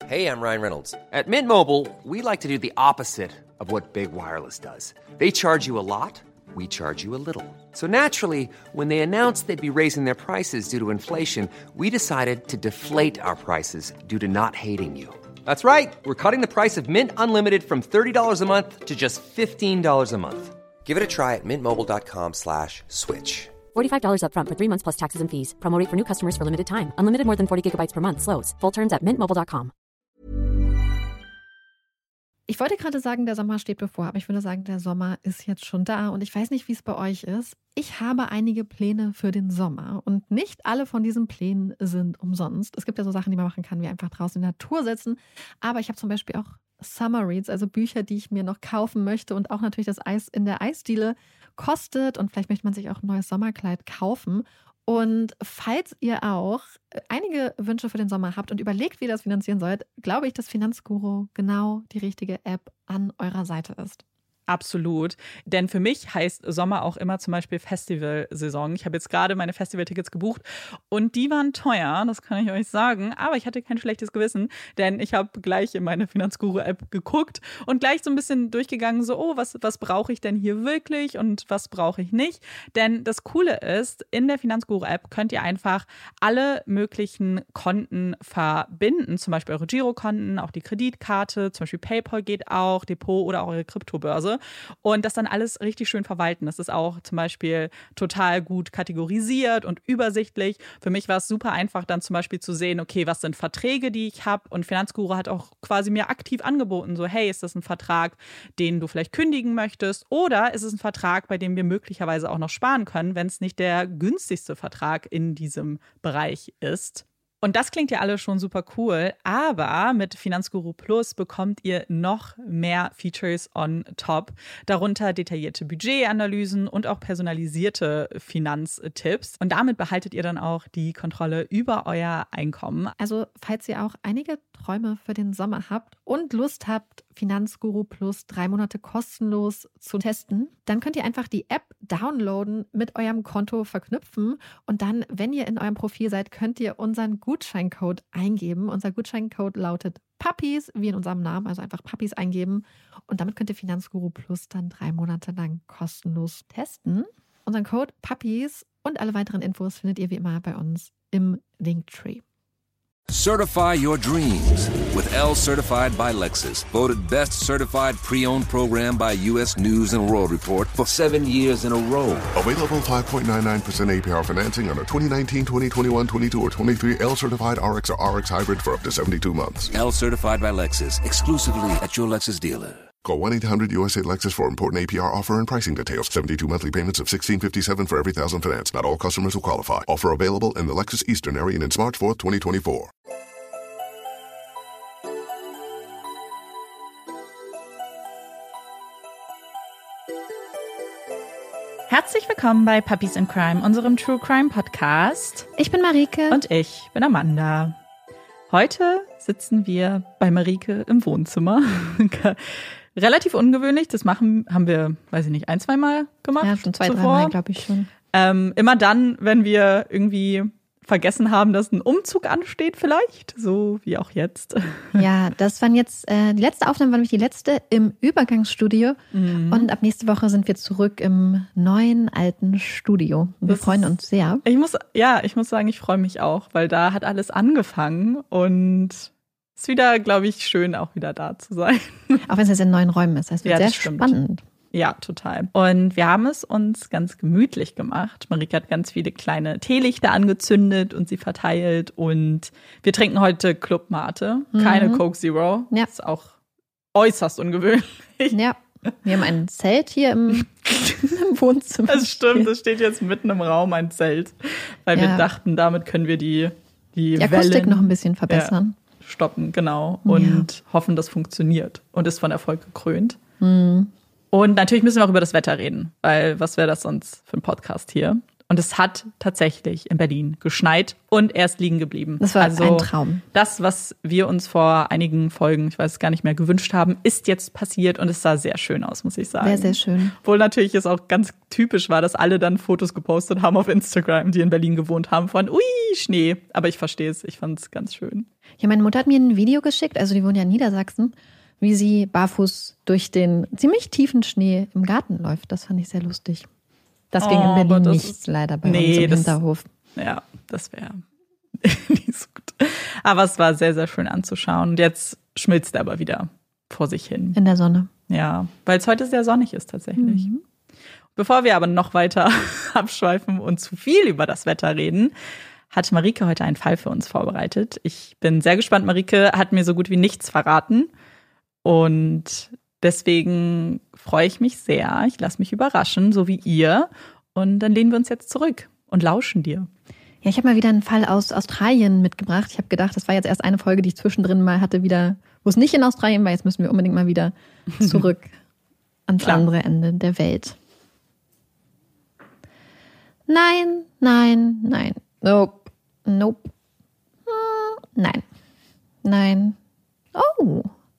Hey, I'm Ryan Reynolds. At Mint Mobile, we like to do the opposite of what Big Wireless does. They charge you a lot, we charge you a little. So naturally, when they announced they'd be raising their prices due to inflation, we decided to deflate our prices due to not hating you. That's right. We're cutting the price of Mint Unlimited from $30 a month to just $15 a month. Give it a try at mintmobile.com/switch. $45 up front for 3 months plus taxes and fees. Promo rate for new customers for limited time. Unlimited more than 40 gigabytes per month. Slows full terms at mintmobile.com. Ich wollte gerade sagen, der Sommer steht bevor, aber ich würde sagen, der Sommer ist jetzt schon da und ich weiß nicht, wie es bei euch ist. Ich habe einige Pläne für den Sommer und nicht alle von diesen Plänen sind umsonst. Es gibt ja so Sachen, die man machen kann, wie einfach draußen in der Natur sitzen, aber ich habe zum Beispiel auch Summer Reads, also Bücher, die ich mir noch kaufen möchte und auch natürlich das Eis in der Eisdiele kostet und vielleicht möchte man sich auch ein neues Sommerkleid kaufen. Und falls ihr auch einige Wünsche für den Sommer habt und überlegt, wie ihr das finanzieren sollt, glaube ich, dass Finanzguru genau die richtige App an eurer Seite ist. Absolut. Denn für mich heißt Sommer auch immer zum Beispiel Festivalsaison. Ich habe jetzt gerade meine Festivaltickets gebucht und die waren teuer, das kann ich euch sagen. Aber ich hatte kein schlechtes Gewissen, denn ich habe gleich in meine Finanzguru-App geguckt und gleich so ein bisschen durchgegangen, so, was brauche ich denn hier wirklich und was brauche ich nicht? Denn das Coole ist, in der Finanzguru-App könnt ihr einfach alle möglichen Konten verbinden, zum Beispiel eure Girokonten, auch die Kreditkarte, zum Beispiel PayPal geht auch, Depot oder auch eure Kryptobörse. Und das dann alles richtig schön verwalten. Das ist auch zum Beispiel total gut kategorisiert und übersichtlich. Für mich war es super einfach, dann zum Beispiel zu sehen, okay, was sind Verträge, die ich habe? Und Finanzguru hat auch quasi mir aktiv angeboten, so, hey, ist das ein Vertrag, den du vielleicht kündigen möchtest? Oder ist es ein Vertrag, bei dem wir möglicherweise auch noch sparen können, wenn es nicht der günstigste Vertrag in diesem Bereich ist? Und das klingt ja alles schon super cool, aber mit Finanzguru Plus bekommt ihr noch mehr Features on top, darunter detaillierte Budgetanalysen und auch personalisierte Finanztipps. Und damit behaltet ihr dann auch die Kontrolle über euer Einkommen. Also falls ihr auch einige Träume für den Sommer habt und Lust habt, Finanzguru Plus 3 Monate kostenlos zu testen, dann könnt ihr einfach die App downloaden, mit eurem Konto verknüpfen und dann, wenn ihr in eurem Profil seid, könnt ihr unseren Gutscheincode eingeben. Unser Gutscheincode lautet Puppies, wie in unserem Namen, also einfach Puppies eingeben und damit könnt ihr Finanzguru Plus dann 3 Monate lang kostenlos testen. Unseren Code Puppies und alle weiteren Infos findet ihr wie immer bei uns im Linktree. Certify your dreams with L Certified by Lexus. Voted best certified pre-owned program by U.S. News and World Report for 7 years in a row. Available 5.99% APR financing on a 2019, 2021, 22, or 23 L Certified RX or RX Hybrid for up to 72 months. L Certified by Lexus. Exclusively at your Lexus dealer. Call 1-800-USA-LEXUS for important APR offer and pricing details. 72 monthly payments of $1,657 for every $1,000 finance. Not all customers will qualify. Offer available in the Lexus Eastern area and in March 4th, 2024. Herzlich willkommen bei Puppies in Crime, unserem True Crime Podcast. Ich bin Marike. Und ich bin Amanda. Heute sitzen wir bei Marike im Wohnzimmer. Relativ ungewöhnlich, das haben wir, weiß ich nicht, 1-2 Mal gemacht. Ja, schon 2-3 Mal, glaube ich schon. Immer dann, wenn wir irgendwie vergessen haben, dass ein Umzug ansteht vielleicht, so wie auch jetzt. Ja, das waren jetzt, die letzte Aufnahme war nämlich die letzte im Übergangsstudio und ab nächste Woche sind wir zurück im neuen, alten Studio. Wir freuen uns sehr. Ich muss sagen, ich freue mich auch, weil da hat alles angefangen und es ist wieder, glaube ich, schön, auch wieder da zu sein. Auch wenn es jetzt in neuen Räumen ist, das wird sehr spannend. Ja, total. Und wir haben es uns ganz gemütlich gemacht. Marike hat ganz viele kleine Teelichter angezündet und sie verteilt. Und wir trinken heute Club Mate, keine Coke Zero. Ja. Das ist auch äußerst ungewöhnlich. Ja, wir haben ein Zelt hier im Wohnzimmer. Das stimmt, es steht jetzt mitten im Raum ein Zelt. Weil wir dachten, damit können wir die Akustik Wellen noch ein bisschen verbessern. Stoppen, genau. Und hoffen, das funktioniert. Und ist von Erfolg gekrönt. Und natürlich müssen wir auch über das Wetter reden, weil was wäre das sonst für ein Podcast hier? Und es hat tatsächlich in Berlin geschneit und er ist liegen geblieben. Das war ein Traum. Das, was wir uns vor einigen Folgen, ich weiß es gar nicht mehr, gewünscht haben, ist jetzt passiert und es sah sehr schön aus, muss ich sagen. Sehr, sehr schön. Obwohl natürlich es auch ganz typisch war, dass alle dann Fotos gepostet haben auf Instagram, die in Berlin gewohnt haben, von ui, Schnee. Aber ich verstehe es, ich fand es ganz schön. Ja, meine Mutter hat mir ein Video geschickt, also die wohnt ja in Niedersachsen, wie sie barfuß durch den ziemlich tiefen Schnee im Garten läuft. Das fand ich sehr lustig. Das ging in Berlin nicht, leider bei uns im Hinterhof. Ja, das wäre nicht so gut. Aber es war sehr, sehr schön anzuschauen. Und jetzt schmilzt er aber wieder vor sich hin. In der Sonne. Ja, weil es heute sehr sonnig ist tatsächlich. Mhm. Bevor wir aber noch weiter abschweifen und zu viel über das Wetter reden, hat Marike heute einen Fall für uns vorbereitet. Ich bin sehr gespannt. Marike hat mir so gut wie nichts verraten. Und deswegen freue ich mich sehr. Ich lasse mich überraschen, so wie ihr. Und dann lehnen wir uns jetzt zurück und lauschen dir. Ja, ich habe mal wieder einen Fall aus Australien mitgebracht. Ich habe gedacht, das war jetzt erst eine Folge, die ich zwischendrin mal hatte, wieder, wo es nicht in Australien war. Jetzt müssen wir unbedingt mal wieder zurück ans andere Ende der Welt. Nein, nein, nein. Nope. Nope. Nein. Nein. Oh.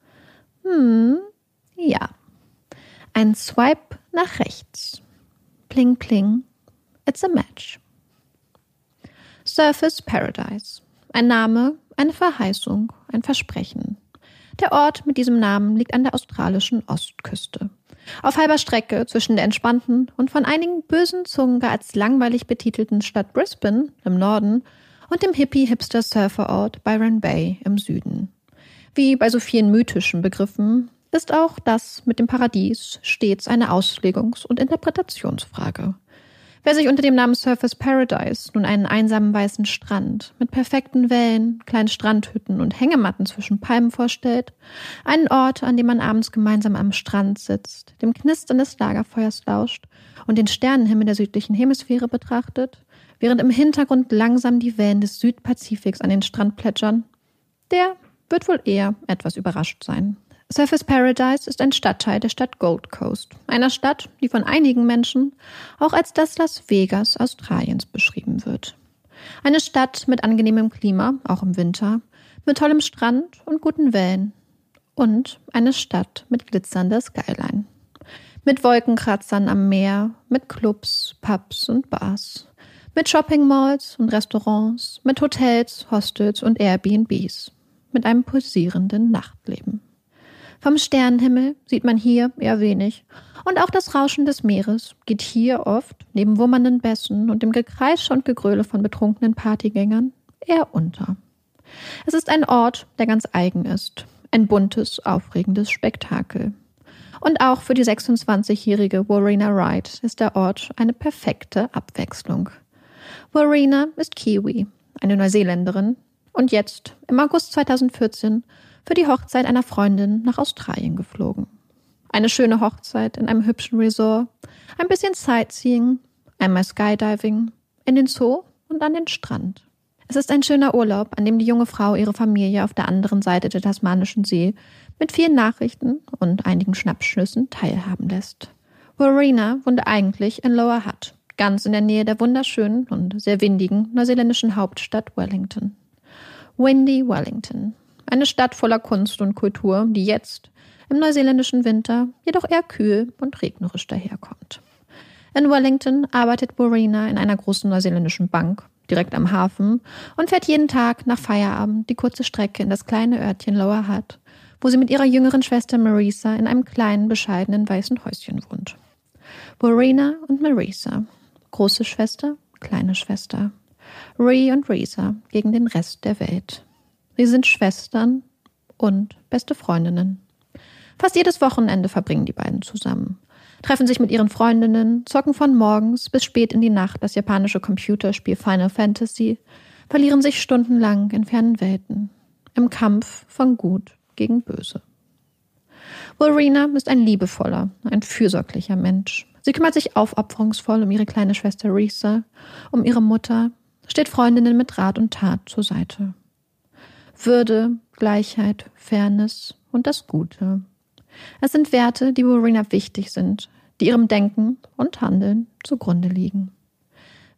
Ja. Ein Swipe nach rechts. Pling, pling. It's a match. Surface Paradise. Ein Name, eine Verheißung, ein Versprechen. Der Ort mit diesem Namen liegt an der australischen Ostküste. Auf halber Strecke zwischen der entspannten und von einigen bösen Zungen gar als langweilig betitelten Stadt Brisbane im Norden und dem Hippie-Hipster-Surferort Byron Bay im Süden. Wie bei so vielen mythischen Begriffen ist auch das mit dem Paradies stets eine Auslegungs- und Interpretationsfrage. Wer sich unter dem Namen Surface Paradise nun einen einsamen weißen Strand mit perfekten Wellen, kleinen Strandhütten und Hängematten zwischen Palmen vorstellt, einen Ort, an dem man abends gemeinsam am Strand sitzt, dem Knistern des Lagerfeuers lauscht und den Sternenhimmel der südlichen Hemisphäre betrachtet, während im Hintergrund langsam die Wellen des Südpazifiks an den Strand plätschern, der wird wohl eher etwas überrascht sein. Surface Paradise ist ein Stadtteil der Stadt Gold Coast, einer Stadt, die von einigen Menschen auch als das Las Vegas Australiens beschrieben wird. Eine Stadt mit angenehmem Klima, auch im Winter, mit tollem Strand und guten Wellen. Und eine Stadt mit glitzernder Skyline. Mit Wolkenkratzern am Meer, mit Clubs, Pubs und Bars. Mit Shoppingmalls und Restaurants, mit Hotels, Hostels und Airbnbs. Mit einem pulsierenden Nachtleben. Vom Sternenhimmel sieht man hier eher wenig und auch das Rauschen des Meeres geht hier oft, neben wummernden Bässen und dem Gekreisch und Gegröle von betrunkenen Partygängern, eher unter. Es ist ein Ort, der ganz eigen ist, ein buntes, aufregendes Spektakel. Und auch für die 26-jährige Warrena Wright ist der Ort eine perfekte Abwechslung. Warrena ist Kiwi, eine Neuseeländerin, und jetzt, im August 2014, für die Hochzeit einer Freundin nach Australien geflogen. Eine schöne Hochzeit in einem hübschen Resort, ein bisschen Sightseeing, einmal Skydiving, in den Zoo und an den Strand. Es ist ein schöner Urlaub, an dem die junge Frau ihre Familie auf der anderen Seite der Tasmanischen See mit vielen Nachrichten und einigen Schnappschüssen teilhaben lässt. Warrena wohnt eigentlich in Lower Hutt, ganz in der Nähe der wunderschönen und sehr windigen neuseeländischen Hauptstadt Wellington. Windy Wellington. Eine Stadt voller Kunst und Kultur, die jetzt, im neuseeländischen Winter, jedoch eher kühl und regnerisch daherkommt. In Wellington arbeitet Warrena in einer großen neuseeländischen Bank, direkt am Hafen, und fährt jeden Tag nach Feierabend die kurze Strecke in das kleine Örtchen Lower Hutt, wo sie mit ihrer jüngeren Schwester Marisa in einem kleinen, bescheidenen weißen Häuschen wohnt. Warrena und Marisa. Große Schwester, kleine Schwester. Ree und Risa gegen den Rest der Welt. Sie sind Schwestern und beste Freundinnen. Fast jedes Wochenende verbringen die beiden zusammen. Treffen sich mit ihren Freundinnen, zocken von morgens bis spät in die Nacht das japanische Computerspiel Final Fantasy, verlieren sich stundenlang in fernen Welten. Im Kampf von Gut gegen Böse. Warrena ist ein liebevoller, ein fürsorglicher Mensch. Sie kümmert sich aufopferungsvoll um ihre kleine Schwester Risa, um ihre Mutter, steht Freundinnen mit Rat und Tat zur Seite. Würde, Gleichheit, Fairness und das Gute. Es sind Werte, die Warrena wichtig sind, die ihrem Denken und Handeln zugrunde liegen.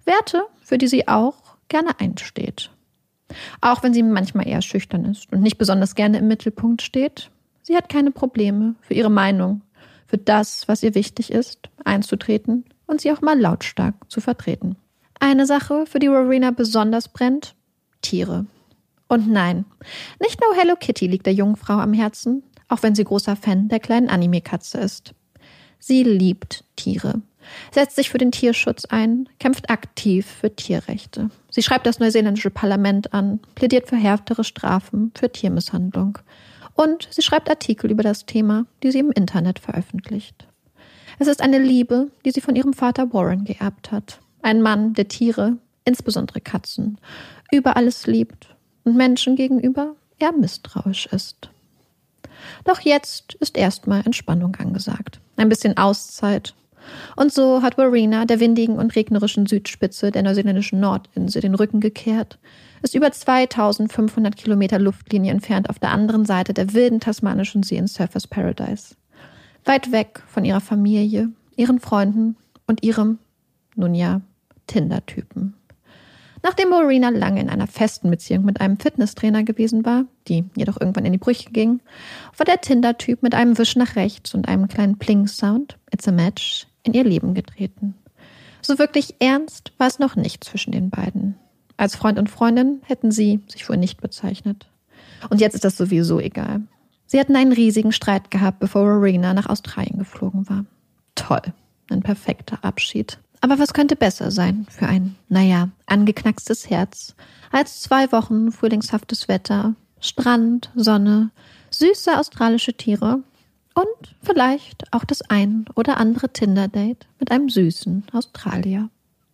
Werte, für die sie auch gerne einsteht. Auch wenn sie manchmal eher schüchtern ist und nicht besonders gerne im Mittelpunkt steht, sie hat keine Probleme, für ihre Meinung, für das, was ihr wichtig ist, einzutreten und sie auch mal lautstark zu vertreten. Eine Sache, für die Rowena besonders brennt: Tiere. Und nein, nicht nur Hello Kitty liegt der jungen Frau am Herzen, auch wenn sie großer Fan der kleinen Anime-Katze ist. Sie liebt Tiere, setzt sich für den Tierschutz ein, kämpft aktiv für Tierrechte. Sie schreibt das neuseeländische Parlament an, plädiert für härtere Strafen für Tiermisshandlung. Und sie schreibt Artikel über das Thema, die sie im Internet veröffentlicht. Es ist eine Liebe, die sie von ihrem Vater Warren geerbt hat. Ein Mann, der Tiere, insbesondere Katzen, über alles liebt und Menschen gegenüber eher misstrauisch ist. Doch jetzt ist erstmal Entspannung angesagt. Ein bisschen Auszeit. Und so hat Rowena der windigen und regnerischen Südspitze der neuseeländischen Nordinsel den Rücken gekehrt, ist über 2500 Kilometer Luftlinie entfernt auf der anderen Seite der wilden tasmanischen See in Surfers Paradise. Weit weg von ihrer Familie, ihren Freunden und ihrem, nun ja, Tinder-Typen. Nachdem Rowena lange in einer festen Beziehung mit einem Fitnesstrainer gewesen war, die jedoch irgendwann in die Brüche ging, war der Tinder-Typ mit einem Wisch nach rechts und einem kleinen Pling-Sound, It's a Match, in ihr Leben getreten. So wirklich ernst war es noch nicht zwischen den beiden. Als Freund und Freundin hätten sie sich wohl nicht bezeichnet. Und jetzt ist das sowieso egal. Sie hatten einen riesigen Streit gehabt, bevor Rowena nach Australien geflogen war. Toll, ein perfekter Abschied. Aber was könnte besser sein für ein, angeknackstes Herz, als 2 Wochen frühlingshaftes Wetter, Strand, Sonne, süße australische Tiere und vielleicht auch das ein oder andere Tinder-Date mit einem süßen Australier.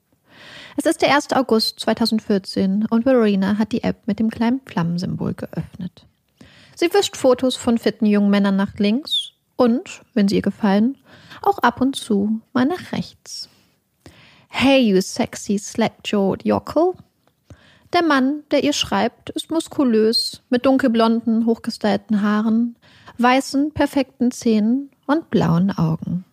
Es ist der 1. August 2014 und Rowena hat die App mit dem kleinen Flammensymbol geöffnet. Sie wischt Fotos von fitten jungen Männern nach links und, wenn sie ihr gefallen, auch ab und zu mal nach rechts. Hey, you sexy slack-jawed Yokel. Der Mann, der ihr schreibt, ist muskulös, mit dunkelblonden, hochgestylten Haaren, weißen, perfekten Zähnen und blauen Augen.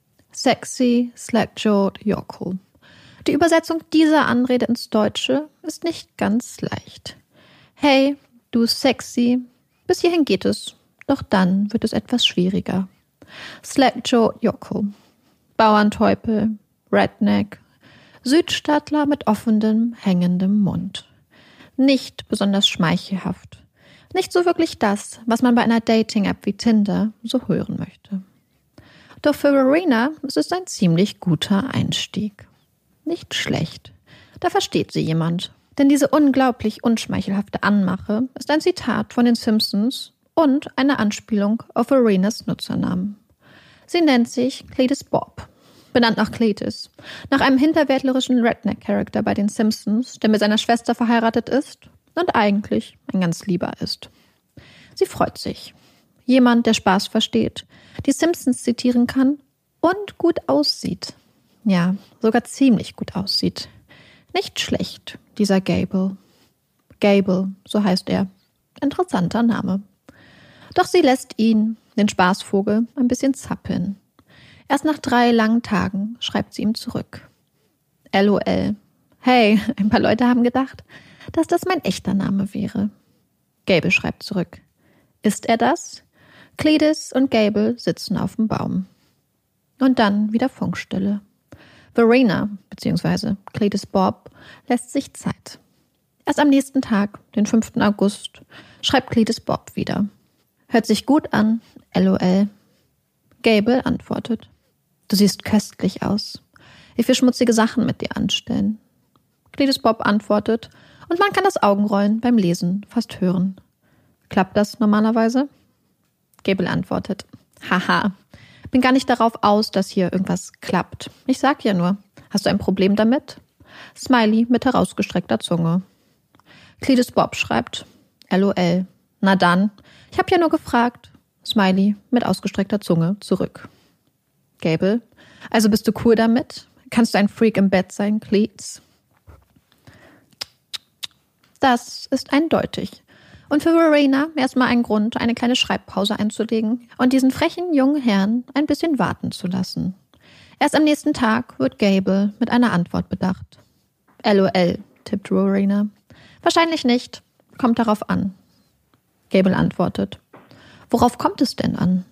Sexy slack-jawed Yokel. Die Übersetzung dieser Anrede ins Deutsche ist nicht ganz leicht. Hey, du sexy. Bis hierhin geht es, doch dann wird es etwas schwieriger. Slack-jawed Yokel. Bauernteupel, Redneck, Südstaatler mit offenem, hängendem Mund. Nicht besonders schmeichelhaft. Nicht so wirklich das, was man bei einer Dating-App wie Tinder so hören möchte. Doch für Rowena ist es ein ziemlich guter Einstieg. Nicht schlecht. Da versteht sie jemand. Denn diese unglaublich unschmeichelhafte Anmache ist ein Zitat von den Simpsons und eine Anspielung auf Rowenas Nutzernamen. Sie nennt sich Cletus Bob. Benannt nach Cletus, nach einem hinterwäldlerischen Redneck-Charakter bei den Simpsons, der mit seiner Schwester verheiratet ist und eigentlich ein ganz Lieber ist. Sie freut sich. Jemand, der Spaß versteht, die Simpsons zitieren kann und gut aussieht. Ja, sogar ziemlich gut aussieht. Nicht schlecht, dieser Gable. Gable, so heißt er. Interessanter Name. Doch sie lässt ihn, den Spaßvogel, ein bisschen zappeln. Erst nach 3 langen Tagen schreibt sie ihm zurück. LOL. Hey, ein paar Leute haben gedacht, dass das mein echter Name wäre. Gable schreibt zurück. Ist er das? Cletus und Gable sitzen auf dem Baum. Und dann wieder Funkstille. Rowena, bzw. Cletus Bob, lässt sich Zeit. Erst am nächsten Tag, den 5. August, schreibt Cletus Bob wieder. Hört sich gut an, LOL. Gable antwortet. Du siehst köstlich aus. Ich will schmutzige Sachen mit dir anstellen. Cletus Bob antwortet und man kann das Augenrollen beim Lesen fast hören. Klappt das normalerweise? Gable antwortet. Haha, bin gar nicht darauf aus, dass hier irgendwas klappt. Ich sag ja nur, hast du ein Problem damit? Smiley mit herausgestreckter Zunge. Cletus Bob schreibt. LOL. Na dann, ich hab ja nur gefragt. Smiley mit ausgestreckter Zunge zurück. Gable, also bist du cool damit? Kannst du ein Freak im Bett sein, Cletus? Das ist eindeutig. Und für Rowena erstmal ein Grund, eine kleine Schreibpause einzulegen und diesen frechen jungen Herrn ein bisschen warten zu lassen. Erst am nächsten Tag wird Gable mit einer Antwort bedacht. LOL, tippt Rowena. Wahrscheinlich nicht. Kommt darauf an. Gable antwortet. Worauf kommt es denn an?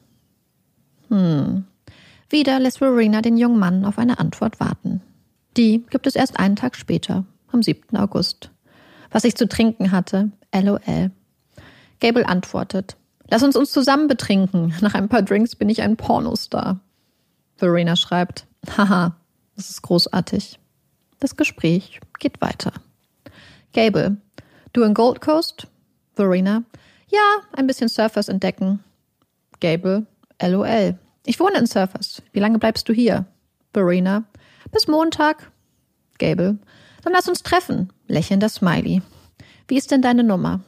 Wieder lässt Rowena den jungen Mann auf eine Antwort warten. Die gibt es erst einen Tag später, am 7. August. Was ich zu trinken hatte, LOL. Gable antwortet. Lass uns zusammen betrinken. Nach ein paar Drinks bin ich ein Pornostar. Verena schreibt. Haha, das ist großartig. Das Gespräch geht weiter. Gable. Du in Gold Coast? Verena. Ja, ein bisschen Surfers entdecken. Gable. LOL. Ich wohne in Surfers. Wie lange bleibst du hier? Verena. Bis Montag. Gable. Dann lass uns treffen. Lächelnder Smiley. Wie ist denn deine Nummer?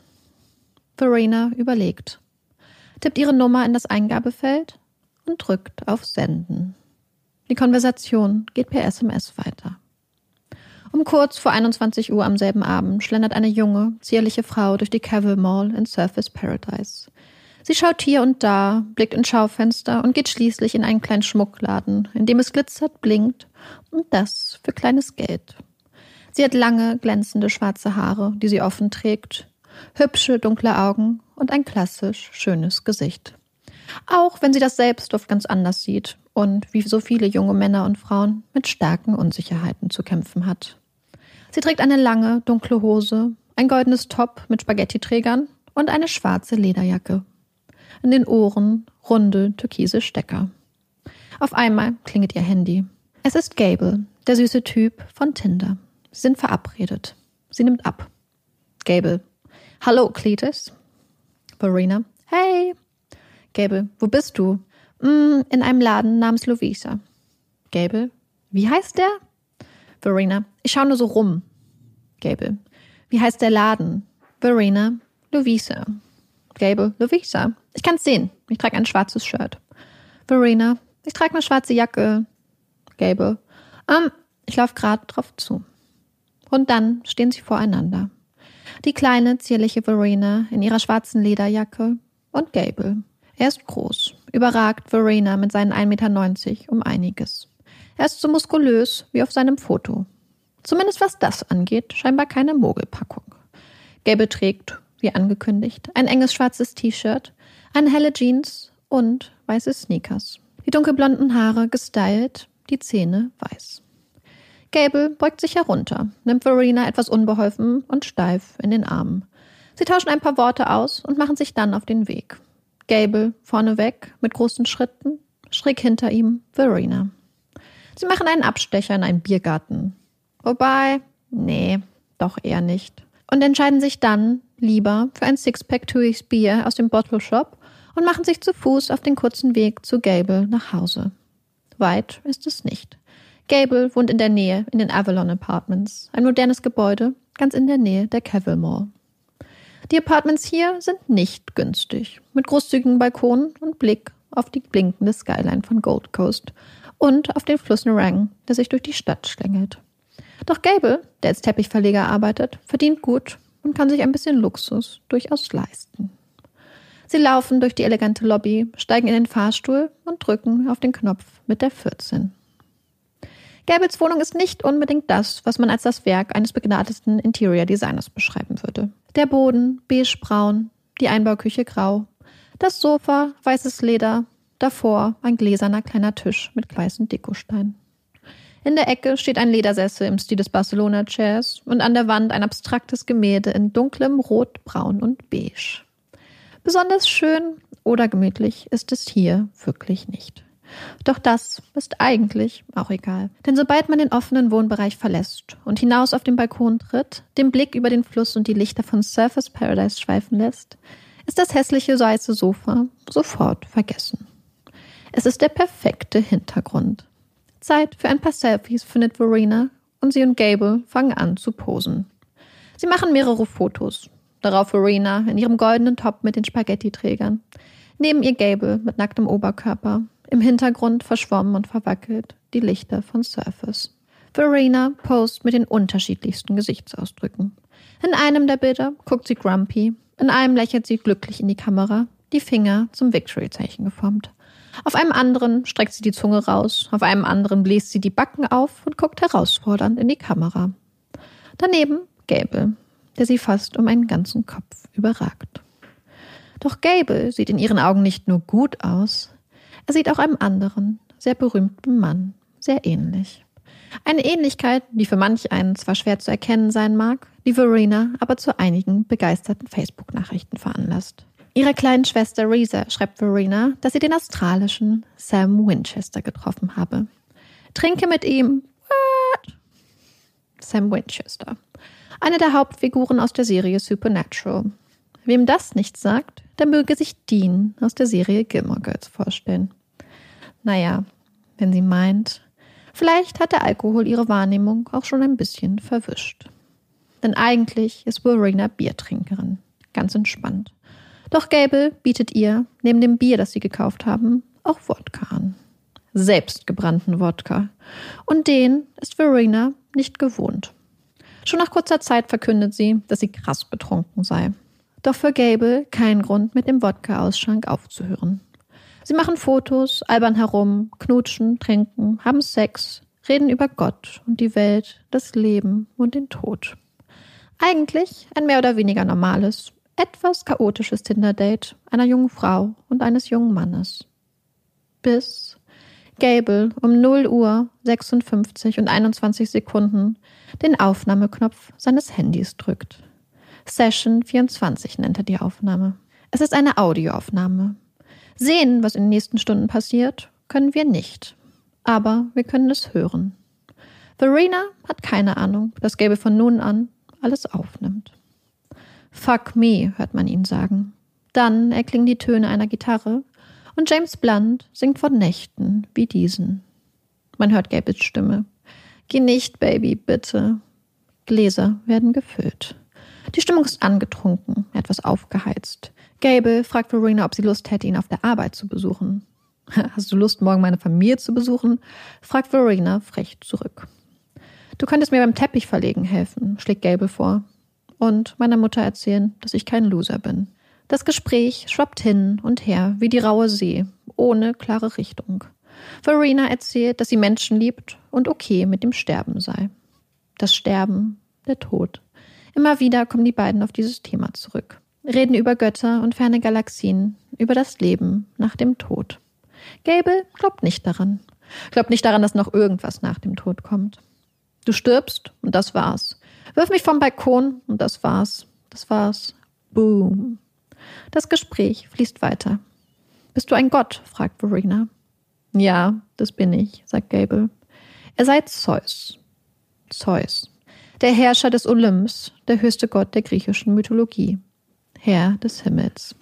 Verena überlegt. Tippt ihre Nummer in das Eingabefeld und drückt auf Senden. Die Konversation geht per SMS weiter. Um kurz vor 21 Uhr am selben Abend schlendert eine junge, zierliche Frau durch die Cavill Mall in Surfers Paradise. Sie schaut hier und da, blickt ins Schaufenster und geht schließlich in einen kleinen Schmuckladen, in dem es glitzert, blinkt und das für kleines Geld. Sie hat lange, glänzende schwarze Haare, die sie offen trägt, hübsche, dunkle Augen und ein klassisch schönes Gesicht. Auch wenn sie das selbst oft ganz anders sieht und wie so viele junge Männer und Frauen mit starken Unsicherheiten zu kämpfen hat. Sie trägt eine lange, dunkle Hose, ein goldenes Top mit Spaghettiträgern und eine schwarze Lederjacke. In den Ohren runde, türkise Stecker. Auf einmal klingelt ihr Handy. Es ist Gable, der süße Typ von Tinder. Sie sind verabredet. Sie nimmt ab. Gable. Hallo, Cletus. Verena. Hey. Gable. Wo bist du? In einem Laden namens Lovisa. Gable. Wie heißt der? Verena. Ich schaue nur so rum. Gable. Wie heißt der Laden? Verena. Lovisa. Gable. Lovisa. Ich kann's sehen. Ich trage ein schwarzes Shirt. Verena. Ich trage eine schwarze Jacke. Gable. Ich laufe gerade drauf zu. Und dann stehen sie voreinander. Die kleine, zierliche Verena in ihrer schwarzen Lederjacke und Gable. Er ist groß, überragt Verena mit seinen 1,90 Meter um einiges. Er ist so muskulös wie auf seinem Foto. Zumindest was das angeht, scheinbar keine Mogelpackung. Gable trägt, wie angekündigt, ein enges schwarzes T-Shirt, eine helle Jeans und weiße Sneakers. Die dunkelblonden Haare gestylt, die Zähne weiß. Gable beugt sich herunter, nimmt Verena etwas unbeholfen und steif in den Arm. Sie tauschen ein paar Worte aus und machen sich dann auf den Weg. Gable vorneweg mit großen Schritten, schräg hinter ihm Verena. Sie machen einen Abstecher in einen Biergarten. Wobei, nee, doch eher nicht. Und entscheiden sich dann lieber für ein Sixpack Tui's Bier aus dem Bottle Shop und machen sich zu Fuß auf den kurzen Weg zu Gable nach Hause. Weit ist es nicht. Gable wohnt in der Nähe in den Avalon Apartments, ein modernes Gebäude ganz in der Nähe der Cavill Mall. Die Apartments hier sind nicht günstig, mit großzügigen Balkonen und Blick auf die blinkende Skyline von Gold Coast und auf den Fluss Nerang, der sich durch die Stadt schlängelt. Doch Gable, der als Teppichverleger arbeitet, verdient gut und kann sich ein bisschen Luxus durchaus leisten. Sie laufen durch die elegante Lobby, steigen in den Fahrstuhl und drücken auf den Knopf mit der 14. Gables Wohnung ist nicht unbedingt das, was man als das Werk eines begnadeten Interior-Designers beschreiben würde. Der Boden beigebraun, die Einbauküche grau, das Sofa weißes Leder, davor ein gläserner kleiner Tisch mit weißen Dekosteinen. In der Ecke steht ein Ledersessel im Stil des Barcelona Chairs und an der Wand ein abstraktes Gemälde in dunklem Rot, Braun und Beige. Besonders schön oder gemütlich ist es hier wirklich nicht. Doch das ist eigentlich auch egal. Denn sobald man den offenen Wohnbereich verlässt und hinaus auf den Balkon tritt, den Blick über den Fluss und die Lichter von Surfers Paradise schweifen lässt, ist das hässliche weiße Sofa sofort vergessen. Es ist der perfekte Hintergrund. Zeit für ein paar Selfies findet Verena und sie und Gable fangen an zu posen. Sie machen mehrere Fotos. Darauf Verena in ihrem goldenen Top mit den Spaghettiträgern. Neben ihr Gable mit nacktem Oberkörper. Im Hintergrund verschwommen und verwackelt die Lichter von Surfers. Verena post mit den unterschiedlichsten Gesichtsausdrücken. In einem der Bilder guckt sie grumpy, in einem lächelt sie glücklich in die Kamera, die Finger zum Victory-Zeichen geformt. Auf einem anderen streckt sie die Zunge raus, auf einem anderen bläst sie die Backen auf und guckt herausfordernd in die Kamera. Daneben Gable, der sie fast um einen ganzen Kopf überragt. Doch Gable sieht in ihren Augen nicht nur gut aus, er sieht auch einem anderen, sehr berühmten Mann sehr ähnlich. Eine Ähnlichkeit, die für manch einen zwar schwer zu erkennen sein mag, die Verena aber zu einigen begeisterten Facebook-Nachrichten veranlasst. Ihrer kleinen Schwester Reza schreibt Verena, dass sie den australischen Sam Winchester getroffen habe. Trinke mit ihm. What? Sam Winchester. Eine der Hauptfiguren aus der Serie Supernatural. Wem das nichts sagt, der möge sich Dean aus der Serie Gilmore Girls vorstellen. Naja, wenn sie meint, vielleicht hat der Alkohol ihre Wahrnehmung auch schon ein bisschen verwischt. Denn eigentlich ist Verena Biertrinkerin. Ganz entspannt. Doch Gable bietet ihr, neben dem Bier, das sie gekauft haben, auch Wodka an. Selbstgebrannten Wodka. Und den ist Verena nicht gewohnt. Schon nach kurzer Zeit verkündet sie, dass sie krass betrunken sei. Doch für Gable kein Grund, mit dem Wodka-Ausschank aufzuhören. Sie machen Fotos, albern herum, knutschen, trinken, haben Sex, reden über Gott und die Welt, das Leben und den Tod. Eigentlich ein mehr oder weniger normales, etwas chaotisches Tinder-Date einer jungen Frau und eines jungen Mannes. Bis Gable um 0:56 und 21 Sekunden den Aufnahmeknopf seines Handys drückt. Session 24 nennt er die Aufnahme. Es ist eine Audioaufnahme. Sehen, was in den nächsten Stunden passiert, können wir nicht. Aber wir können es hören. Verena hat keine Ahnung, dass Gable von nun an alles aufnimmt. Fuck me, hört man ihn sagen. Dann erklingen die Töne einer Gitarre und James Blunt singt von Nächten wie diesen. Man hört Gables Stimme. Geh nicht, Baby, bitte. Gläser werden gefüllt. Die Stimmung ist angetrunken, etwas aufgeheizt. Gable fragt Verena, ob sie Lust hätte, ihn auf der Arbeit zu besuchen. Hast du Lust, morgen meine Familie zu besuchen? Fragt Verena frech zurück. Du könntest mir beim Teppich verlegen helfen, schlägt Gable vor. Und meiner Mutter erzählen, dass ich kein Loser bin. Das Gespräch schwappt hin und her wie die raue See, ohne klare Richtung. Verena erzählt, dass sie Menschen liebt und okay mit dem Sterben sei. Das Sterben, der Tod. Immer wieder kommen die beiden auf dieses Thema zurück. Reden über Götter und ferne Galaxien, über das Leben nach dem Tod. Gable glaubt nicht daran. Glaubt nicht daran, dass noch irgendwas nach dem Tod kommt. Du stirbst und das war's. Wirf mich vom Balkon und das war's. Das war's. Boom. Das Gespräch fließt weiter. Bist du ein Gott? Fragt Verena. Ja, das bin ich, sagt Gable. Er sei Zeus. Zeus. Der Herrscher des Olymps, der höchste Gott der griechischen Mythologie. Herr des Himmels.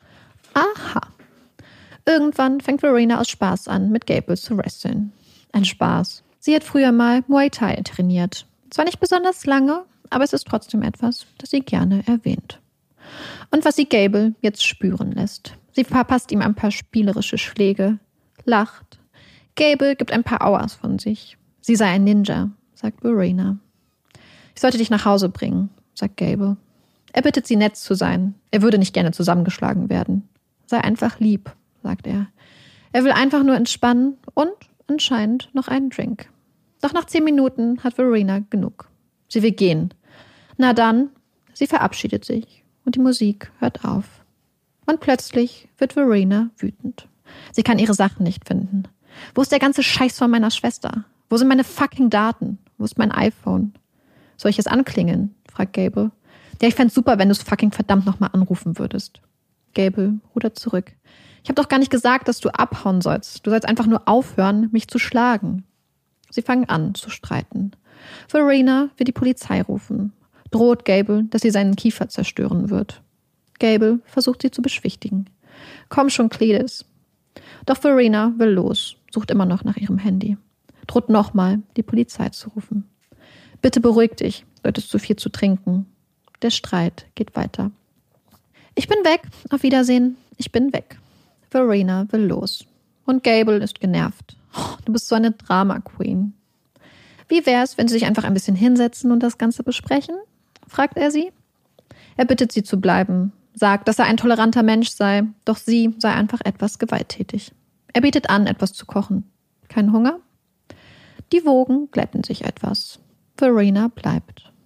Aha. Irgendwann fängt Verena aus Spaß an, mit Gable zu wresteln. Ein Spaß. Sie hat früher mal Muay Thai trainiert. Zwar nicht besonders lange, aber es ist trotzdem etwas, das sie gerne erwähnt. Und was sie Gable jetzt spüren lässt. Sie verpasst ihm ein paar spielerische Schläge, lacht. Gable gibt ein paar Auers von sich. Sie sei ein Ninja, sagt Verena. Ich sollte dich nach Hause bringen, sagt Gable. Er bittet sie, nett zu sein. Er würde nicht gerne zusammengeschlagen werden. Sei einfach lieb, sagt er. Er will einfach nur entspannen und anscheinend noch einen Drink. Doch nach 10 Minuten hat Verena genug. Sie will gehen. Na dann, sie verabschiedet sich und die Musik hört auf. Und plötzlich wird Verena wütend. Sie kann ihre Sachen nicht finden. Wo ist der ganze Scheiß von meiner Schwester? Wo sind meine fucking Daten? Wo ist mein iPhone? Soll ich es anklingeln? Fragt Gable. Ja, ich fänd's super, wenn du es fucking verdammt nochmal anrufen würdest. Gable rudert zurück. Ich habe doch gar nicht gesagt, dass du abhauen sollst. Du sollst einfach nur aufhören, mich zu schlagen. Sie fangen an zu streiten. Verena will die Polizei rufen. Droht Gable, dass sie seinen Kiefer zerstören wird. Gable versucht sie zu beschwichtigen. Komm schon, Cletus. Doch Verena will los, sucht immer noch nach ihrem Handy. Droht nochmal, die Polizei zu rufen. Bitte beruhig dich, solltest zu viel zu trinken. Der Streit geht weiter. Ich bin weg, auf Wiedersehen, ich bin weg. Verena will los. Und Gable ist genervt. Oh, du bist so eine Drama-Queen. Wie wär's, wenn sie sich einfach ein bisschen hinsetzen und das Ganze besprechen? Fragt er sie. Er bittet sie zu bleiben, sagt, dass er ein toleranter Mensch sei, doch sie sei einfach etwas gewalttätig. Er bietet an, etwas zu kochen. Kein Hunger? Die Wogen glätten sich etwas. Verena bleibt.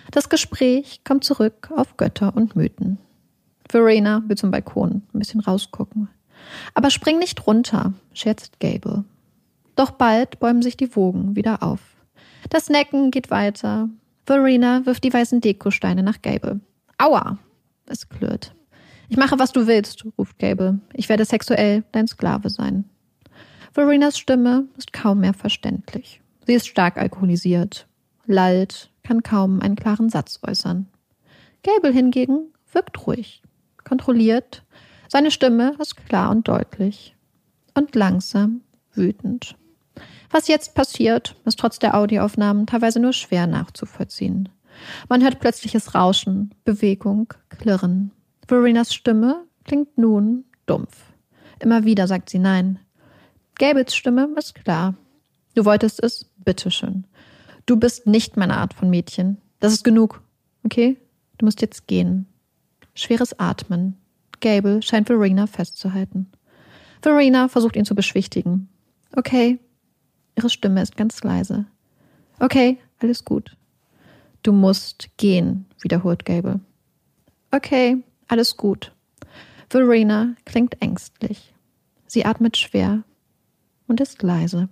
Das Gespräch kommt zurück auf Götter und Mythen. Verena will zum Balkon ein bisschen rausgucken. Aber spring nicht runter, scherzt Gable. Doch bald bäumen sich die Wogen wieder auf. Das Necken geht weiter. Verena wirft die weißen Dekosteine nach Gable. Aua! Es klirrt. Ich mache, was du willst, ruft Gable. Ich werde sexuell dein Sklave sein. Verenas Stimme ist kaum mehr verständlich. Sie ist stark alkoholisiert, lallt, kann kaum einen klaren Satz äußern. Gable hingegen wirkt ruhig, kontrolliert. Seine Stimme ist klar und deutlich und langsam wütend. Was jetzt passiert, ist trotz der Audioaufnahmen teilweise nur schwer nachzuvollziehen. Man hört plötzliches Rauschen, Bewegung, Klirren. Verenas Stimme klingt nun dumpf. Immer wieder sagt sie Nein. Gables Stimme ist klar. Du wolltest es, bitteschön. Du bist nicht meine Art von Mädchen. Das ist genug, okay? Du musst jetzt gehen. Schweres Atmen. Gable scheint Verena festzuhalten. Verena versucht ihn zu beschwichtigen. Okay. Ihre Stimme ist ganz leise. Okay, alles gut. Du musst gehen, wiederholt Gable. Okay, alles gut. Verena klingt ängstlich. Sie atmet schwer und ist leise.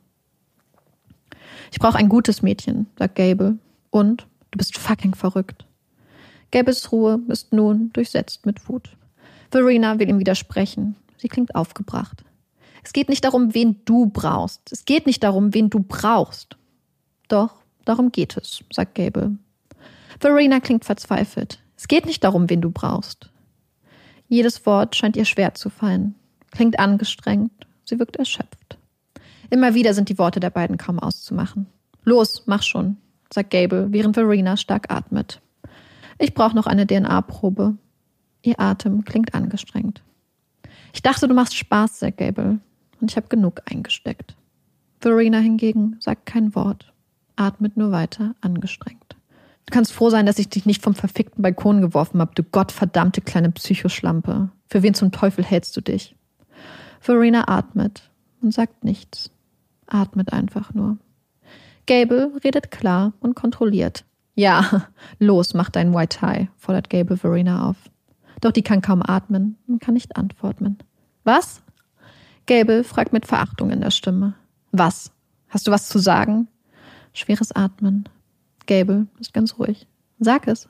Ich brauche ein gutes Mädchen, sagt Gable. Und du bist fucking verrückt. Gables Ruhe ist nun durchsetzt mit Wut. Verena will ihm widersprechen. Sie klingt aufgebracht. Es geht nicht darum, wen du brauchst. Es geht nicht darum, wen du brauchst. Doch, darum geht es, sagt Gable. Verena klingt verzweifelt. Es geht nicht darum, wen du brauchst. Jedes Wort scheint ihr schwer zu fallen. Klingt angestrengt. Sie wirkt erschöpft. Immer wieder sind die Worte der beiden kaum auszumachen. Los, mach schon, sagt Gable, während Verena stark atmet. Ich brauche noch eine DNA-Probe. Ihr Atem klingt angestrengt. Ich dachte, du machst Spaß, sagt Gable. Und ich habe genug eingesteckt. Verena hingegen sagt kein Wort, atmet nur weiter angestrengt. Du kannst froh sein, dass ich dich nicht vom verfickten Balkon geworfen habe, du gottverdammte kleine Psychoschlampe. Für wen zum Teufel hältst du dich? Verena atmet und sagt nichts. Atmet einfach nur. Gable redet klar und kontrolliert. Ja, los, mach deinen White Tie, fordert Gable Verena auf. Doch die kann kaum atmen und kann nicht antworten. Was? Gable fragt mit Verachtung in der Stimme. Was? Hast du was zu sagen? Schweres Atmen. Gable ist ganz ruhig. Sag es.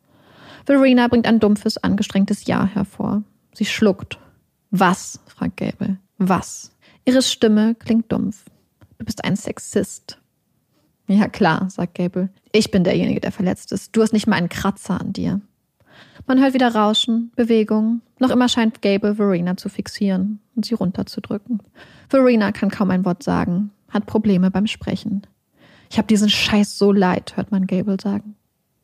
Verena bringt ein dumpfes, angestrengtes Ja hervor. Sie schluckt. Was? Fragt Gable. Was? Ihre Stimme klingt dumpf. Du bist ein Sexist. Ja klar, sagt Gable. Ich bin derjenige, der verletzt ist. Du hast nicht mal einen Kratzer an dir. Man hört wieder Rauschen, Bewegung. Noch immer scheint Gable Verena zu fixieren und sie runterzudrücken. Verena kann kaum ein Wort sagen, hat Probleme beim Sprechen. Ich hab diesen Scheiß so leid, hört man Gable sagen.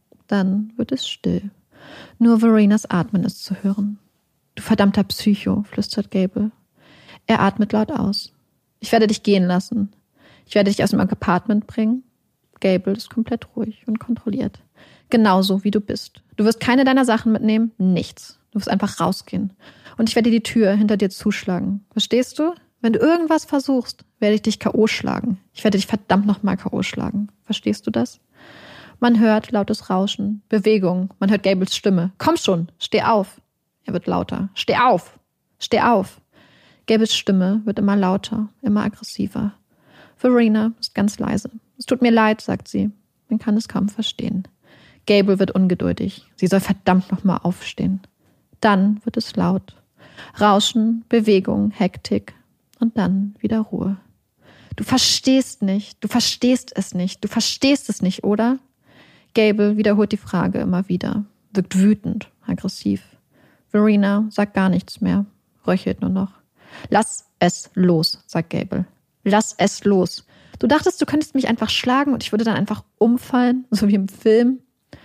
Dann wird es still. Nur Verenas Atmen ist zu hören. Du verdammter Psycho, flüstert Gable. Er atmet laut aus. Ich werde dich gehen lassen. Ich werde dich aus dem Apartment bringen. Gable ist komplett ruhig und kontrolliert. Genauso wie du bist. Du wirst keine deiner Sachen mitnehmen, nichts. Du wirst einfach rausgehen. Und ich werde die Tür hinter dir zuschlagen. Verstehst du? Wenn du irgendwas versuchst, werde ich dich K.O. schlagen. Ich werde dich verdammt nochmal K.O. schlagen. Verstehst du das? Man hört lautes Rauschen, Bewegung. Man hört Gables Stimme. Komm schon, steh auf. Er wird lauter. Steh auf! Steh auf! Gables Stimme wird immer lauter, immer aggressiver. Verena ist ganz leise. Es tut mir leid, sagt sie. Man kann es kaum verstehen. Gable wird ungeduldig. Sie soll verdammt nochmal aufstehen. Dann wird es laut. Rauschen, Bewegung, Hektik und dann wieder Ruhe. Du verstehst nicht, du verstehst es nicht, du verstehst es nicht, oder? Gable wiederholt die Frage immer wieder, wirkt wütend, aggressiv. Verena sagt gar nichts mehr, röchelt nur noch. Lass es los, sagt Gable. Lass es los. Du dachtest, du könntest mich einfach schlagen und ich würde dann einfach umfallen, so wie im Film.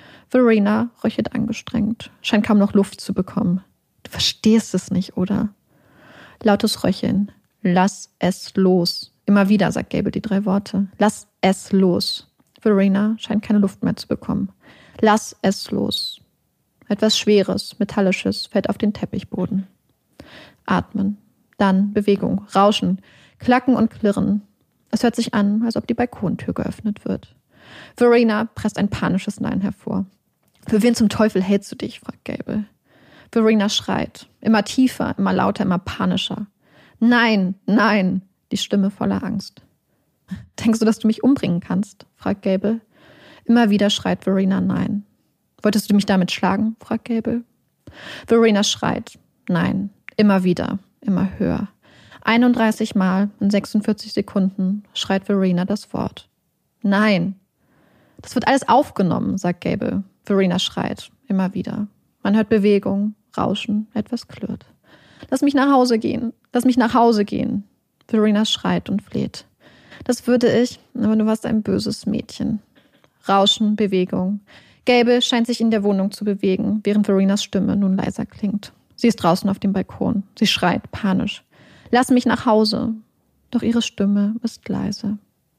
Verena röchelt angestrengt, scheint kaum noch Luft zu bekommen. Du verstehst es nicht, oder? Lautes Röcheln. Lass es los. Immer wieder sagt Gable die 3 Worte. Lass es los. Verena scheint keine Luft mehr zu bekommen. Lass es los. Etwas Schweres, Metallisches fällt auf den Teppichboden. Atmen. Dann Bewegung, Rauschen, Klacken und Klirren. Es hört sich an, als ob die Balkontür geöffnet wird. Verena presst ein panisches Nein hervor. Für wen zum Teufel hältst du dich? Fragt Gable. Verena schreit. Immer tiefer, immer lauter, immer panischer. Nein, nein, die Stimme voller Angst. Denkst du, dass du mich umbringen kannst? Fragt Gable. Immer wieder schreit Verena nein. Wolltest du mich damit schlagen? Fragt Gable. Verena schreit. Nein. Immer wieder. Immer höher. 31 Mal in 46 Sekunden schreit Verena das Wort. Nein. Das wird alles aufgenommen, sagt Gable. Verena schreit. Immer wieder. Man hört Bewegung, Rauschen, etwas klirrt. Lass mich nach Hause gehen. Lass mich nach Hause gehen. Verena schreit und fleht. Das würde ich, aber du warst ein böses Mädchen. Rauschen, Bewegung. Gable scheint sich in der Wohnung zu bewegen, während Verenas Stimme nun leiser klingt. Sie ist draußen auf dem Balkon. Sie schreit panisch. Lass mich nach Hause. Doch ihre Stimme ist leise.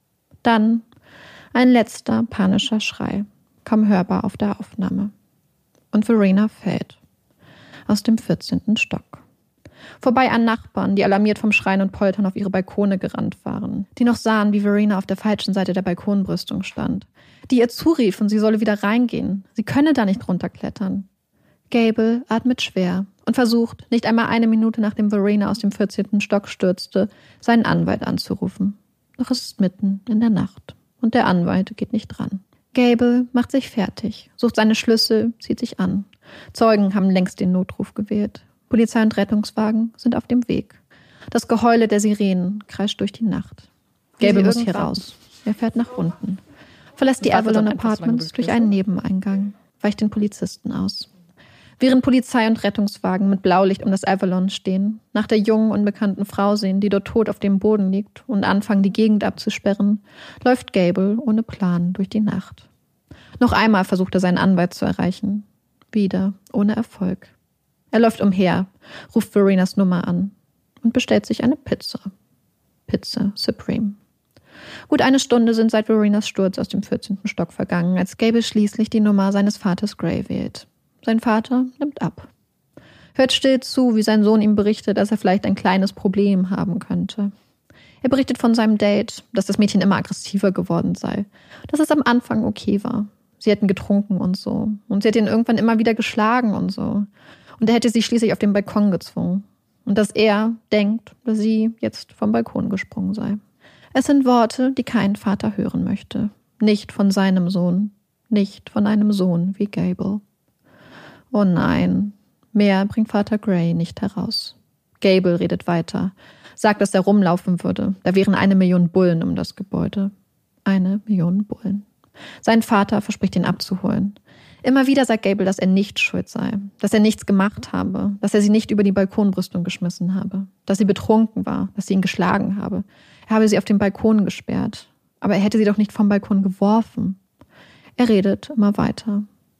Dann ein letzter panischer Schrei, kaum hörbar auf der Aufnahme. Und Verena fällt. Aus dem 14. Stock. Vorbei an Nachbarn, die alarmiert vom Schreien und Poltern auf ihre Balkone gerannt waren, die noch sahen, wie Verena auf der falschen Seite der Balkonbrüstung stand, die ihr zuriefen, sie solle wieder reingehen, sie könne da nicht runterklettern. Gable atmet schwer und versucht, nicht einmal eine Minute nachdem Verena aus dem 14. Stock stürzte, seinen Anwalt anzurufen. Doch es ist mitten in der Nacht und der Anwalt geht nicht dran. Gable macht sich fertig, sucht seine Schlüssel, zieht sich an. Zeugen haben längst den Notruf gewählt. Polizei und Rettungswagen sind auf dem Weg. Das Geheule der Sirenen kreischt durch die Nacht. Gable muss hier raus. Er fährt nach unten. Verlässt die Avalon Apartments durch einen Nebeneingang. Weicht den Polizisten aus. Während Polizei und Rettungswagen mit Blaulicht um das Avalon stehen, nach der jungen, unbekannten Frau sehen, die dort tot auf dem Boden liegt und anfangen, die Gegend abzusperren, läuft Gable ohne Plan durch die Nacht. Noch einmal versucht er, seinen Anwalt zu erreichen. Wieder ohne Erfolg. Er läuft umher, ruft Verenas Nummer an und bestellt sich eine Pizza. Pizza Supreme. Gut eine Stunde sind seit Verenas Sturz aus dem 14. Stock vergangen, als Gable schließlich die Nummer seines Vaters Gray wählt. Sein Vater nimmt ab. Hört still zu, wie sein Sohn ihm berichtet, dass er vielleicht ein kleines Problem haben könnte. Er berichtet von seinem Date, dass das Mädchen immer aggressiver geworden sei, dass es am Anfang okay war. Sie hätten getrunken und so. Und sie hat ihn irgendwann immer wieder geschlagen und so. Und er hätte sie schließlich auf den Balkon gezwungen. Und dass er denkt, dass sie jetzt vom Balkon gesprungen sei. Es sind Worte, die kein Vater hören möchte. Nicht von seinem Sohn. Nicht von einem Sohn wie Gable. Oh nein, mehr bringt Vater Gray nicht heraus. Gable redet weiter, sagt, dass er rumlaufen würde. Da wären 1 Million Bullen um das Gebäude. 1 Million Bullen. Sein Vater verspricht ihn abzuholen. Immer wieder sagt Gable, dass er nicht schuld sei, dass er nichts gemacht habe, dass er sie nicht über die Balkonbrüstung geschmissen habe, dass sie betrunken war, dass sie ihn geschlagen habe. Er habe sie auf den Balkon gesperrt, aber er hätte sie doch nicht vom Balkon geworfen. Er redet immer weiter,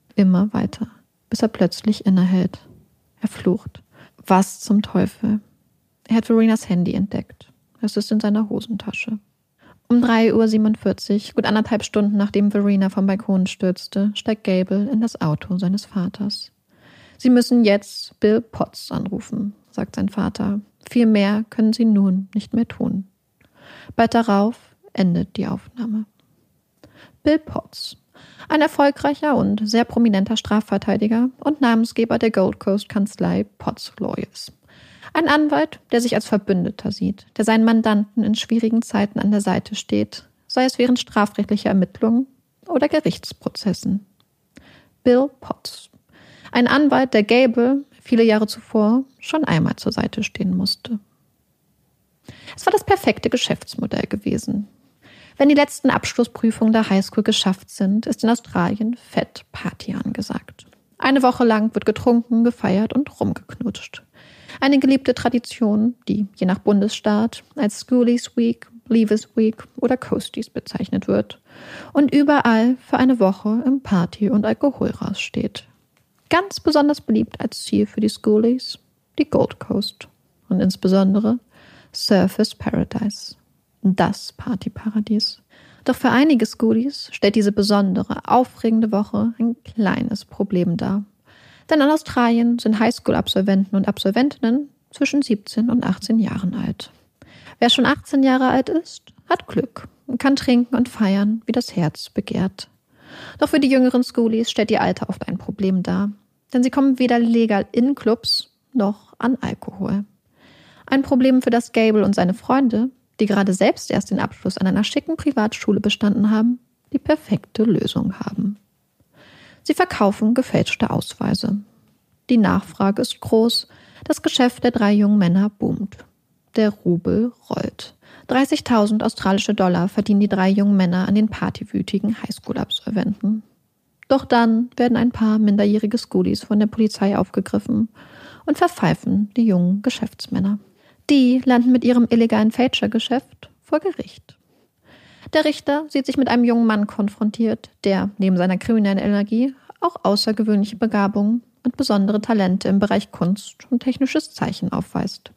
bis er plötzlich innehält. Er flucht. Was zum Teufel? Er hat Verenas Handy entdeckt. Es ist in seiner Hosentasche. Um 3:47 Uhr, gut 1,5 Stunden nachdem Verena vom Balkon stürzte, steigt Gable in das Auto seines Vaters. Sie müssen jetzt Bill Potts anrufen, sagt sein Vater. Viel mehr können sie nun nicht mehr tun. Bald darauf endet die Aufnahme. Bill Potts, ein erfolgreicher und sehr prominenter Strafverteidiger und Namensgeber der Gold Coast Kanzlei Potts Lawyers. Ein Anwalt, der sich als Verbündeter sieht, der seinen Mandanten in schwierigen Zeiten an der Seite steht, sei es während strafrechtlicher Ermittlungen oder Gerichtsprozessen. Bill Potts, ein Anwalt, der Gable viele Jahre zuvor schon einmal zur Seite stehen musste. Es war das perfekte Geschäftsmodell gewesen. Wenn die letzten Abschlussprüfungen der Highschool geschafft sind, ist in Australien Fett Party angesagt. 1 Woche lang wird getrunken, gefeiert und rumgeknutscht. Eine geliebte Tradition, die je nach Bundesstaat als Schoolies Week, Leavers Week oder Coasties bezeichnet wird und überall für eine Woche im Party- und Alkoholrausch steht. Ganz besonders beliebt als Ziel für die Schoolies die Gold Coast und insbesondere Surfers Paradise, das Partyparadies. Doch für einige Schoolies stellt diese besondere, aufregende Woche ein kleines Problem dar. Denn in Australien sind Highschool-Absolventen und Absolventinnen zwischen 17 und 18 Jahren alt. Wer schon 18 Jahre alt ist, hat Glück und kann trinken und feiern, wie das Herz begehrt. Doch für die jüngeren Schoolies stellt ihr Alter oft ein Problem dar. Denn sie kommen weder legal in Clubs noch an Alkohol. Ein Problem, für das Gable und seine Freunde, die gerade selbst erst den Abschluss an einer schicken Privatschule bestanden haben, die perfekte Lösung haben. Sie verkaufen gefälschte Ausweise. Die Nachfrage ist groß, das Geschäft der 3 jungen Männer boomt. Der Rubel rollt. 30.000 australische Dollar verdienen die 3 jungen Männer an den partywütigen Highschool-Absolventen. Doch dann werden ein paar minderjährige Schoolies von der Polizei aufgegriffen und verpfeifen die jungen Geschäftsmänner. Die landen mit ihrem illegalen Fälschergeschäft vor Gericht. Der Richter sieht sich mit einem jungen Mann konfrontiert, der neben seiner kriminellen Energie auch außergewöhnliche Begabungen und besondere Talente im Bereich Kunst und technisches Zeichen aufweist.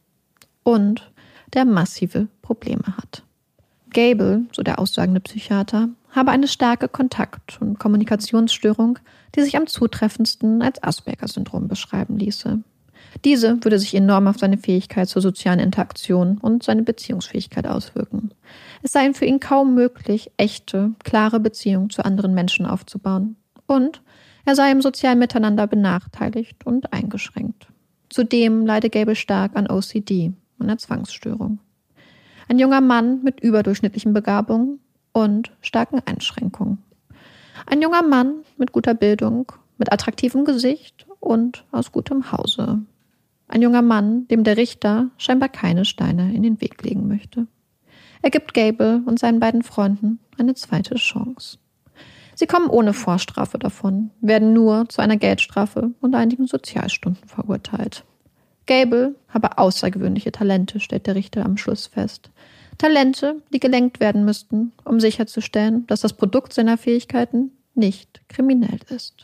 Und der massive Probleme hat. Gable, so der aussagende Psychiater, habe eine starke Kontakt- und Kommunikationsstörung, die sich am zutreffendsten als Asperger-Syndrom beschreiben ließe. Diese würde sich enorm auf seine Fähigkeit zur sozialen Interaktion und seine Beziehungsfähigkeit auswirken. Es sei für ihn kaum möglich, echte, klare Beziehungen zu anderen Menschen aufzubauen. Und er sei im sozialen Miteinander benachteiligt und eingeschränkt. Zudem leide Gable stark an OCD, einer Zwangsstörung. Ein junger Mann mit überdurchschnittlichen Begabungen und starken Einschränkungen. Ein junger Mann mit guter Bildung, mit attraktivem Gesicht und aus gutem Hause. Ein junger Mann, dem der Richter scheinbar keine Steine in den Weg legen möchte. Er gibt Gable und seinen beiden Freunden eine zweite Chance. Sie kommen ohne Vorstrafe davon, werden nur zu einer Geldstrafe und einigen Sozialstunden verurteilt. Gable habe außergewöhnliche Talente, stellt der Richter am Schluss fest. Talente, die gelenkt werden müssten, um sicherzustellen, dass das Produkt seiner Fähigkeiten nicht kriminell ist.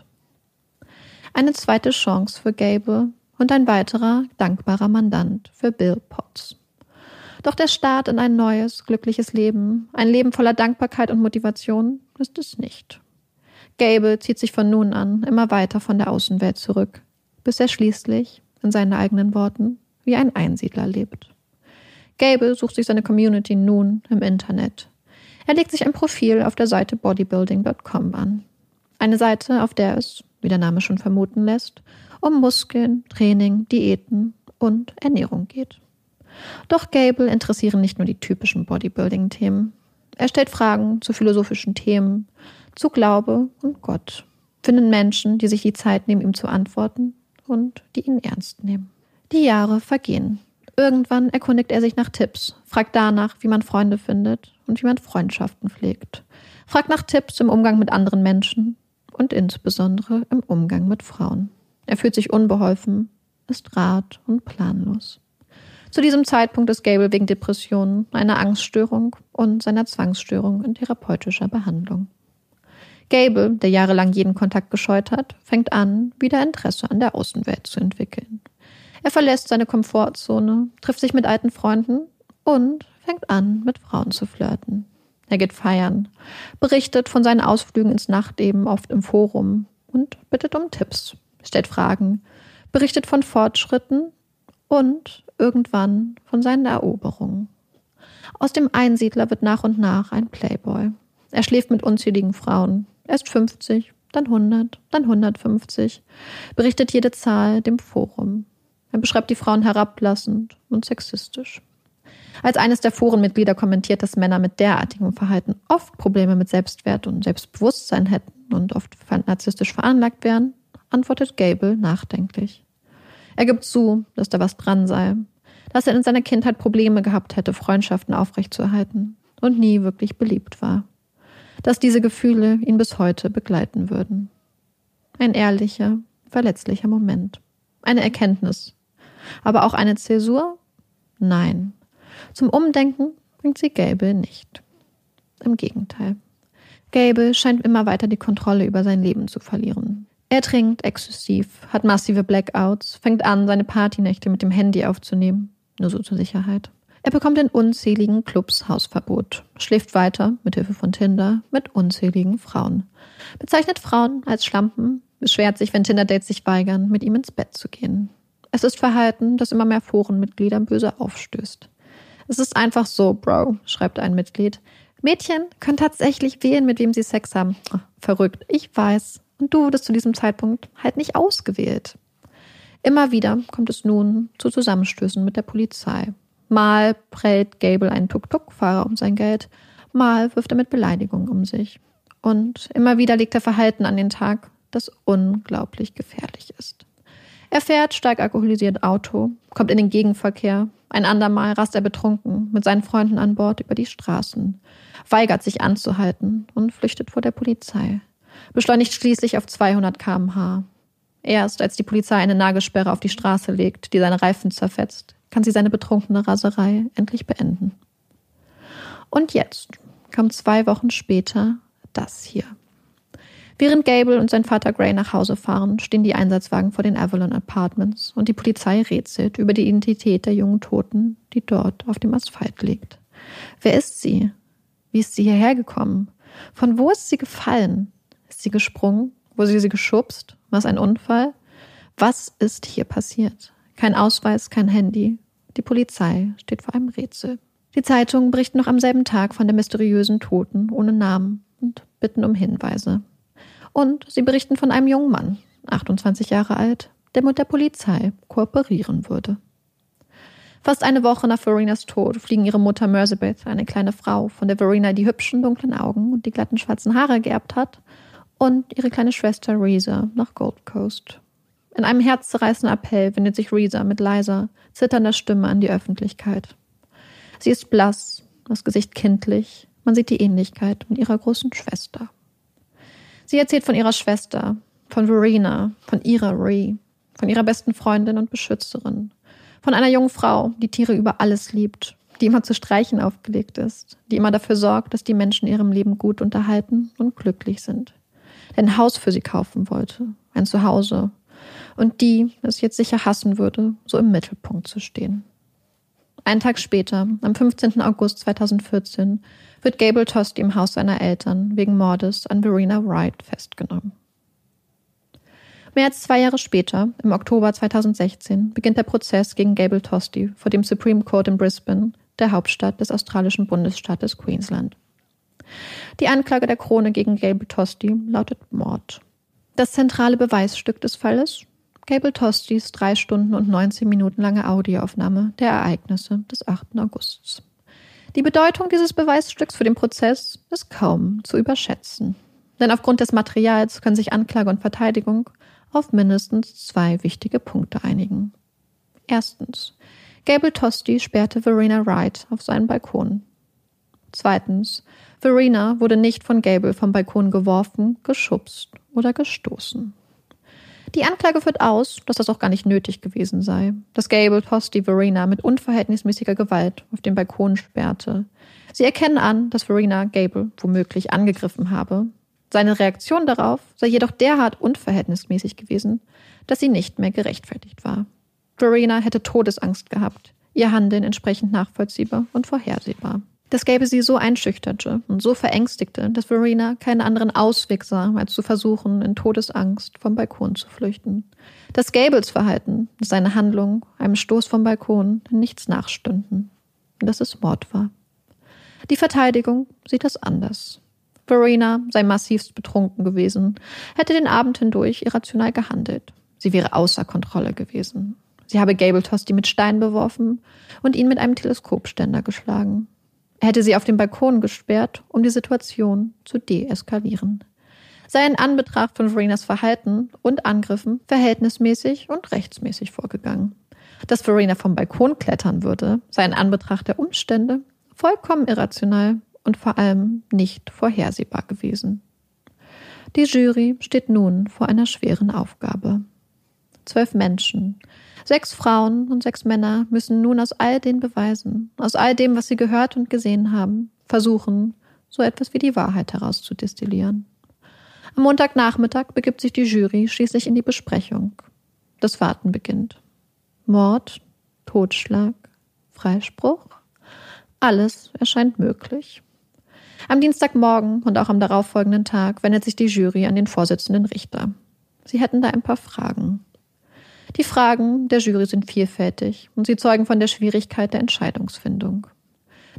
Eine zweite Chance für Gable und ein weiterer dankbarer Mandant für Bill Potts. Doch der Start in ein neues, glückliches Leben, ein Leben voller Dankbarkeit und Motivation, ist es nicht. Gable zieht sich von nun an immer weiter von der Außenwelt zurück, bis er schließlich, in seinen eigenen Worten, wie ein Einsiedler lebt. Gable sucht sich seine Community nun im Internet. Er legt sich ein Profil auf der Seite bodybuilding.com an. Eine Seite, auf der es, wie der Name schon vermuten lässt, um Muskeln, Training, Diäten und Ernährung geht. Doch Gable interessieren nicht nur die typischen Bodybuilding-Themen. Er stellt Fragen zu philosophischen Themen, zu Glaube und Gott, findet Menschen, die sich die Zeit nehmen, ihm zu antworten und die ihn ernst nehmen. Die Jahre vergehen. Irgendwann erkundigt er sich nach Tipps, fragt danach, wie man Freunde findet und wie man Freundschaften pflegt. Fragt nach Tipps im Umgang mit anderen Menschen und insbesondere im Umgang mit Frauen. Er fühlt sich unbeholfen, ist rat- und planlos. Zu diesem Zeitpunkt ist Gable wegen Depressionen, einer Angststörung und seiner Zwangsstörung in therapeutischer Behandlung. Gable, der jahrelang jeden Kontakt gescheut hat, fängt an, wieder Interesse an der Außenwelt zu entwickeln. Er verlässt seine Komfortzone, trifft sich mit alten Freunden und fängt an, mit Frauen zu flirten. Er geht feiern, berichtet von seinen Ausflügen ins Nachtleben, oft im Forum, und bittet um Tipps, stellt Fragen, berichtet von Fortschritten und irgendwann von seinen Eroberungen. Aus dem Einsiedler wird nach und nach ein Playboy. Er schläft mit unzähligen Frauen. Erst 50, dann 100, dann 150, berichtet jede Zahl dem Forum. Er beschreibt die Frauen herablassend und sexistisch. Als eines der Forenmitglieder kommentiert, dass Männer mit derartigem Verhalten oft Probleme mit Selbstwert und Selbstbewusstsein hätten und oft narzisstisch veranlagt wären, antwortet Gable nachdenklich. Er gibt zu, dass da was dran sei, dass er in seiner Kindheit Probleme gehabt hätte, Freundschaften aufrechtzuerhalten und nie wirklich beliebt war. Dass diese Gefühle ihn bis heute begleiten würden. Ein ehrlicher, verletzlicher Moment. Eine Erkenntnis. Aber auch eine Zäsur? Nein. Zum Umdenken bringt sie Gable nicht. Im Gegenteil. Gable scheint immer weiter die Kontrolle über sein Leben zu verlieren. Er trinkt exzessiv, hat massive Blackouts, fängt an, seine Partynächte mit dem Handy aufzunehmen. Nur so zur Sicherheit. Er bekommt in unzähligen Clubs Hausverbot, schläft weiter, mithilfe von Tinder, mit unzähligen Frauen. Bezeichnet Frauen als Schlampen, beschwert sich, wenn Tinder-Dates sich weigern, mit ihm ins Bett zu gehen. Es ist Verhalten, das immer mehr Forenmitgliedern böse aufstößt. Es ist einfach so, Bro, schreibt ein Mitglied. Mädchen können tatsächlich wählen, mit wem sie Sex haben. Oh, verrückt, ich weiß. Und du wurdest zu diesem Zeitpunkt halt nicht ausgewählt. Immer wieder kommt es nun zu Zusammenstößen mit der Polizei. Mal prellt Gable einen Tuk-Tuk-Fahrer um sein Geld, mal wirft er mit Beleidigungen um sich. Und immer wieder legt er Verhalten an den Tag, das unglaublich gefährlich ist. Er fährt stark alkoholisiert Auto, kommt in den Gegenverkehr. Ein andermal rast er betrunken mit seinen Freunden an Bord über die Straßen, weigert sich anzuhalten und flüchtet vor der Polizei. Beschleunigt schließlich auf 200 km/h. Erst als die Polizei eine Nagelsperre auf die Straße legt, die seine Reifen zerfetzt, kann sie seine betrunkene Raserei endlich beenden. Und jetzt kam 2 Wochen später das hier. Während Gable und sein Vater Gray nach Hause fahren, stehen die Einsatzwagen vor den Avalon Apartments und die Polizei rätselt über die Identität der jungen Toten, die dort auf dem Asphalt liegt. Wer ist sie? Wie ist sie hierher gekommen? Von wo ist sie gefallen? Ist sie gesprungen? Wurde sie geschubst? War es ein Unfall? Was ist hier passiert? Kein Ausweis, kein Handy. Die Polizei steht vor einem Rätsel. Die Zeitung berichten noch am selben Tag von der mysteriösen Toten ohne Namen und bitten um Hinweise. Und sie berichten von einem jungen Mann, 28 Jahre alt, der mit der Polizei kooperieren würde. Fast eine Woche nach Verenas Tod fliegen ihre Mutter Merzabeth, eine kleine Frau, von der Verena die hübschen dunklen Augen und die glatten schwarzen Haare geerbt hat, und ihre kleine Schwester Reza nach Gold Coast. In einem herzzerreißenden Appell wendet sich Reza mit leiser, zitternder Stimme an die Öffentlichkeit. Sie ist blass, das Gesicht kindlich, man sieht die Ähnlichkeit mit ihrer großen Schwester. Sie erzählt von ihrer Schwester, von Verena, von ihrer Ree, von ihrer besten Freundin und Beschützerin, von einer jungen Frau, die Tiere über alles liebt, die immer zu Streichen aufgelegt ist, die immer dafür sorgt, dass die Menschen in ihrem Leben gut unterhalten und glücklich sind, der ein Haus für sie kaufen wollte, ein Zuhause, und die es jetzt sicher hassen würde, so im Mittelpunkt zu stehen. Einen Tag später, am 15. August 2014, wird Gable Tosti im Haus seiner Eltern wegen Mordes an Verena Wright festgenommen. Mehr als 2 Jahre später, im Oktober 2016, beginnt der Prozess gegen Gable Tosti vor dem Supreme Court in Brisbane, der Hauptstadt des australischen Bundesstaates Queensland. Die Anklage der Krone gegen Gable Tosti lautet Mord. Das zentrale Beweisstück des Falles: Gable Tostis 3 Stunden und 19 Minuten lange Audioaufnahme der Ereignisse des 8. Augusts. Die Bedeutung dieses Beweisstücks für den Prozess ist kaum zu überschätzen. Denn aufgrund des Materials können sich Anklage und Verteidigung auf mindestens 2 wichtige Punkte einigen. Erstens: Gable Tosti sperrte Verena Wright auf seinen Balkon. Zweitens: Verena wurde nicht von Gable vom Balkon geworfen, geschubst oder gestoßen. Die Anklage führt aus, dass das auch gar nicht nötig gewesen sei, dass Gable Tosti Verena mit unverhältnismäßiger Gewalt auf den Balkon sperrte. Sie erkennen an, dass Verena Gable womöglich angegriffen habe. Seine Reaktion darauf sei jedoch derart unverhältnismäßig gewesen, dass sie nicht mehr gerechtfertigt war. Verena hätte Todesangst gehabt, ihr Handeln entsprechend nachvollziehbar und vorhersehbar. Das Gable sie so einschüchterte und so verängstigte, dass Verena keinen anderen Ausweg sah, als zu versuchen, in Todesangst vom Balkon zu flüchten. Das Gables Verhalten, seine Handlung, einem Stoß vom Balkon, nichts nachstünden. Und dass es Mord war. Die Verteidigung sieht das anders. Verena sei massivst betrunken gewesen, hätte den Abend hindurch irrational gehandelt. Sie wäre außer Kontrolle gewesen. Sie habe Gable Tosti mit Steinen beworfen und ihn mit einem Teleskopständer geschlagen. Er hätte sie auf dem Balkon gesperrt, um die Situation zu deeskalieren. Sei in Anbetracht von Verenas Verhalten und Angriffen verhältnismäßig und rechtsmäßig vorgegangen. Dass Verena vom Balkon klettern würde, sei in Anbetracht der Umstände vollkommen irrational und vor allem nicht vorhersehbar gewesen. Die Jury steht nun vor einer schweren Aufgabe. 12 Menschen, 6 Frauen und 6 Männer müssen nun aus all den Beweisen, aus all dem, was sie gehört und gesehen haben, versuchen, so etwas wie die Wahrheit herauszudestillieren. Am Montagnachmittag begibt sich die Jury schließlich in die Besprechung. Das Warten beginnt. Mord, Totschlag, Freispruch, alles erscheint möglich. Am Dienstagmorgen und auch am darauffolgenden Tag wendet sich die Jury an den Vorsitzenden Richter. Sie hätten da ein paar Fragen. Die Fragen der Jury sind vielfältig und sie zeugen von der Schwierigkeit der Entscheidungsfindung.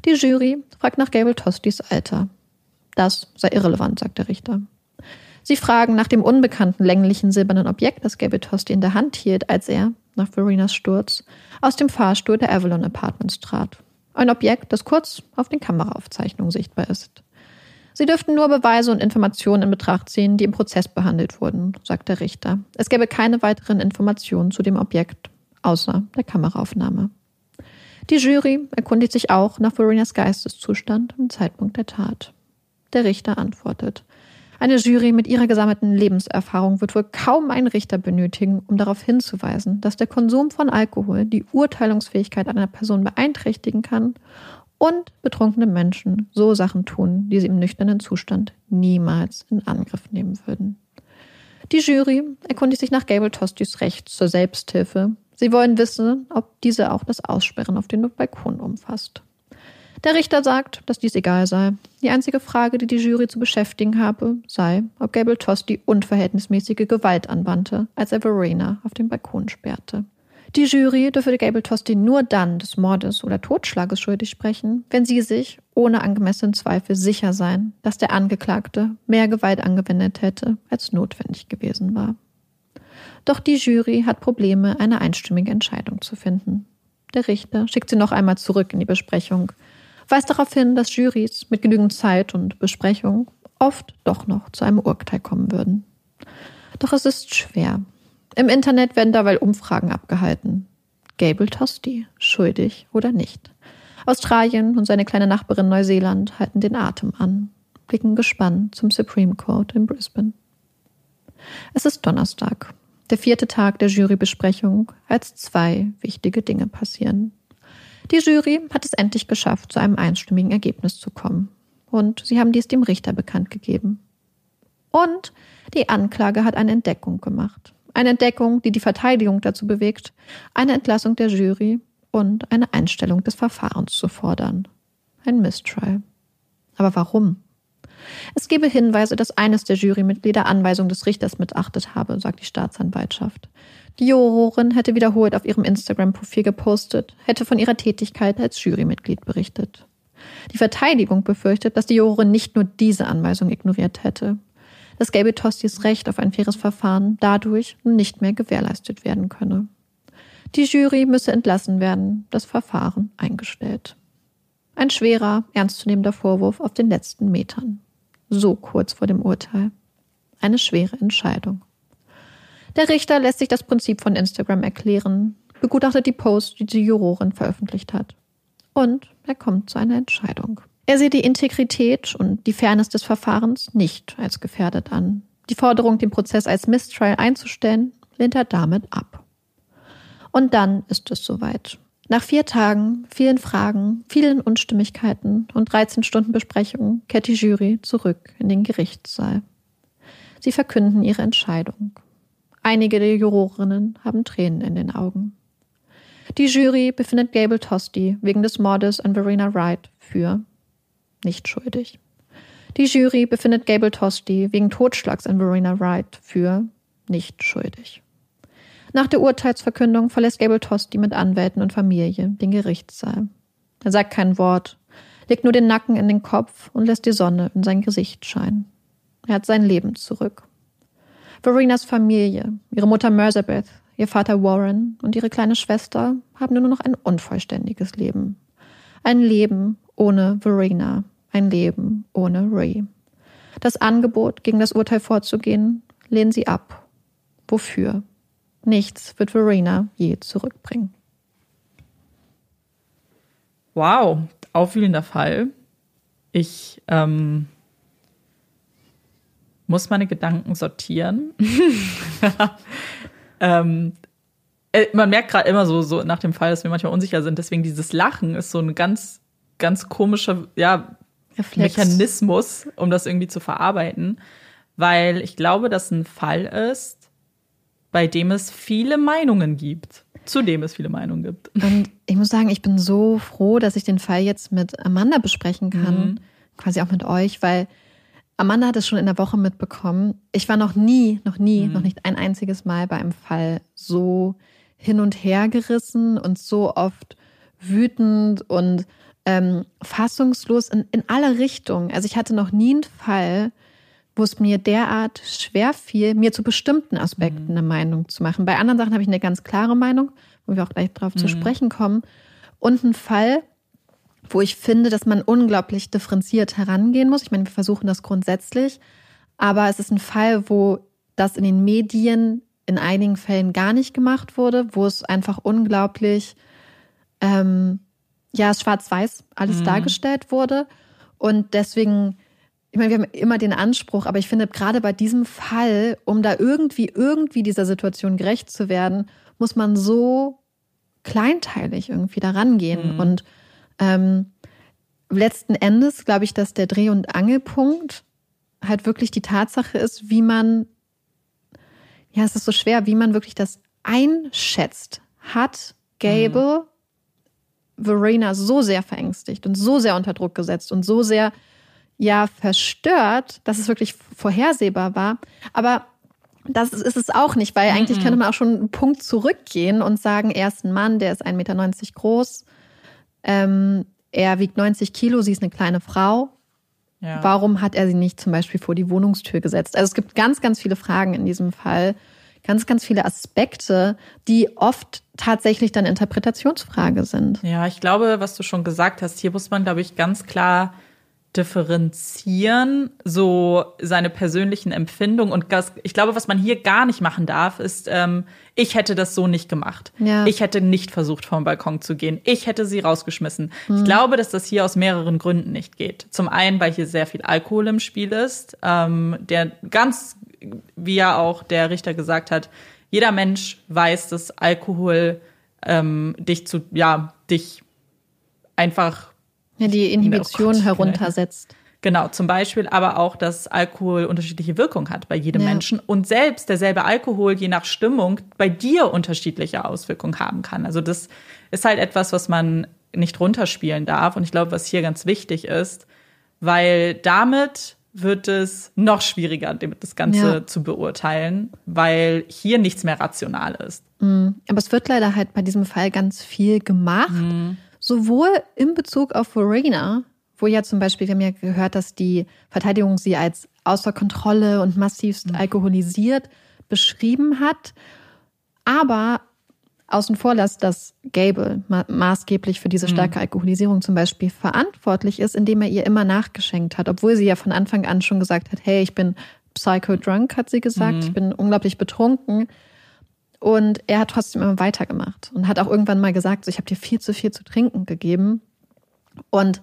Die Jury fragt nach Gable Tostys Alter. Das sei irrelevant, sagt der Richter. Sie fragen nach dem unbekannten länglichen silbernen Objekt, das Gable Tosti in der Hand hielt, als er, nach Verenas Sturz, aus dem Fahrstuhl der Avalon Apartments trat. Ein Objekt, das kurz auf den Kameraaufzeichnungen sichtbar ist. Sie dürften nur Beweise und Informationen in Betracht ziehen, die im Prozess behandelt wurden, sagt der Richter. Es gäbe keine weiteren Informationen zu dem Objekt, außer der Kameraaufnahme. Die Jury erkundigt sich auch nach Verenas Geisteszustand im Zeitpunkt der Tat. Der Richter antwortet: Eine Jury mit ihrer gesammelten Lebenserfahrung wird wohl kaum einen Richter benötigen, um darauf hinzuweisen, dass der Konsum von Alkohol die Urteilungsfähigkeit einer Person beeinträchtigen kann und betrunkene Menschen so Sachen tun, die sie im nüchternen Zustand niemals in Angriff nehmen würden. Die Jury erkundigt sich nach Gable Tostis Recht zur Selbsthilfe. Sie wollen wissen, ob diese auch das Aussperren auf den Balkon umfasst. Der Richter sagt, dass dies egal sei. Die einzige Frage, die die Jury zu beschäftigen habe, sei, ob Gable Tosti unverhältnismäßige Gewalt anwandte, als er Verena auf den Balkon sperrte. Die Jury dürfe Gable Tosti nur dann des Mordes oder Totschlages schuldig sprechen, wenn sie sich ohne angemessenen Zweifel sicher sein, dass der Angeklagte mehr Gewalt angewendet hätte, als notwendig gewesen war. Doch die Jury hat Probleme, eine einstimmige Entscheidung zu finden. Der Richter schickt sie noch einmal zurück in die Besprechung, weist darauf hin, dass Jurys mit genügend Zeit und Besprechung oft doch noch zu einem Urteil kommen würden. Doch es ist schwer. Im Internet werden dabei Umfragen abgehalten. Gable Tosti, schuldig oder nicht? Australien und seine kleine Nachbarin Neuseeland halten den Atem an, blicken gespannt zum Supreme Court in Brisbane. Es ist Donnerstag, der 4. Tag der Jurybesprechung, als 2 wichtige Dinge passieren. Die Jury hat es endlich geschafft, zu einem einstimmigen Ergebnis zu kommen. Und sie haben dies dem Richter bekannt gegeben. Und die Anklage hat eine Entdeckung gemacht. Eine Entdeckung, die die Verteidigung dazu bewegt, eine Entlassung der Jury und eine Einstellung des Verfahrens zu fordern. Ein Mistrial. Aber warum? Es gebe Hinweise, dass eines der Jurymitglieder Anweisungen des Richters missachtet habe, sagt die Staatsanwaltschaft. Die Jurorin hätte wiederholt auf ihrem Instagram-Profil gepostet, hätte von ihrer Tätigkeit als Jurymitglied berichtet. Die Verteidigung befürchtet, dass die Jurorin nicht nur diese Anweisung ignoriert hätte, dass Gable Tostis Recht auf ein faires Verfahren dadurch nicht mehr gewährleistet werden könne. Die Jury müsse entlassen werden, das Verfahren eingestellt. Ein schwerer, ernstzunehmender Vorwurf auf den letzten Metern. So kurz vor dem Urteil. Eine schwere Entscheidung. Der Richter lässt sich das Prinzip von Instagram erklären, begutachtet die Post, die die Jurorin veröffentlicht hat. Und er kommt zu einer Entscheidung. Er sieht die Integrität und die Fairness des Verfahrens nicht als gefährdet an. Die Forderung, den Prozess als Mistrial einzustellen, lehnt er damit ab. Und dann ist es soweit. Nach 4 Tagen, vielen Fragen, vielen Unstimmigkeiten und 13 Stunden Besprechung kehrt die Jury zurück in den Gerichtssaal. Sie verkünden ihre Entscheidung. Einige der Jurorinnen haben Tränen in den Augen. Die Jury befindet Gable Tosti wegen des Mordes an Verena Wright für nicht schuldig. Die Jury befindet Gable Tosti wegen Totschlags an Verena Wright für nicht schuldig. Nach der Urteilsverkündung verlässt Gable Tosti mit Anwälten und Familie den Gerichtssaal. Er sagt kein Wort, legt nur den Nacken in den Kopf und lässt die Sonne in sein Gesicht scheinen. Er hat sein Leben zurück. Verenas Familie, ihre Mutter Merzabeth, ihr Vater Warren und ihre kleine Schwester haben nur noch ein unvollständiges Leben. Ein Leben ohne Verena, ein Leben ohne Ray. Das Angebot, gegen das Urteil vorzugehen, lehnen sie ab. Wofür? Nichts wird Verena je zurückbringen. Wow, aufwühlender Fall. Ich muss meine Gedanken sortieren. Man merkt gerade immer so nach dem Fall, dass wir manchmal unsicher sind. Deswegen dieses Lachen ist so ein ganz, ganz komischer Mechanismus, um das irgendwie zu verarbeiten. Weil ich glaube, dass ein Fall ist, bei dem es viele Meinungen gibt. Zu dem es viele Meinungen gibt. Und ich muss sagen, ich bin so froh, dass ich den Fall jetzt mit Amanda besprechen kann. Quasi auch mit euch, weil Amanda hat es schon in der Woche mitbekommen. Ich war noch nicht ein einziges Mal bei einem Fall so hin und her gerissen und so oft wütend und fassungslos in alle Richtungen. Also ich hatte noch nie einen Fall, wo es mir derart schwer fiel, mir zu bestimmten Aspekten eine Meinung zu machen. Bei anderen Sachen habe ich eine ganz klare Meinung, wo wir auch gleich drauf zu sprechen kommen. Und ein Fall, wo ich finde, dass man unglaublich differenziert herangehen muss. Ich meine, wir versuchen das grundsätzlich, aber es ist ein Fall, wo das in den Medien in einigen Fällen gar nicht gemacht wurde, wo es einfach unglaublich schwarz-weiß alles dargestellt wurde. Und deswegen, ich meine, wir haben immer den Anspruch, aber ich finde, gerade bei diesem Fall, um da irgendwie dieser Situation gerecht zu werden, muss man so kleinteilig irgendwie da rangehen. Und letzten Endes glaube ich, dass der Dreh- und Angelpunkt halt wirklich die Tatsache ist, wie man, es ist so schwer, wie man wirklich das einschätzt. Hat Gable Verena so sehr verängstigt und so sehr unter Druck gesetzt und so sehr verstört, dass es wirklich vorhersehbar war. Aber das ist es auch nicht, weil eigentlich könnte man auch schon einen Punkt zurückgehen und sagen, er ist ein Mann, der ist 1,90 Meter groß, er wiegt 90 Kilo, sie ist eine kleine Frau. Ja. Warum hat er sie nicht zum Beispiel vor die Wohnungstür gesetzt? Also es gibt ganz, ganz viele Fragen in diesem Fall, ganz, ganz viele Aspekte, die oft tatsächlich dann Interpretationsfrage sind. Ja, ich glaube, was du schon gesagt hast, hier muss man, glaube ich, ganz klar differenzieren, so seine persönlichen Empfindungen. Und ich glaube, was man hier gar nicht machen darf, ist, ich hätte das so nicht gemacht. Ja. Ich hätte nicht versucht, vom Balkon zu gehen. Ich hätte sie rausgeschmissen. Ich glaube, dass das hier aus mehreren Gründen nicht geht. Zum einen, weil hier sehr viel Alkohol im Spiel ist, der ganz, wie ja auch der Richter gesagt hat, jeder Mensch weiß, dass Alkohol dich einfach die Inhibition heruntersetzt. Genau, zum Beispiel aber auch, dass Alkohol unterschiedliche Wirkung hat bei jedem Menschen und selbst derselbe Alkohol je nach Stimmung bei dir unterschiedliche Auswirkungen haben kann. Also das ist halt etwas, was man nicht runterspielen darf und ich glaube, was hier ganz wichtig ist, weil damit wird es noch schwieriger, das Ganze zu beurteilen, weil hier nichts mehr rational ist. Aber es wird leider halt bei diesem Fall ganz viel gemacht. Sowohl in Bezug auf Verena, wo ja zum Beispiel, wir haben ja gehört, dass die Verteidigung sie als außer Kontrolle und massivst alkoholisiert beschrieben hat, aber außen vor lässt, dass Gable maßgeblich für diese starke Alkoholisierung zum Beispiel verantwortlich ist, indem er ihr immer nachgeschenkt hat, obwohl sie ja von Anfang an schon gesagt hat, hey, ich bin psycho-drunk, hat sie gesagt, ich bin unglaublich betrunken. Und er hat trotzdem immer weitergemacht und hat auch irgendwann mal gesagt, so, ich habe dir viel zu trinken gegeben. Und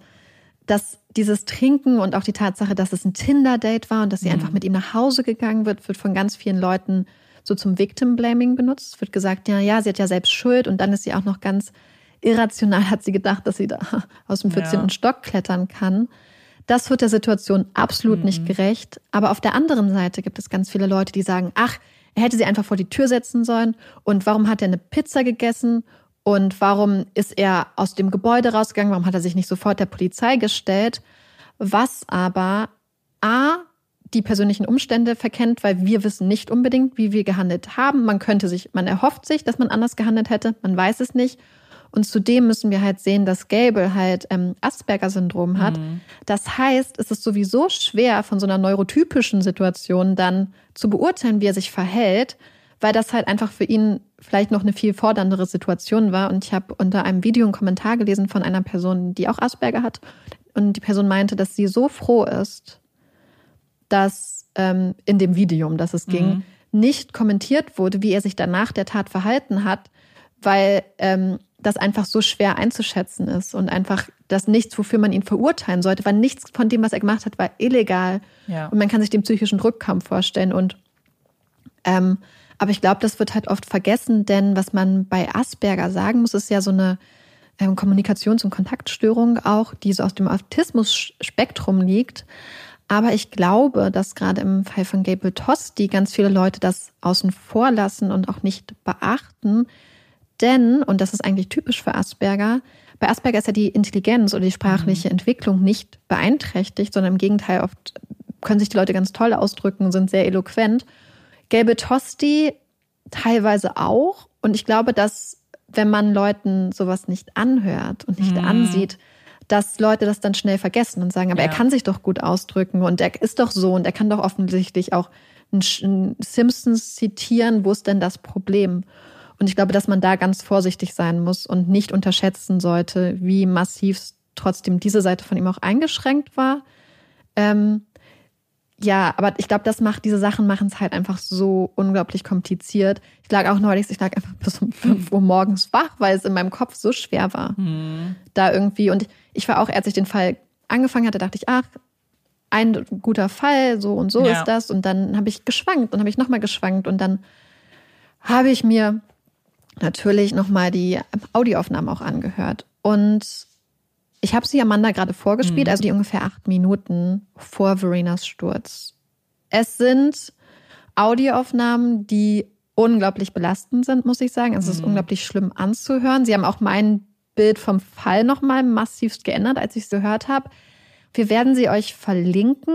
dieses Trinken und auch die Tatsache, dass es ein Tinder-Date war und dass sie einfach mit ihm nach Hause gegangen wird von ganz vielen Leuten so zum Victim-Blaming benutzt. Es wird gesagt, ja, sie hat ja selbst Schuld und dann ist sie auch noch ganz irrational, hat sie gedacht, dass sie da aus dem 14. Stock klettern kann. Das wird der Situation absolut nicht gerecht. Aber auf der anderen Seite gibt es ganz viele Leute, die sagen, ach, er hätte sie einfach vor die Tür setzen sollen. Und warum hat er eine Pizza gegessen? Und warum ist er aus dem Gebäude rausgegangen? Warum hat er sich nicht sofort der Polizei gestellt? Was aber die persönlichen Umstände verkennt, weil wir wissen nicht unbedingt, wie wir gehandelt haben. Man erhofft sich, dass man anders gehandelt hätte. Man weiß es nicht. Und zudem müssen wir halt sehen, dass Gable halt Asperger-Syndrom hat. Das heißt, es ist sowieso schwer, von so einer neurotypischen Situation dann zu beurteilen, wie er sich verhält, weil das halt einfach für ihn vielleicht noch eine viel forderndere Situation war. Und ich habe unter einem Video einen Kommentar gelesen von einer Person, die auch Asperger hat. Und die Person meinte, dass sie so froh ist, dass in dem Video, um das es ging, nicht kommentiert wurde, wie er sich danach der Tat verhalten hat, weil das einfach so schwer einzuschätzen ist und einfach das nichts, wofür man ihn verurteilen sollte, weil nichts von dem, was er gemacht hat, war illegal. Ja. Und man kann sich den psychischen Druck kaum vorstellen. Und aber ich glaube, das wird halt oft vergessen, denn was man bei Asperger sagen muss, ist ja so eine Kommunikations- und Kontaktstörung auch, die so aus dem Autismus-Spektrum liegt. Aber ich glaube, dass gerade im Fall von Gable Tosti ganz viele Leute das außen vor lassen und auch nicht beachten. Denn, und das ist eigentlich typisch für Asperger, bei Asperger ist ja die Intelligenz oder die sprachliche Entwicklung nicht beeinträchtigt, sondern im Gegenteil, oft können sich die Leute ganz toll ausdrücken und sind sehr eloquent. Gable Tosti teilweise auch. Und ich glaube, dass, wenn man Leuten sowas nicht anhört und nicht ansieht, dass Leute das dann schnell vergessen und sagen, aber er kann sich doch gut ausdrücken und er ist doch so und er kann doch offensichtlich auch einen Simpsons zitieren, wo ist denn das Problem? Und ich glaube, dass man da ganz vorsichtig sein muss und nicht unterschätzen sollte, wie massiv trotzdem diese Seite von ihm auch eingeschränkt war. Ja, aber ich glaube, diese Sachen machen es halt einfach so unglaublich kompliziert. Ich lag einfach bis um 5 Uhr morgens wach, weil es in meinem Kopf so schwer war. Da irgendwie. Und ich war auch, als ich den Fall angefangen hatte, dachte ich, ein guter Fall, so und so ist das. Und dann habe ich geschwankt und habe ich nochmal geschwankt. Und dann habe ich mir natürlich nochmal die Audioaufnahmen auch angehört. Und ich habe sie Amanda gerade vorgespielt, also die ungefähr 8 Minuten vor Verenas Sturz. Es sind Audioaufnahmen, die unglaublich belastend sind, muss ich sagen. Also es ist unglaublich schlimm anzuhören. Sie haben auch mein Bild vom Fall nochmal massivst geändert, als ich es gehört habe. Wir werden sie euch verlinken,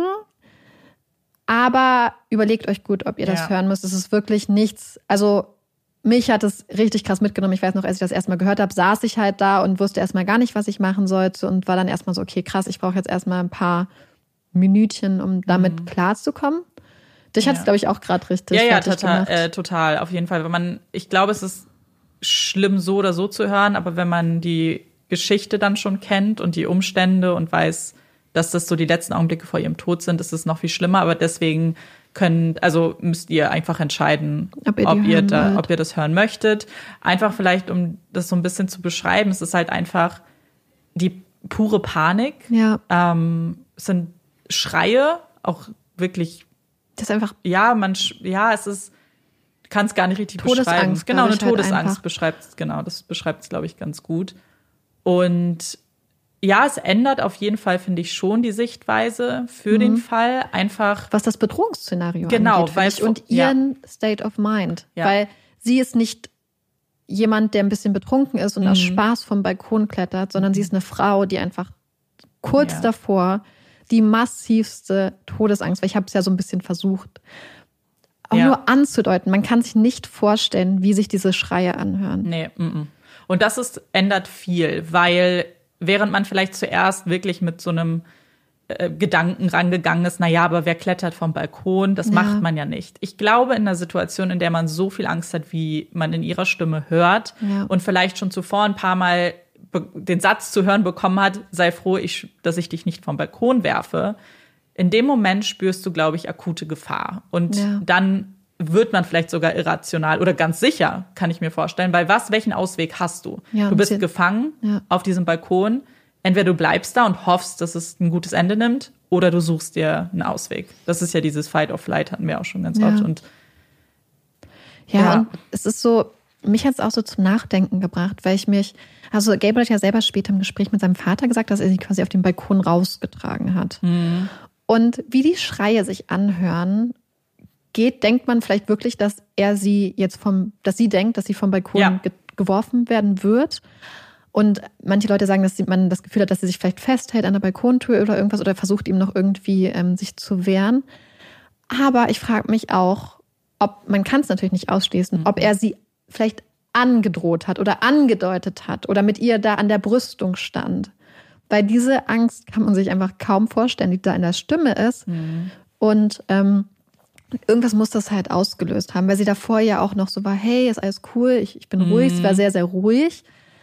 aber überlegt euch gut, ob ihr das hören müsst. Es ist wirklich nichts, also mich hat es richtig krass mitgenommen. Ich weiß noch, als ich das erstmal gehört habe, saß ich halt da und wusste erstmal gar nicht, was ich machen sollte und war dann erstmal so, okay, krass, ich brauche jetzt erstmal ein paar Minütchen, um damit klarzukommen. Dich hat es, glaube ich, auch gerade richtig total, auf jeden Fall. Ich glaube, es ist schlimm, so oder so zu hören, aber wenn man die Geschichte dann schon kennt und die Umstände und weiß, dass das so die letzten Augenblicke vor ihrem Tod sind, ist es noch viel schlimmer. Aber deswegen müsst ihr einfach entscheiden, ob ihr das hören möchtet. Einfach vielleicht, um das so ein bisschen zu beschreiben, es ist halt einfach die pure Panik. Ja. Es sind Schreie, auch wirklich. Das ist einfach. Es ist. Kann es gar nicht richtig beschreiben. Genau, eine Todesangst beschreibt es, glaube ich, ganz gut. Und ja, es ändert auf jeden Fall, finde ich, schon die Sichtweise für den Fall. Einfach. Was das Bedrohungsszenario angeht, und ihren State of Mind. Ja. Weil sie ist nicht jemand, der ein bisschen betrunken ist und aus Spaß vom Balkon klettert, sondern sie ist eine Frau, die einfach kurz davor die massivste Todesangst, weil ich habe es ja so ein bisschen versucht, auch nur anzudeuten. Man kann sich nicht vorstellen, wie sich diese Schreie anhören. Nee, Und das ändert viel, weil während man vielleicht zuerst wirklich mit so einem Gedanken rangegangen ist, aber wer klettert vom Balkon? Das macht man ja nicht. Ich glaube, in einer Situation, in der man so viel Angst hat, wie man in ihrer Stimme hört und vielleicht schon zuvor ein paar Mal den Satz zu hören bekommen hat, sei froh, dass ich dich nicht vom Balkon werfe. In dem Moment spürst du, glaube ich, akute Gefahr. Und dann wird man vielleicht sogar irrational oder ganz sicher, kann ich mir vorstellen. Weil welchen Ausweg hast du? Du bist gefangen auf diesem Balkon. Entweder du bleibst da und hoffst, dass es ein gutes Ende nimmt, oder du suchst dir einen Ausweg. Das ist ja dieses Fight or Flight, hatten wir auch schon ganz oft. Und und es ist so, mich hat es auch so zum Nachdenken gebracht, weil also Gabriel hat ja selber später im Gespräch mit seinem Vater gesagt, dass er sie quasi auf den Balkon rausgetragen hat. Und wie die Schreie sich anhören, denkt man vielleicht wirklich, dass sie denkt, dass sie vom Balkon geworfen werden wird. Und manche Leute sagen, dass man das Gefühl hat, dass sie sich vielleicht festhält an der Balkontür oder irgendwas oder versucht ihm noch irgendwie sich zu wehren. Aber ich frage mich auch, man kann es natürlich nicht ausschließen, ob er sie vielleicht angedroht hat oder angedeutet hat oder mit ihr da an der Brüstung stand. Weil diese Angst kann man sich einfach kaum vorstellen, die da in der Stimme ist. Und irgendwas muss das halt ausgelöst haben, weil sie davor ja auch noch so war, hey, ist alles cool, ich bin ruhig, es war sehr, sehr ruhig.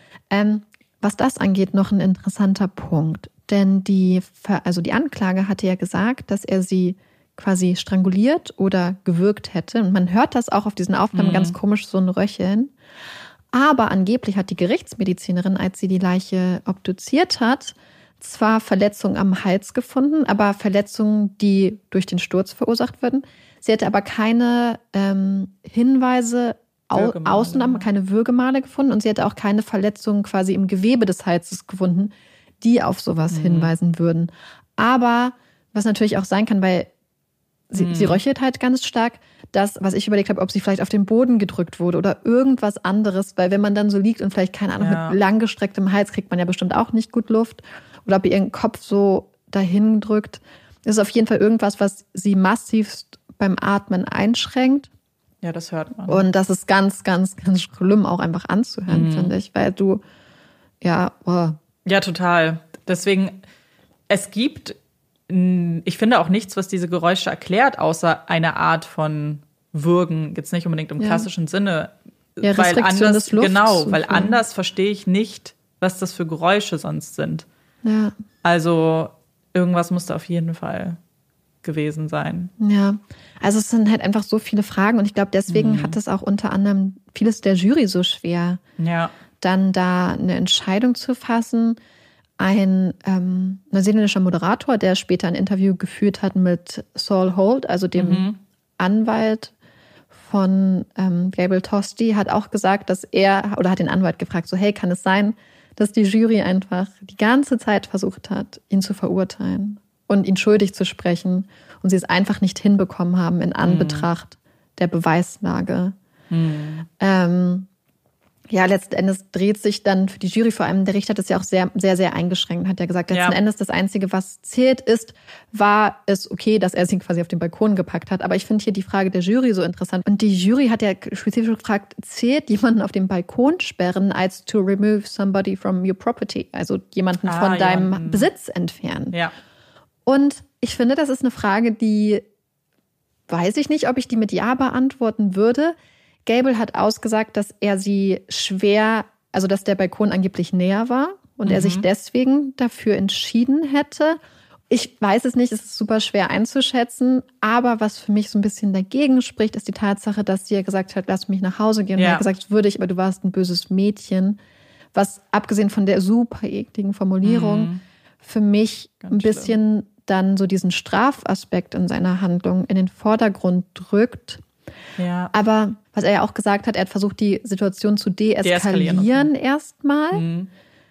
Was das angeht, noch ein interessanter Punkt. Denn die Anklage hatte ja gesagt, dass er sie quasi stranguliert oder gewürgt hätte. Und man hört das auch auf diesen Aufnahmen ganz komisch, so ein Röcheln. Aber angeblich hat die Gerichtsmedizinerin, als sie die Leiche obduziert hat, zwar Verletzungen am Hals gefunden, aber Verletzungen, die durch den Sturz verursacht würden. Sie hätte aber keine Hinweise außen, keine Würgemale gefunden, und sie hätte auch keine Verletzungen quasi im Gewebe des Halses gefunden, die auf sowas hinweisen würden. Aber was natürlich auch sein kann, weil sie röchelt halt ganz stark, das, was ich überlegt habe, ob sie vielleicht auf den Boden gedrückt wurde oder irgendwas anderes, weil wenn man dann so liegt und vielleicht, keine Ahnung, mit langgestrecktem Hals kriegt man ja bestimmt auch nicht gut Luft, oder ob ihr ihren Kopf so dahin drückt. Das ist auf jeden Fall irgendwas, was sie massivst beim Atmen einschränkt. Ja, das hört man. Und das ist ganz, ganz, ganz schlimm auch einfach anzuhören, finde ich, weil du, Ja, total. Deswegen, es gibt, ich finde auch nichts, was diese Geräusche erklärt, außer eine Art von Würgen, jetzt nicht unbedingt im klassischen Sinne. Ja, weil Restriktion anders, des Lufts. genau, weil anders verstehe ich nicht, was das für Geräusche sonst sind. Ja. Also irgendwas muss da auf jeden Fall gewesen sein. Ja, also es sind halt einfach so viele Fragen und ich glaube, deswegen hat es auch unter anderem vieles der Jury so schwer, dann da eine Entscheidung zu fassen. Ein neuseeländischer Moderator, der später ein Interview geführt hat mit Saul Holt, also dem Anwalt von Gabriel Tosti, hat auch gesagt, dass hat den Anwalt gefragt, so hey, kann es sein, dass die Jury einfach die ganze Zeit versucht hat, ihn zu verurteilen und ihn schuldig zu sprechen und sie es einfach nicht hinbekommen haben in Anbetracht der Beweislage. Letzten Endes dreht sich dann für die Jury, vor allem der Richter hat es ja auch sehr, sehr, sehr eingeschränkt, hat ja gesagt, letzten Endes das Einzige, was zählt war es okay, dass er sie quasi auf den Balkon gepackt hat. Aber ich finde hier die Frage der Jury so interessant. Und die Jury hat ja spezifisch gefragt, zählt jemanden auf den Balkon sperren als to remove somebody from your property? Also jemanden von deinem Besitz entfernen. Ja. Und ich finde, das ist eine Frage, die weiß ich nicht, ob ich die mit Ja beantworten würde. Gable hat ausgesagt, dass er sie dass der Balkon angeblich näher war und er sich deswegen dafür entschieden hätte. Ich weiß es nicht, es ist super schwer einzuschätzen, aber was für mich so ein bisschen dagegen spricht, ist die Tatsache, dass sie ja gesagt hat, lass mich nach Hause gehen. Und er hat gesagt, würde ich, aber du warst ein böses Mädchen. Was abgesehen von der super ekligen Formulierung für mich ein bisschen dann so diesen Strafaspekt in seiner Handlung in den Vordergrund drückt. Ja. Aber was er ja auch gesagt hat, er hat versucht, die Situation zu deeskalieren erstmal.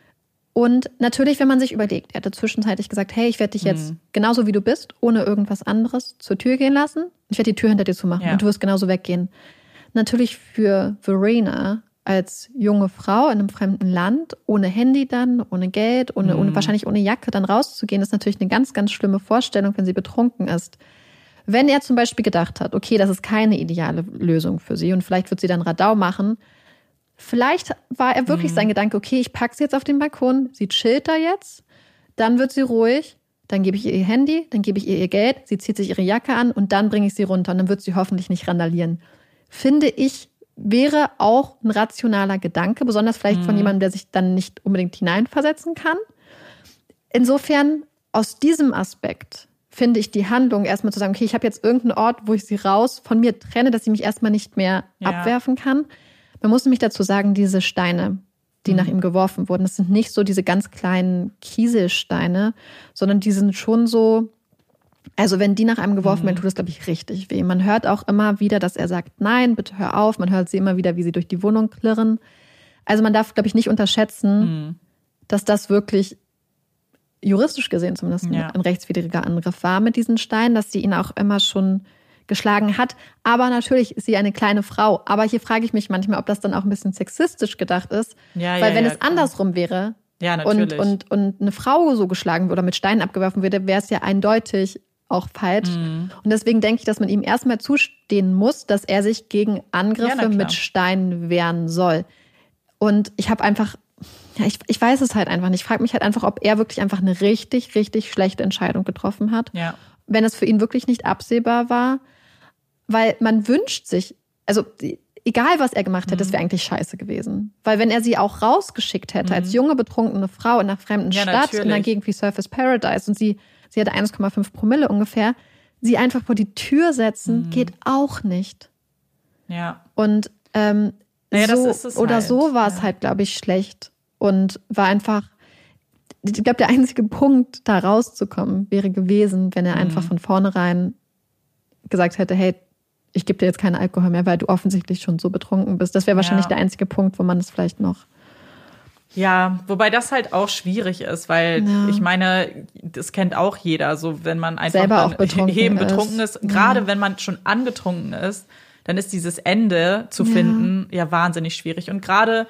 Und natürlich, wenn man sich überlegt, er hatte zwischenzeitlich gesagt, hey, ich werde dich jetzt genauso wie du bist, ohne irgendwas anderes zur Tür gehen lassen. Ich werde die Tür hinter dir zumachen und du wirst genauso weggehen. Natürlich für Verena als junge Frau in einem fremden Land, ohne Handy dann, ohne Geld, wahrscheinlich ohne Jacke dann rauszugehen, ist natürlich eine ganz, ganz schlimme Vorstellung, wenn sie betrunken ist. Wenn er zum Beispiel gedacht hat, okay, das ist keine ideale Lösung für sie und vielleicht wird sie dann Radau machen, vielleicht war er wirklich sein Gedanke, okay, ich packe sie jetzt auf den Balkon, sie chillt da jetzt, dann wird sie ruhig, dann gebe ich ihr Handy, dann gebe ich ihr Geld, sie zieht sich ihre Jacke an und dann bringe ich sie runter und dann wird sie hoffentlich nicht randalieren. Finde ich, wäre auch ein rationaler Gedanke, besonders vielleicht von jemandem, der sich dann nicht unbedingt hineinversetzen kann. Insofern, aus diesem Aspekt finde ich die Handlung erstmal zu sagen, okay, ich habe jetzt irgendeinen Ort, wo ich sie raus von mir trenne, dass sie mich erstmal nicht mehr abwerfen kann. Man muss nämlich dazu sagen, diese Steine, die nach ihm geworfen wurden, das sind nicht so diese ganz kleinen Kieselsteine, sondern die sind schon so, also wenn die nach einem geworfen werden, tut das, glaube ich, richtig weh. Man hört auch immer wieder, dass er sagt, nein, bitte hör auf. Man hört sie immer wieder, wie sie durch die Wohnung klirren. Also man darf, glaube ich, nicht unterschätzen, dass das wirklich juristisch gesehen zumindest ein rechtswidriger Angriff war mit diesen Steinen, dass sie ihn auch immer schon geschlagen hat. Aber natürlich ist sie eine kleine Frau. Aber hier frage ich mich manchmal, ob das dann auch ein bisschen sexistisch gedacht ist. Weil wenn es andersrum wäre und eine Frau so geschlagen oder mit Steinen abgeworfen würde, wäre es ja eindeutig auch falsch. Und deswegen denke ich, dass man ihm erstmal zustehen muss, dass er sich gegen Angriffe mit Steinen wehren soll. Und ich habe einfach ich weiß es halt einfach nicht. Ich frage mich halt einfach, ob er wirklich einfach eine richtig, richtig schlechte Entscheidung getroffen hat. Ja. Wenn es für ihn wirklich nicht absehbar war. Weil man wünscht sich, also egal was er gemacht hätte, das wäre eigentlich scheiße gewesen. Weil wenn er sie auch rausgeschickt hätte, als junge, betrunkene Frau in einer fremden Stadt, in einer Gegend wie Surface Paradise und sie hatte 1,5 Promille ungefähr, sie einfach vor die Tür setzen, geht auch nicht. Ja. Und so war es halt, glaube ich, schlecht. Und war einfach, ich glaube, der einzige Punkt, da rauszukommen, wäre gewesen, wenn er einfach von vornherein gesagt hätte, hey, ich gebe dir jetzt keinen Alkohol mehr, weil du offensichtlich schon so betrunken bist. Das wäre wahrscheinlich der einzige Punkt, wo man es vielleicht noch... Ja, wobei das halt auch schwierig ist, weil ich meine, das kennt auch jeder, so wenn man einfach selber auch betrunken ist. Gerade wenn man schon angetrunken ist, dann ist dieses Ende zu finden wahnsinnig schwierig. Und gerade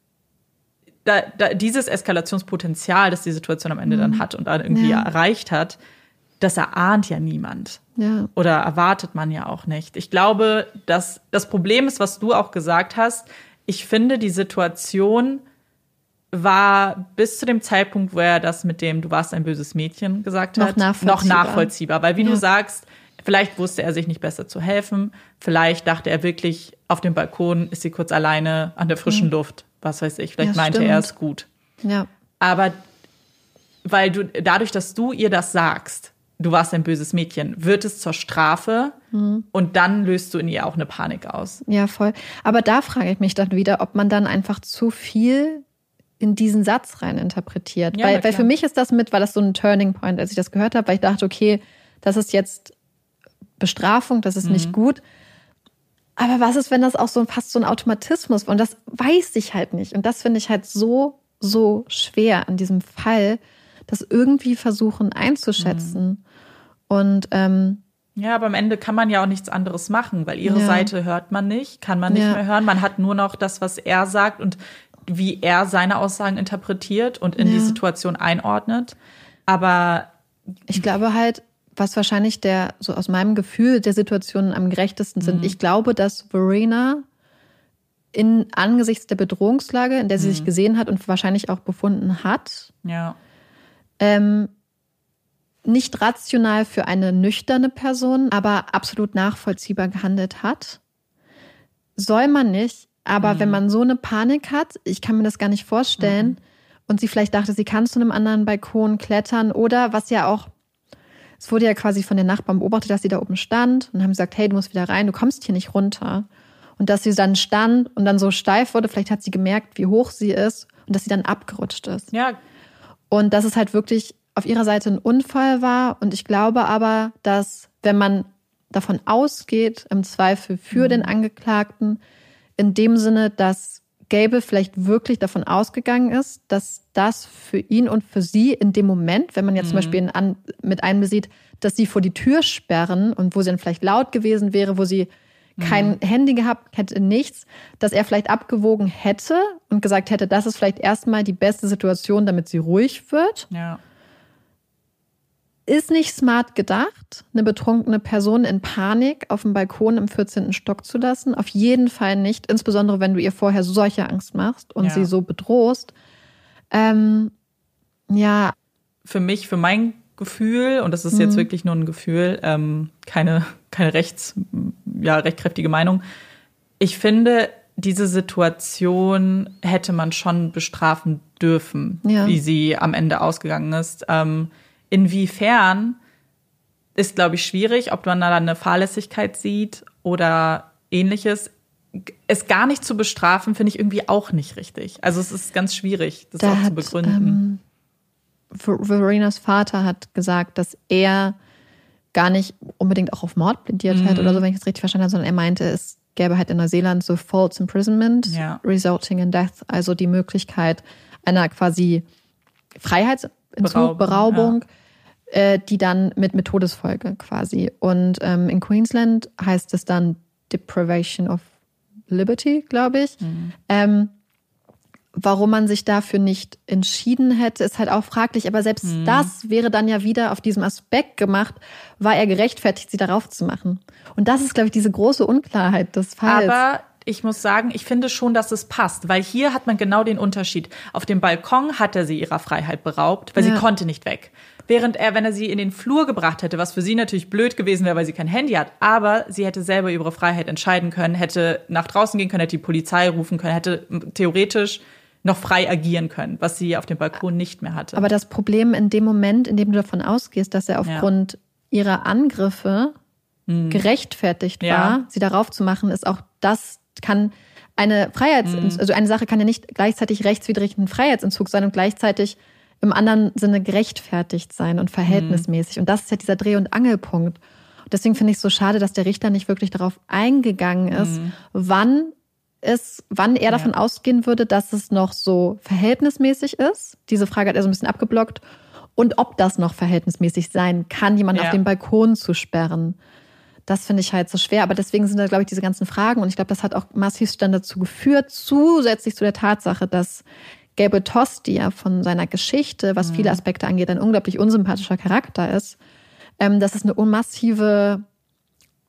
dieses Eskalationspotenzial, das die Situation am Ende dann hat und dann irgendwie erreicht hat, das erahnt ja niemand. Ja. Oder erwartet man ja auch nicht. Ich glaube, dass das Problem ist, was du auch gesagt hast. Ich finde, die Situation war bis zu dem Zeitpunkt, wo er das mit dem "Du warst ein böses Mädchen" gesagt hat, noch nachvollziehbar. Weil wie du sagst, vielleicht wusste er sich nicht besser zu helfen. Vielleicht dachte er wirklich, auf dem Balkon ist sie kurz alleine an der frischen Luft. Was weiß ich, vielleicht meinte er es gut. Ja. Aber dadurch, dass du ihr das sagst, du warst ein böses Mädchen, wird es zur Strafe und dann löst du in ihr auch eine Panik aus. Ja, voll. Aber da frage ich mich dann wieder, ob man dann einfach zu viel in diesen Satz rein interpretiert. Ja, weil für mich ist das war das so ein Turning Point, als ich das gehört habe, weil ich dachte, okay, das ist jetzt Bestrafung, das ist nicht gut. Aber was ist, wenn das auch fast so ein Automatismus war? Und das weiß ich halt nicht. Und das finde ich halt so schwer an diesem Fall, das irgendwie versuchen einzuschätzen. Und ja, aber am Ende kann man ja auch nichts anderes machen, weil ihre Seite hört man nicht, kann man nicht mehr hören. Man hat nur noch das, was er sagt und wie er seine Aussagen interpretiert und in die Situation einordnet. Aber ich glaube halt, was wahrscheinlich so aus meinem Gefühl der Situationen am gerechtesten sind. Ich glaube, dass Verena angesichts der Bedrohungslage, in der sie sich gesehen hat und wahrscheinlich auch befunden hat, nicht rational für eine nüchterne Person, aber absolut nachvollziehbar gehandelt hat. Soll man nicht, aber wenn man so eine Panik hat, ich kann mir das gar nicht vorstellen, und sie vielleicht dachte, sie kann zu einem anderen Balkon klettern oder was ja auch, es wurde ja quasi von den Nachbarn beobachtet, dass sie da oben stand und haben gesagt, hey, du musst wieder rein, du kommst hier nicht runter. Und dass sie dann stand und dann so steif wurde, vielleicht hat sie gemerkt, wie hoch sie ist und dass sie dann abgerutscht ist. Ja. Und dass es halt wirklich auf ihrer Seite ein Unfall war. Und ich glaube aber, dass, wenn man davon ausgeht, im Zweifel für den Angeklagten, in dem Sinne, dass Gable vielleicht wirklich davon ausgegangen ist, dass das für ihn und für sie in dem Moment, wenn man jetzt zum Beispiel mit einbesieht, dass sie vor die Tür sperren und wo sie dann vielleicht laut gewesen wäre, wo sie kein Handy gehabt hätte, nichts, dass er vielleicht abgewogen hätte und gesagt hätte, das ist vielleicht erstmal die beste Situation, damit sie ruhig wird. Ja. Ist nicht smart gedacht, eine betrunkene Person in Panik auf dem Balkon im 14. Stock zu lassen. Auf jeden Fall nicht, insbesondere wenn du ihr vorher solche Angst machst und sie so bedrohst. Ja. Für mein Gefühl, und das ist jetzt wirklich nur ein Gefühl, keine rechtkräftige Meinung. Ich finde, diese Situation hätte man schon bestrafen dürfen, wie sie am Ende ausgegangen ist. Inwiefern ist, glaube ich, schwierig, ob man da dann eine Fahrlässigkeit sieht oder Ähnliches. Es gar nicht zu bestrafen, finde ich irgendwie auch nicht richtig. Also es ist ganz schwierig, das auch zu begründen. Verenas Vater hat gesagt, dass er gar nicht unbedingt auch auf Mord plädiert hat oder so, wenn ich das richtig verstanden habe, sondern er meinte, es gäbe halt in Neuseeland so false imprisonment resulting in death, also die Möglichkeit einer quasi Freiheitsberaubung, die dann mit Todesfolge quasi. Und in Queensland heißt es dann Deprivation of Liberty, glaube ich. Warum man sich dafür nicht entschieden hätte, ist halt auch fraglich. Aber selbst das wäre dann ja wieder auf diesem Aspekt gemacht, war er gerechtfertigt, sie darauf zu machen. Und das ist, glaube ich, diese große Unklarheit des Falls. Aber ich muss sagen, ich finde schon, dass es passt. Weil hier hat man genau den Unterschied. Auf dem Balkon hat er sie ihrer Freiheit beraubt, weil sie konnte nicht weg. Während wenn er sie in den Flur gebracht hätte, was für sie natürlich blöd gewesen wäre, weil sie kein Handy hat, aber sie hätte selber über ihre Freiheit entscheiden können, hätte nach draußen gehen können, hätte die Polizei rufen können, hätte theoretisch noch frei agieren können, was sie auf dem Balkon nicht mehr hatte. Aber das Problem in dem Moment, in dem du davon ausgehst, dass er aufgrund ihrer Angriffe gerechtfertigt war, sie darauf zu machen, ist auch, das kann eine also eine Sache kann ja nicht gleichzeitig rechtswidrigen Freiheitsentzug sein und gleichzeitig im anderen Sinne gerechtfertigt sein und verhältnismäßig. Und das ist ja dieser Dreh- und Angelpunkt. Und deswegen finde ich es so schade, dass der Richter nicht wirklich darauf eingegangen ist, wann er davon ausgehen würde, dass es noch so verhältnismäßig ist. Diese Frage hat er so ein bisschen abgeblockt. Und ob das noch verhältnismäßig sein kann, jemanden auf den Balkon zu sperren. Das finde ich halt so schwer. Aber deswegen sind da, glaube ich, diese ganzen Fragen. Und ich glaube, das hat auch massiv dann dazu geführt, zusätzlich zu der Tatsache, dass Gable Tosti ja von seiner Geschichte, was viele Aspekte angeht, ein unglaublich unsympathischer Charakter ist, dass es eine massive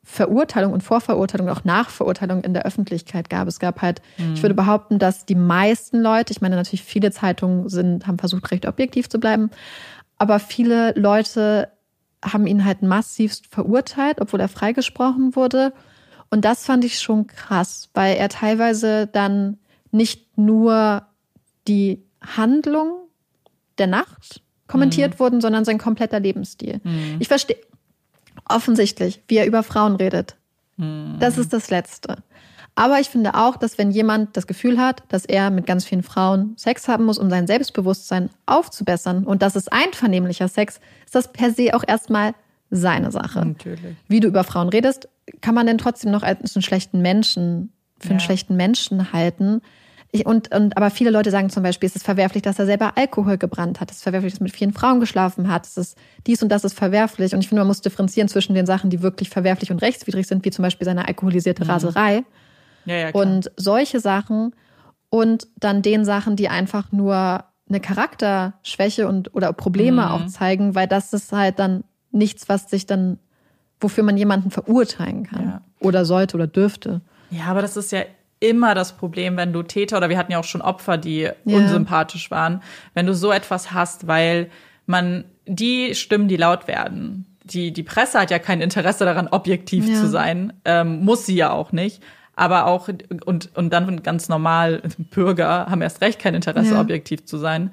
Verurteilung und Vorverurteilung, auch Nachverurteilung in der Öffentlichkeit gab. Es gab halt, ich würde behaupten, dass die meisten Leute, ich meine natürlich viele Zeitungen haben versucht, recht objektiv zu bleiben, aber viele Leute haben ihn halt massivst verurteilt, obwohl er freigesprochen wurde. Und das fand ich schon krass, weil er teilweise dann nicht nur die Handlung der Nacht kommentiert wurden, sondern sein kompletter Lebensstil. Ich verstehe offensichtlich, wie er über Frauen redet. Das ist das Letzte. Aber ich finde auch, dass wenn jemand das Gefühl hat, dass er mit ganz vielen Frauen Sex haben muss, um sein Selbstbewusstsein aufzubessern, und das ist einvernehmlicher Sex, ist das per se auch erstmal seine Sache. Natürlich. Wie du über Frauen redest, kann man denn trotzdem noch als einen schlechten Menschen, für einen schlechten Menschen halten. Aber viele Leute sagen zum Beispiel, es ist verwerflich, dass er selber Alkohol gebrannt hat. Es ist verwerflich, dass er mit vielen Frauen geschlafen hat. Es ist dies und das ist verwerflich. Und ich finde, man muss differenzieren zwischen den Sachen, die wirklich verwerflich und rechtswidrig sind, wie zum Beispiel seine alkoholisierte Raserei. Ja, und solche Sachen. Und dann den Sachen, die einfach nur eine Charakterschwäche oder Probleme auch zeigen, weil das ist halt dann nichts, wofür man jemanden verurteilen kann. Ja. Oder sollte oder dürfte. Ja, aber das ist ja immer das Problem, wenn du Täter, oder wir hatten ja auch schon Opfer, die unsympathisch waren, wenn du so etwas hast, weil die Stimmen, die laut werden, die Presse hat ja kein Interesse daran, objektiv zu sein, muss sie ja auch nicht, aber auch, und dann ganz normal, Bürger haben erst recht kein Interesse, objektiv zu sein,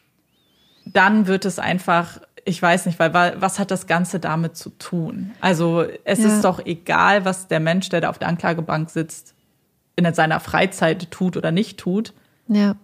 dann wird es einfach, ich weiß nicht, weil was hat das Ganze damit zu tun? Also es ist doch egal, was der Mensch, der da auf der Anklagebank sitzt, in seiner Freizeit tut oder nicht tut. Ja.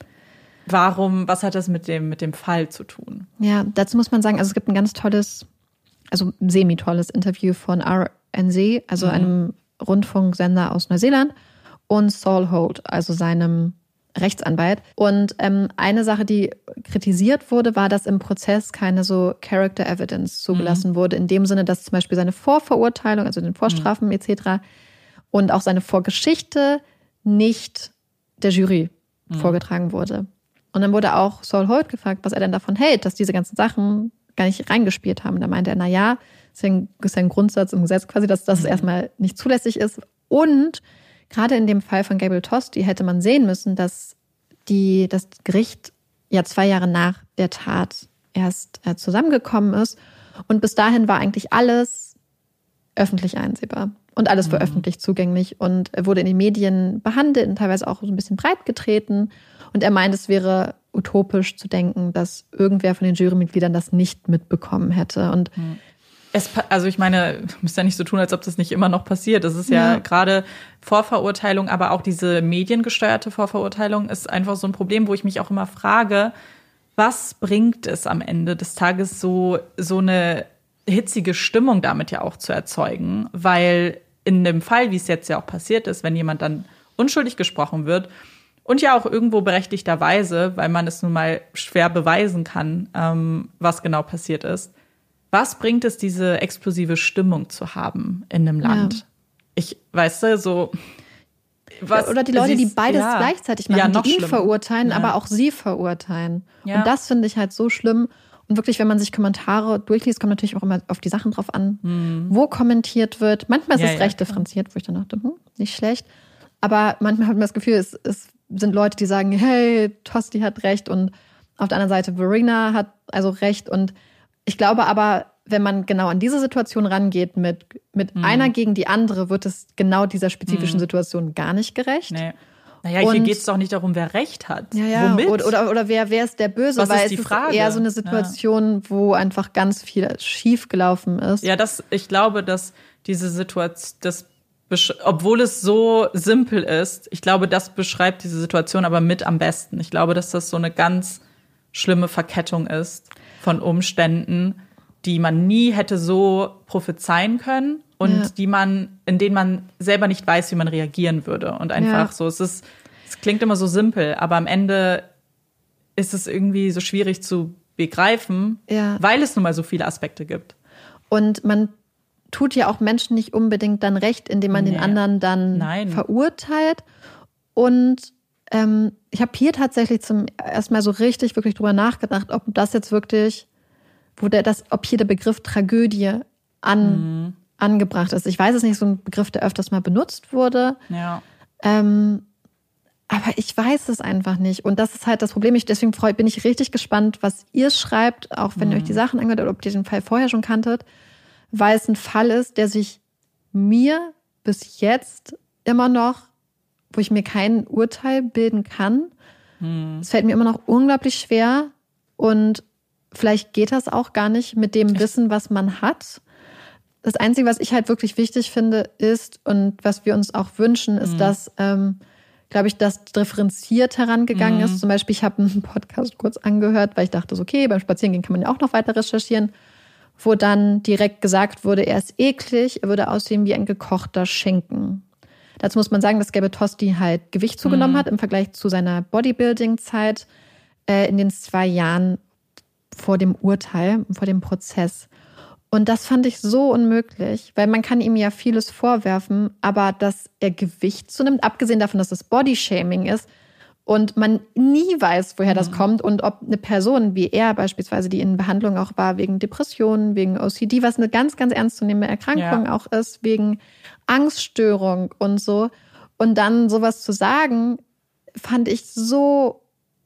Was hat das mit dem Fall zu tun? Ja, dazu muss man sagen, also es gibt ein ganz tolles, also semi-tolles Interview von RNZ, also einem Rundfunksender aus Neuseeland, und Saul Holt, also seinem Rechtsanwalt. Und eine Sache, die kritisiert wurde, war, dass im Prozess keine so Character Evidence zugelassen wurde, in dem Sinne, dass zum Beispiel seine Vorverurteilung, also den Vorstrafen etc., und auch seine Vorgeschichte nicht der Jury vorgetragen wurde. Und dann wurde auch Saul Holt gefragt, was er denn davon hält, dass diese ganzen Sachen gar nicht reingespielt haben. Da meinte er, naja, ist ja ein Grundsatz im Gesetz quasi, dass das erstmal nicht zulässig ist. Und gerade in dem Fall von Gabriel Tosti hätte man sehen müssen, dass das Gericht ja 2 Jahre nach der Tat erst zusammengekommen ist. Und bis dahin war eigentlich alles öffentlich einsehbar. Und alles war öffentlich zugänglich und wurde in den Medien behandelt und teilweise auch so ein bisschen breit getreten. Und er meint, es wäre utopisch zu denken, dass irgendwer von den Jurymitgliedern das nicht mitbekommen hätte. Und also ich meine, du musst ja nicht so tun, als ob das nicht immer noch passiert. Das ist ja gerade Vorverurteilung, aber auch diese mediengesteuerte Vorverurteilung ist einfach so ein Problem, wo ich mich auch immer frage, was bringt es am Ende des Tages, so eine hitzige Stimmung damit ja auch zu erzeugen, weil in dem Fall, wie es jetzt ja auch passiert ist, wenn jemand dann unschuldig gesprochen wird und ja auch irgendwo berechtigterweise, weil man es nun mal schwer beweisen kann, was genau passiert ist, was bringt es, diese explosive Stimmung zu haben in einem Land? Ich, weißt du, so oder die Leute, die beides gleichzeitig machen, die ihn verurteilen, aber auch sie verurteilen. Ja. Und das finde ich halt so schlimm. Und wirklich, wenn man sich Kommentare durchliest, kommt natürlich auch immer auf die Sachen drauf an, wo kommentiert wird. Manchmal ist es recht differenziert, wo ich dann dachte, nicht schlecht. Aber manchmal hat man das Gefühl, es sind Leute, die sagen, hey, Tosti hat recht. Und auf der anderen Seite, Verena hat also recht. Und ich glaube aber, wenn man genau an diese Situation rangeht, mit einer gegen die andere, wird es genau dieser spezifischen Situation gar nicht gerecht. Nee. Naja, hier geht es doch nicht darum, wer Recht hat. Ja. Womit? Oder wer ist der Böse? Was weil ist die Frage? Es ist eher so eine Situation, wo einfach ganz viel schief gelaufen ist. Ja, ich glaube, dass diese Situation, obwohl es so simpel ist, ich glaube, das beschreibt diese Situation aber mit am besten. Ich glaube, dass das so eine ganz schlimme Verkettung ist von Umständen, die man nie hätte so prophezeien können und in denen man selber nicht weiß, wie man reagieren würde. Und einfach so, es klingt immer so simpel, aber am Ende ist es irgendwie so schwierig zu begreifen, weil es nun mal so viele Aspekte gibt. Und man tut ja auch Menschen nicht unbedingt dann recht, indem man den anderen dann verurteilt. Und ich habe hier tatsächlich zum ersten Mal so richtig wirklich drüber nachgedacht, ob das jetzt wirklich, ob hier der Begriff Tragödie angebracht ist. Ich weiß es nicht, so ein Begriff, der öfters mal benutzt wurde. Ja. Aber ich weiß es einfach nicht. Und das ist halt das Problem. Deswegen bin ich richtig gespannt, was ihr schreibt, auch wenn ihr euch die Sachen angehört oder ob ihr den Fall vorher schon kanntet, weil es ein Fall ist, der sich mir bis jetzt immer noch, wo ich mir kein Urteil bilden kann. Es fällt mir immer noch unglaublich schwer und vielleicht geht das auch gar nicht mit dem Wissen, was man hat. Das Einzige, was ich halt wirklich wichtig finde, ist und was wir uns auch wünschen, ist, dass, glaube ich, das differenziert herangegangen ist. Zum Beispiel, ich habe einen Podcast kurz angehört, weil ich dachte, so, okay, beim Spazierengehen kann man ja auch noch weiter recherchieren, wo dann direkt gesagt wurde, er ist eklig, er würde aussehen wie ein gekochter Schinken. Dazu muss man sagen, dass Gabby Tosti halt Gewicht zugenommen hat im Vergleich zu seiner Bodybuilding-Zeit in den 2 Jahren vor dem Urteil, vor dem Prozess. Und das fand ich so unmöglich, weil man kann ihm ja vieles vorwerfen, aber dass er Gewicht zunimmt, abgesehen davon, dass es Bodyshaming ist und man nie weiß, woher das kommt und ob eine Person wie er beispielsweise, die in Behandlung auch war wegen Depressionen, wegen OCD, was eine ganz, ganz ernstzunehmende Erkrankung auch ist, wegen Angststörung und so. Und dann sowas zu sagen, fand ich so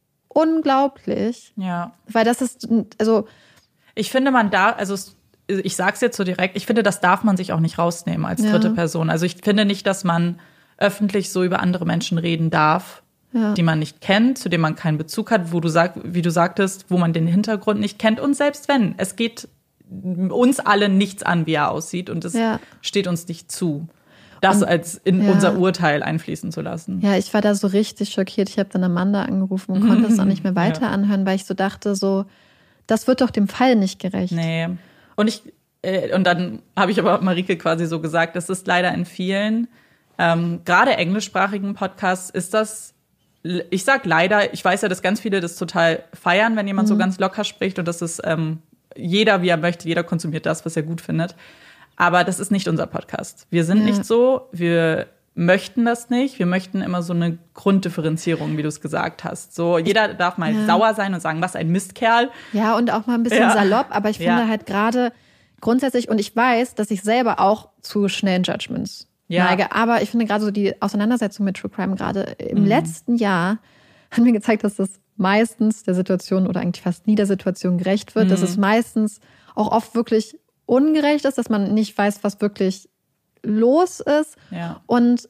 unglaublich. Ja. Weil das ist, also ich finde, man darf, also ich sag's jetzt so direkt, ich finde, das darf man sich auch nicht rausnehmen als dritte Person. Also ich finde nicht, dass man öffentlich so über andere Menschen reden darf, die man nicht kennt, zu denen man keinen Bezug hat, wie du sagtest, wo man den Hintergrund nicht kennt. Und selbst wenn, es geht uns alle nichts an, wie er aussieht und es steht uns nicht zu, das als in unser Urteil einfließen zu lassen. Ja, ich war da so richtig schockiert. Ich habe dann Amanda angerufen und konnte es auch nicht mehr weiter anhören, weil ich so dachte, so, das wird doch dem Fall nicht gerecht. Nee. Und dann habe ich aber Marike quasi so gesagt, das ist leider in vielen, gerade englischsprachigen Podcasts ist das, ich sag leider, ich weiß ja, dass ganz viele das total feiern, wenn jemand so ganz locker spricht und das ist jeder, wie er möchte, jeder konsumiert das, was er gut findet. Aber das ist nicht unser Podcast. Wir sind nicht so, wir möchten das nicht. Wir möchten immer so eine Grunddifferenzierung, wie du es gesagt hast. So, jeder darf mal sauer sein und sagen, was ein Mistkerl. Ja, und auch mal ein bisschen salopp. Aber ich finde halt gerade grundsätzlich, und ich weiß, dass ich selber auch zu schnellen Judgments neige. Aber ich finde gerade so die Auseinandersetzung mit True Crime gerade im letzten Jahr hat mir gezeigt, dass das meistens der Situation oder eigentlich fast nie der Situation gerecht wird. Dass es meistens auch oft wirklich ungerecht ist, dass man nicht weiß, was wirklich los ist. Ja. Und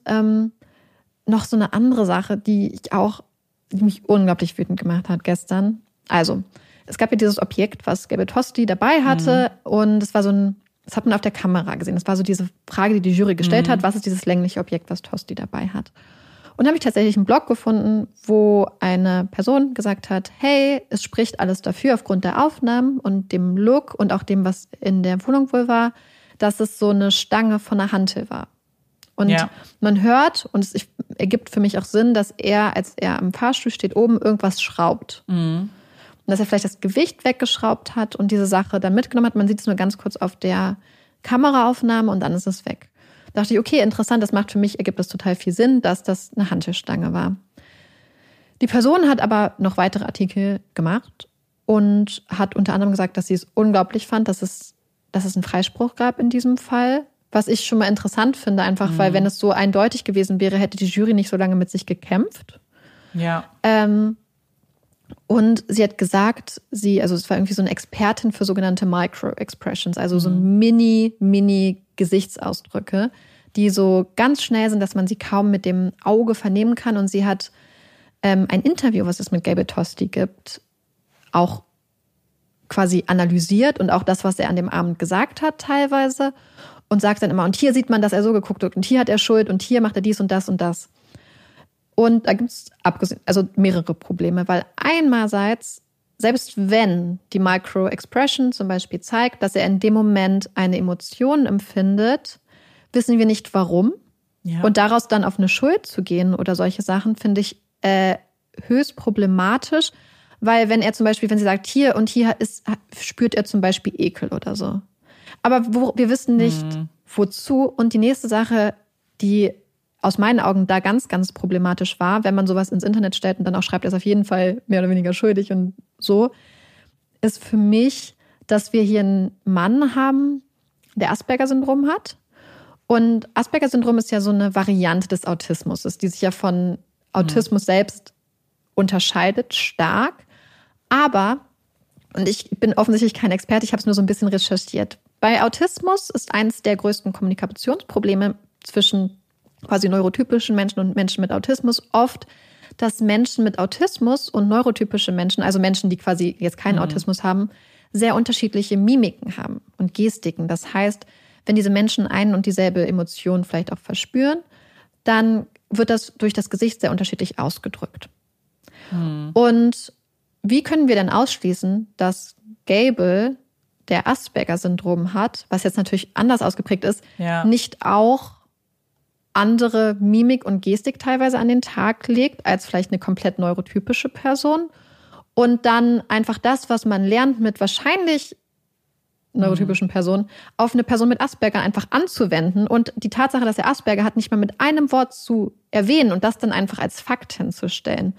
noch so eine andere Sache, die mich unglaublich wütend gemacht hat gestern. Also, es gab ja dieses Objekt, was Gabby Tosti dabei hatte. Und es war das hat man auf der Kamera gesehen. Das war so diese Frage, die Jury gestellt hat, was ist dieses längliche Objekt, was Tosti dabei hat. Und da habe ich tatsächlich einen Blog gefunden, wo eine Person gesagt hat, hey, es spricht alles dafür aufgrund der Aufnahmen und dem Look und auch dem, was in der Wohnung wohl war, dass es so eine Stange von einer Hantel war. Und man hört, und es ergibt für mich auch Sinn, dass er, als er am Fahrstuhl steht, oben irgendwas schraubt. Und dass er vielleicht das Gewicht weggeschraubt hat und diese Sache dann mitgenommen hat. Man sieht es nur ganz kurz auf der Kameraaufnahme und dann ist es weg. Da dachte ich, okay, interessant, ergibt das total viel Sinn, dass das eine Hantelstange war. Die Person hat aber noch weitere Artikel gemacht und hat unter anderem gesagt, dass sie es unglaublich fand, dass es einen Freispruch gab in diesem Fall. Was ich schon mal interessant finde, einfach, weil wenn es so eindeutig gewesen wäre, hätte die Jury nicht so lange mit sich gekämpft. Ja. Und sie hat gesagt, es war irgendwie so eine Expertin für sogenannte Micro-Expressions, also so mini Gesichtsausdrücke, die so ganz schnell sind, dass man sie kaum mit dem Auge vernehmen kann. Und sie hat ein Interview, was es mit Gabby Tosti gibt, auch quasi analysiert und auch das, was er an dem Abend gesagt hat teilweise und sagt dann immer, und hier sieht man, dass er so geguckt hat und hier hat er Schuld und hier macht er dies und das und das. Und da gibt es mehrere Probleme, weil einerseits, selbst wenn die Micro-Expression zum Beispiel zeigt, dass er in dem Moment eine Emotion empfindet, wissen wir nicht warum. Ja. Und daraus dann auf eine Schuld zu gehen oder solche Sachen, finde ich höchst problematisch, weil wenn sie sagt, hier und hier spürt er zum Beispiel Ekel oder so. Aber wir wissen nicht, wozu. Und die nächste Sache, die aus meinen Augen da ganz, ganz problematisch war, wenn man sowas ins Internet stellt und dann auch schreibt, er ist auf jeden Fall mehr oder weniger schuldig und so, ist für mich, dass wir hier einen Mann haben, der Asperger-Syndrom hat. Und Asperger-Syndrom ist ja so eine Variante des Autismus, die sich ja von Autismus selbst unterscheidet stark. Aber, und ich bin offensichtlich kein Experte, ich habe es nur so ein bisschen recherchiert. Bei Autismus ist eines der größten Kommunikationsprobleme zwischen quasi neurotypischen Menschen und Menschen mit Autismus oft, dass Menschen mit Autismus und neurotypische Menschen, also Menschen, die quasi jetzt keinen Autismus haben, sehr unterschiedliche Mimiken haben und Gestiken. Das heißt, wenn diese Menschen ein und dieselbe Emotion vielleicht auch verspüren, dann wird das durch das Gesicht sehr unterschiedlich ausgedrückt. Und wie können wir denn ausschließen, dass Gable, der Asperger-Syndrom hat, was jetzt natürlich anders ausgeprägt ist, nicht auch andere Mimik und Gestik teilweise an den Tag legt, als vielleicht eine komplett neurotypische Person? Und dann einfach das, was man lernt mit wahrscheinlich neurotypischen Personen, auf eine Person mit Asperger einfach anzuwenden und die Tatsache, dass er Asperger hat, nicht mal mit einem Wort zu erwähnen und das dann einfach als Fakt hinzustellen.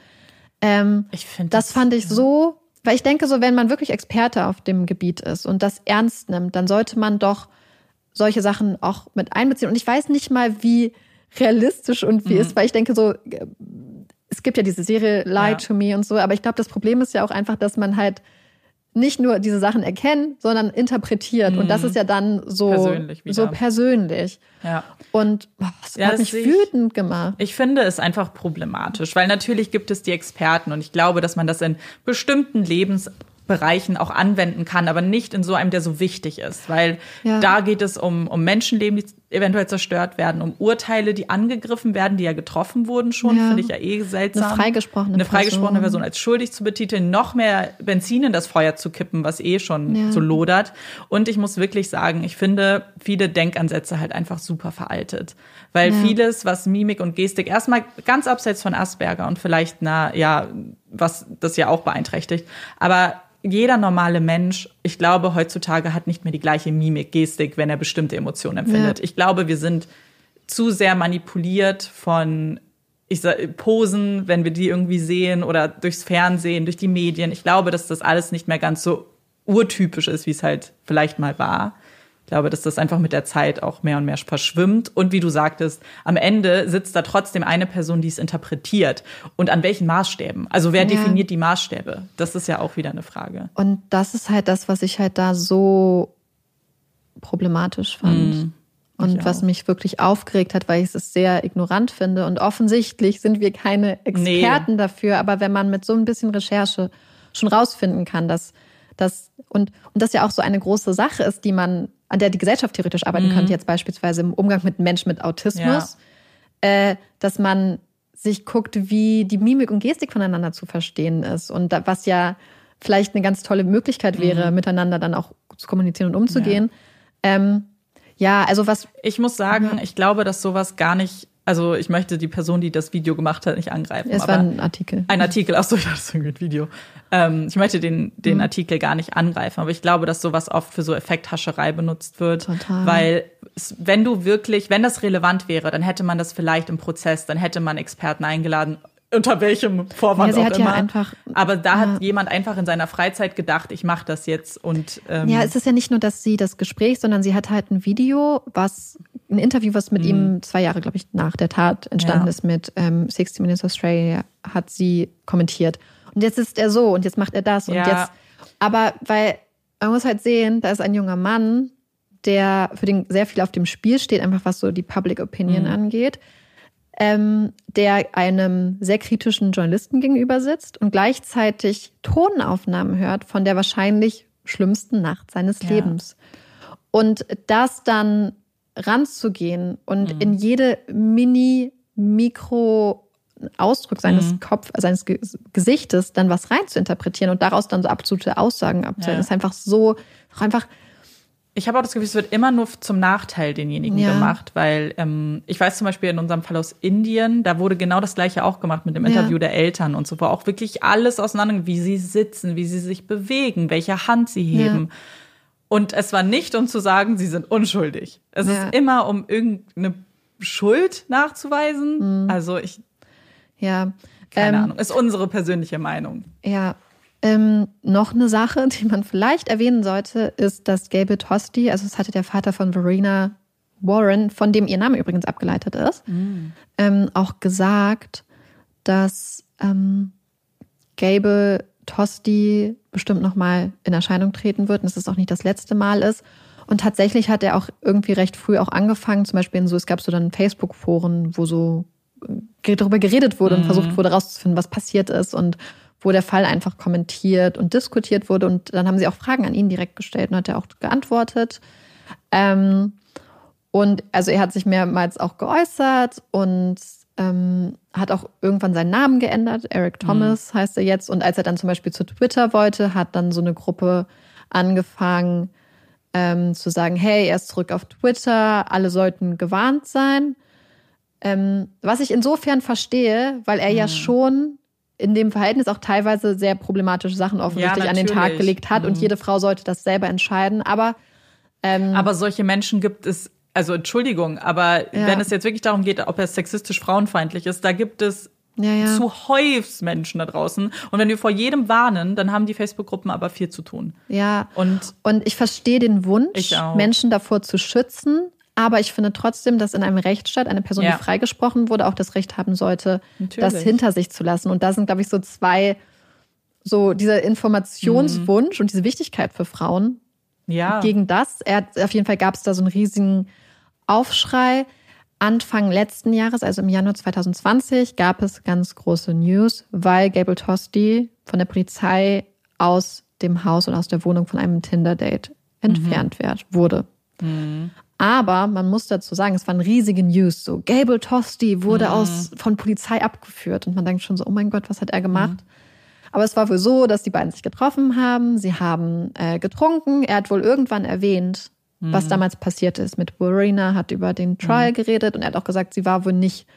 Das fand ich so, weil ich denke so, wenn man wirklich Experte auf dem Gebiet ist und das ernst nimmt, dann sollte man doch solche Sachen auch mit einbeziehen. Und ich weiß nicht mal, wie realistisch und wie ist, weil ich denke so, es gibt ja diese Serie Lie to Me und so, aber ich glaube, das Problem ist ja auch einfach, dass man halt nicht nur diese Sachen erkennt, sondern interpretiert. Und das ist ja dann so persönlich. Ja. Und das hat mich wütend gemacht. Ich finde es einfach problematisch, weil natürlich gibt es die Experten und ich glaube, dass man das in bestimmten Lebensbereichen auch anwenden kann, aber nicht in so einem, der so wichtig ist, weil da geht es um Menschenleben, die eventuell zerstört werden, um Urteile, die angegriffen werden, die ja getroffen wurden schon, finde ich ja seltsam. Eine freigesprochene Person als schuldig zu betiteln, noch mehr Benzin in das Feuer zu kippen, was schon so lodert. Und ich muss wirklich sagen, ich finde viele Denkansätze halt einfach super veraltet, weil vieles, was Mimik und Gestik, erstmal ganz abseits von Asperger und vielleicht, was das ja auch beeinträchtigt, aber jeder normale Mensch, ich glaube, heutzutage hat nicht mehr die gleiche Mimik, Gestik, wenn er bestimmte Emotionen empfindet. Ja. Ich glaube, wir sind zu sehr manipuliert von Posen, wenn wir die irgendwie sehen oder durchs Fernsehen, durch die Medien. Ich glaube, dass das alles nicht mehr ganz so urtypisch ist, wie es halt vielleicht mal war. Ich glaube, dass das einfach mit der Zeit auch mehr und mehr verschwimmt. Und wie du sagtest, am Ende sitzt da trotzdem eine Person, die es interpretiert. Und an welchen Maßstäben? Also wer definiert die Maßstäbe? Das ist ja auch wieder eine Frage. Und das ist halt das, was ich halt da so problematisch fand. Und was mich wirklich aufgeregt hat, weil ich es sehr ignorant finde. Und offensichtlich sind wir keine Experten dafür. Aber wenn man mit so ein bisschen Recherche schon rausfinden kann, dass das ja auch so eine große Sache ist, an der die Gesellschaft theoretisch arbeiten könnte, jetzt beispielsweise im Umgang mit Menschen mit Autismus, dass man sich guckt, wie die Mimik und Gestik voneinander zu verstehen ist. Und was ja vielleicht eine ganz tolle Möglichkeit wäre, miteinander dann auch zu kommunizieren und umzugehen. Ich muss sagen, ich glaube, dass sowas gar nicht, also ich möchte die Person, die das Video gemacht hat, nicht angreifen. Es war ein Artikel. Ein Artikel, achso, ich dachte, das ist irgendwie ein Video. Ich möchte den Artikel gar nicht angreifen, aber ich glaube, dass sowas oft für so Effekthascherei benutzt wird. Total. Weil wenn das relevant wäre, dann hätte man das vielleicht im Prozess, dann hätte man Experten eingeladen, unter welchem Vorwand auch immer. Aber da hat jemand einfach in seiner Freizeit gedacht, ich mache das jetzt. Und es ist ja nicht nur, dass sie das Gespräch, sondern sie hat halt ein Interview, was mit ihm 2 Jahre, glaube ich, nach der Tat entstanden ist, mit 60 Minutes Australia, hat sie kommentiert. Und jetzt ist er so und jetzt macht er das und jetzt. Aber weil man muss halt sehen, da ist ein junger Mann, der für den sehr viel auf dem Spiel steht, einfach was so die Public Opinion angeht, der einem sehr kritischen Journalisten gegenüber sitzt und gleichzeitig Tonaufnahmen hört von der wahrscheinlich schlimmsten Nacht seines Lebens. Und das dann ranzugehen und in jede Mikro-Ausdruck seines seines Gesichtes dann was rein zu interpretieren und daraus dann so absolute Aussagen abzuleiten, ist einfach so, ich habe auch das Gefühl, es wird immer nur zum Nachteil denjenigen gemacht, weil ich weiß zum Beispiel in unserem Fall aus Indien, da wurde genau das Gleiche auch gemacht mit dem Interview der Eltern und so, wo auch wirklich alles auseinander, wie sie sitzen, wie sie sich bewegen, welche Hand sie heben. Und es war nicht, um zu sagen, sie sind unschuldig. Es ist immer, um irgendeine Schuld nachzuweisen. Also keine Ahnung, ist unsere persönliche Meinung. Ja, Noch eine Sache, die man vielleicht erwähnen sollte, ist, dass Gable Tosti, also das hatte der Vater von Verena Warren, von dem ihr Name übrigens abgeleitet ist, auch gesagt, dass Gable Tosti bestimmt nochmal in Erscheinung treten wird und dass es auch nicht das letzte Mal ist. Und tatsächlich hat er auch irgendwie recht früh auch angefangen, zum Beispiel es gab so dann Facebook-Foren, wo so darüber geredet wurde und versucht wurde rauszufinden, was passiert ist und wo der Fall einfach kommentiert und diskutiert wurde. Und dann haben sie auch Fragen an ihn direkt gestellt und hat er auch geantwortet. Und also er hat sich mehrmals auch geäußert und hat auch irgendwann seinen Namen geändert. Eric Thomas heißt er jetzt. Und als er dann zum Beispiel zu Twitter wollte, hat dann so eine Gruppe angefangen zu sagen, hey, er ist zurück auf Twitter, alle sollten gewarnt sein. Was ich insofern verstehe, weil er ja schon in dem Verhältnis auch teilweise sehr problematische Sachen offensichtlich an den Tag gelegt hat und jede Frau sollte das selber entscheiden. Aber solche Menschen gibt es, also Entschuldigung, aber wenn es jetzt wirklich darum geht, ob er sexistisch frauenfeindlich ist, da gibt es zuhäufst Menschen da draußen. Und wenn wir vor jedem warnen, dann haben die Facebook-Gruppen aber viel zu tun. Ja, und ich verstehe den Wunsch, Menschen davor zu schützen. Aber ich finde trotzdem, dass in einem Rechtsstaat eine Person, die freigesprochen wurde, auch das Recht haben sollte, das hinter sich zu lassen. Und da sind, glaube ich, so zwei, so dieser Informationswunsch und diese Wichtigkeit für Frauen gegen das. Auf jeden Fall gab es da so einen riesigen Aufschrei. Anfang letzten Jahres, also im Januar 2020, gab es ganz große News, weil Gable Tosti von der Polizei aus dem Haus oder aus der Wohnung von einem Tinder-Date entfernt wurde. Aber man muss dazu sagen, es waren riesige News. So, Gable Tosti wurde von Polizei abgeführt. Und man denkt schon so, oh mein Gott, was hat er gemacht? Aber es war wohl so, dass die beiden sich getroffen haben. Sie haben getrunken. Er hat wohl irgendwann erwähnt, was damals passiert ist mit Verena, hat über den Trial geredet. Und er hat auch gesagt, sie war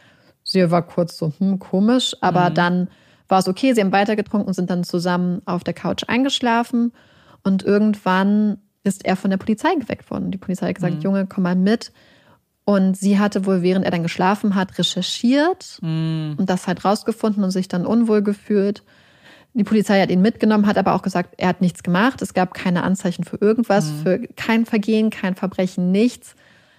kurz so, komisch. Aber dann war es okay, sie haben weiter getrunken und sind dann zusammen auf der Couch eingeschlafen. Und irgendwann ist er von der Polizei geweckt worden. Die Polizei hat gesagt, Junge, komm mal mit. Und sie hatte wohl, während er dann geschlafen hat, recherchiert und das halt rausgefunden und sich dann unwohl gefühlt. Die Polizei hat ihn mitgenommen, hat aber auch gesagt, er hat nichts gemacht. Es gab keine Anzeichen für irgendwas, für kein Vergehen, kein Verbrechen, nichts.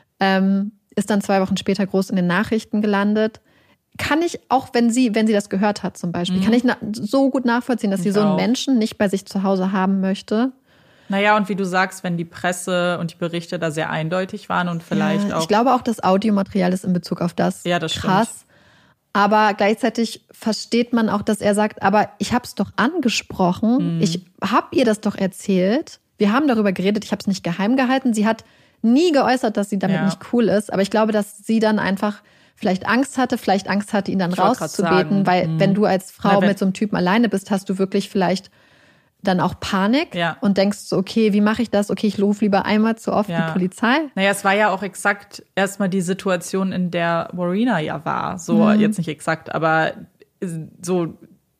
Ist dann 2 Wochen später groß in den Nachrichten gelandet. Kann ich, auch wenn sie das gehört hat zum Beispiel, kann ich so gut nachvollziehen, dass sie so einen Menschen nicht bei sich zu Hause haben möchte. Naja, und wie du sagst, wenn die Presse und die Berichte da sehr eindeutig waren und vielleicht auch... Ich glaube auch, das Audiomaterial ist in Bezug auf das das krass. Stimmt. Aber gleichzeitig versteht man auch, dass er sagt, aber ich habe es doch angesprochen, ich habe ihr das doch erzählt, wir haben darüber geredet, ich habe es nicht geheim gehalten. Sie hat nie geäußert, dass sie damit nicht cool ist, aber ich glaube, dass sie dann einfach vielleicht Angst hatte, ihn dann rauszubeten, weil wenn du als Frau mit so einem Typen alleine bist, hast du wirklich vielleicht dann auch Panik und denkst so, okay, wie mache ich das? Okay, ich rufe lieber einmal zu oft die Polizei. Naja, es war ja auch exakt erstmal die Situation, in der Verena war. So, jetzt nicht exakt, aber so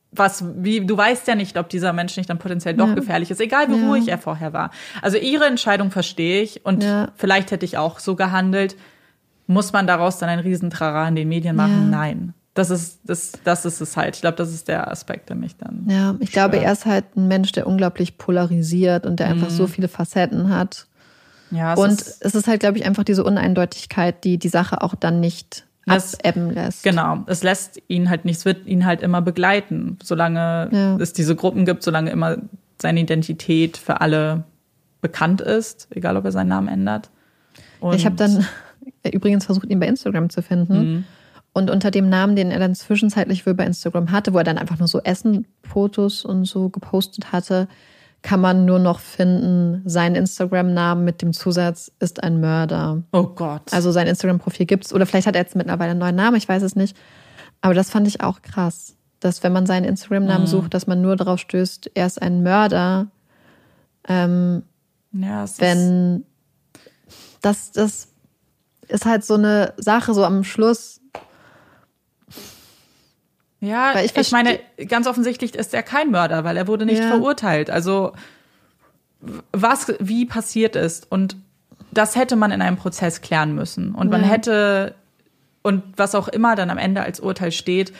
du weißt ja nicht, ob dieser Mensch nicht dann potenziell doch gefährlich ist, egal wie ruhig er vorher war. Also ihre Entscheidung verstehe ich und vielleicht hätte ich auch so gehandelt. Muss man daraus dann einen Riesentrara in den Medien machen? Nein. Das ist es halt. Ich glaube, das ist der Aspekt, der mich dann ich glaube, er ist halt ein Mensch, der unglaublich polarisiert und der einfach so viele Facetten hat. Ja, es ist halt, glaube ich, einfach diese Uneindeutigkeit, die Sache auch dann nicht abebben lässt. Genau, es lässt ihn halt nicht, es wird ihn halt immer begleiten, solange es diese Gruppen gibt, solange immer seine Identität für alle bekannt ist, egal ob er seinen Namen ändert. Und ich habe dann übrigens versucht, ihn bei Instagram zu finden. Und unter dem Namen, den er dann zwischenzeitlich wohl bei Instagram hatte, wo er dann einfach nur so Essen-Fotos und so gepostet hatte, kann man nur noch finden, sein Instagram-Namen mit dem Zusatz ist ein Mörder. Oh Gott. Also sein Instagram-Profil gibt's. Oder vielleicht hat er jetzt mittlerweile einen neuen Namen, ich weiß es nicht. Aber das fand ich auch krass, dass wenn man seinen Instagram-Namen sucht, dass man nur darauf stößt, er ist ein Mörder. Das ist halt so eine Sache, so am Schluss. Ja, ich meine, ganz offensichtlich ist er kein Mörder, weil er wurde nicht verurteilt. Also wie passiert ist und das hätte man in einem Prozess klären müssen. Und man hätte, und was auch immer dann am Ende als Urteil steht,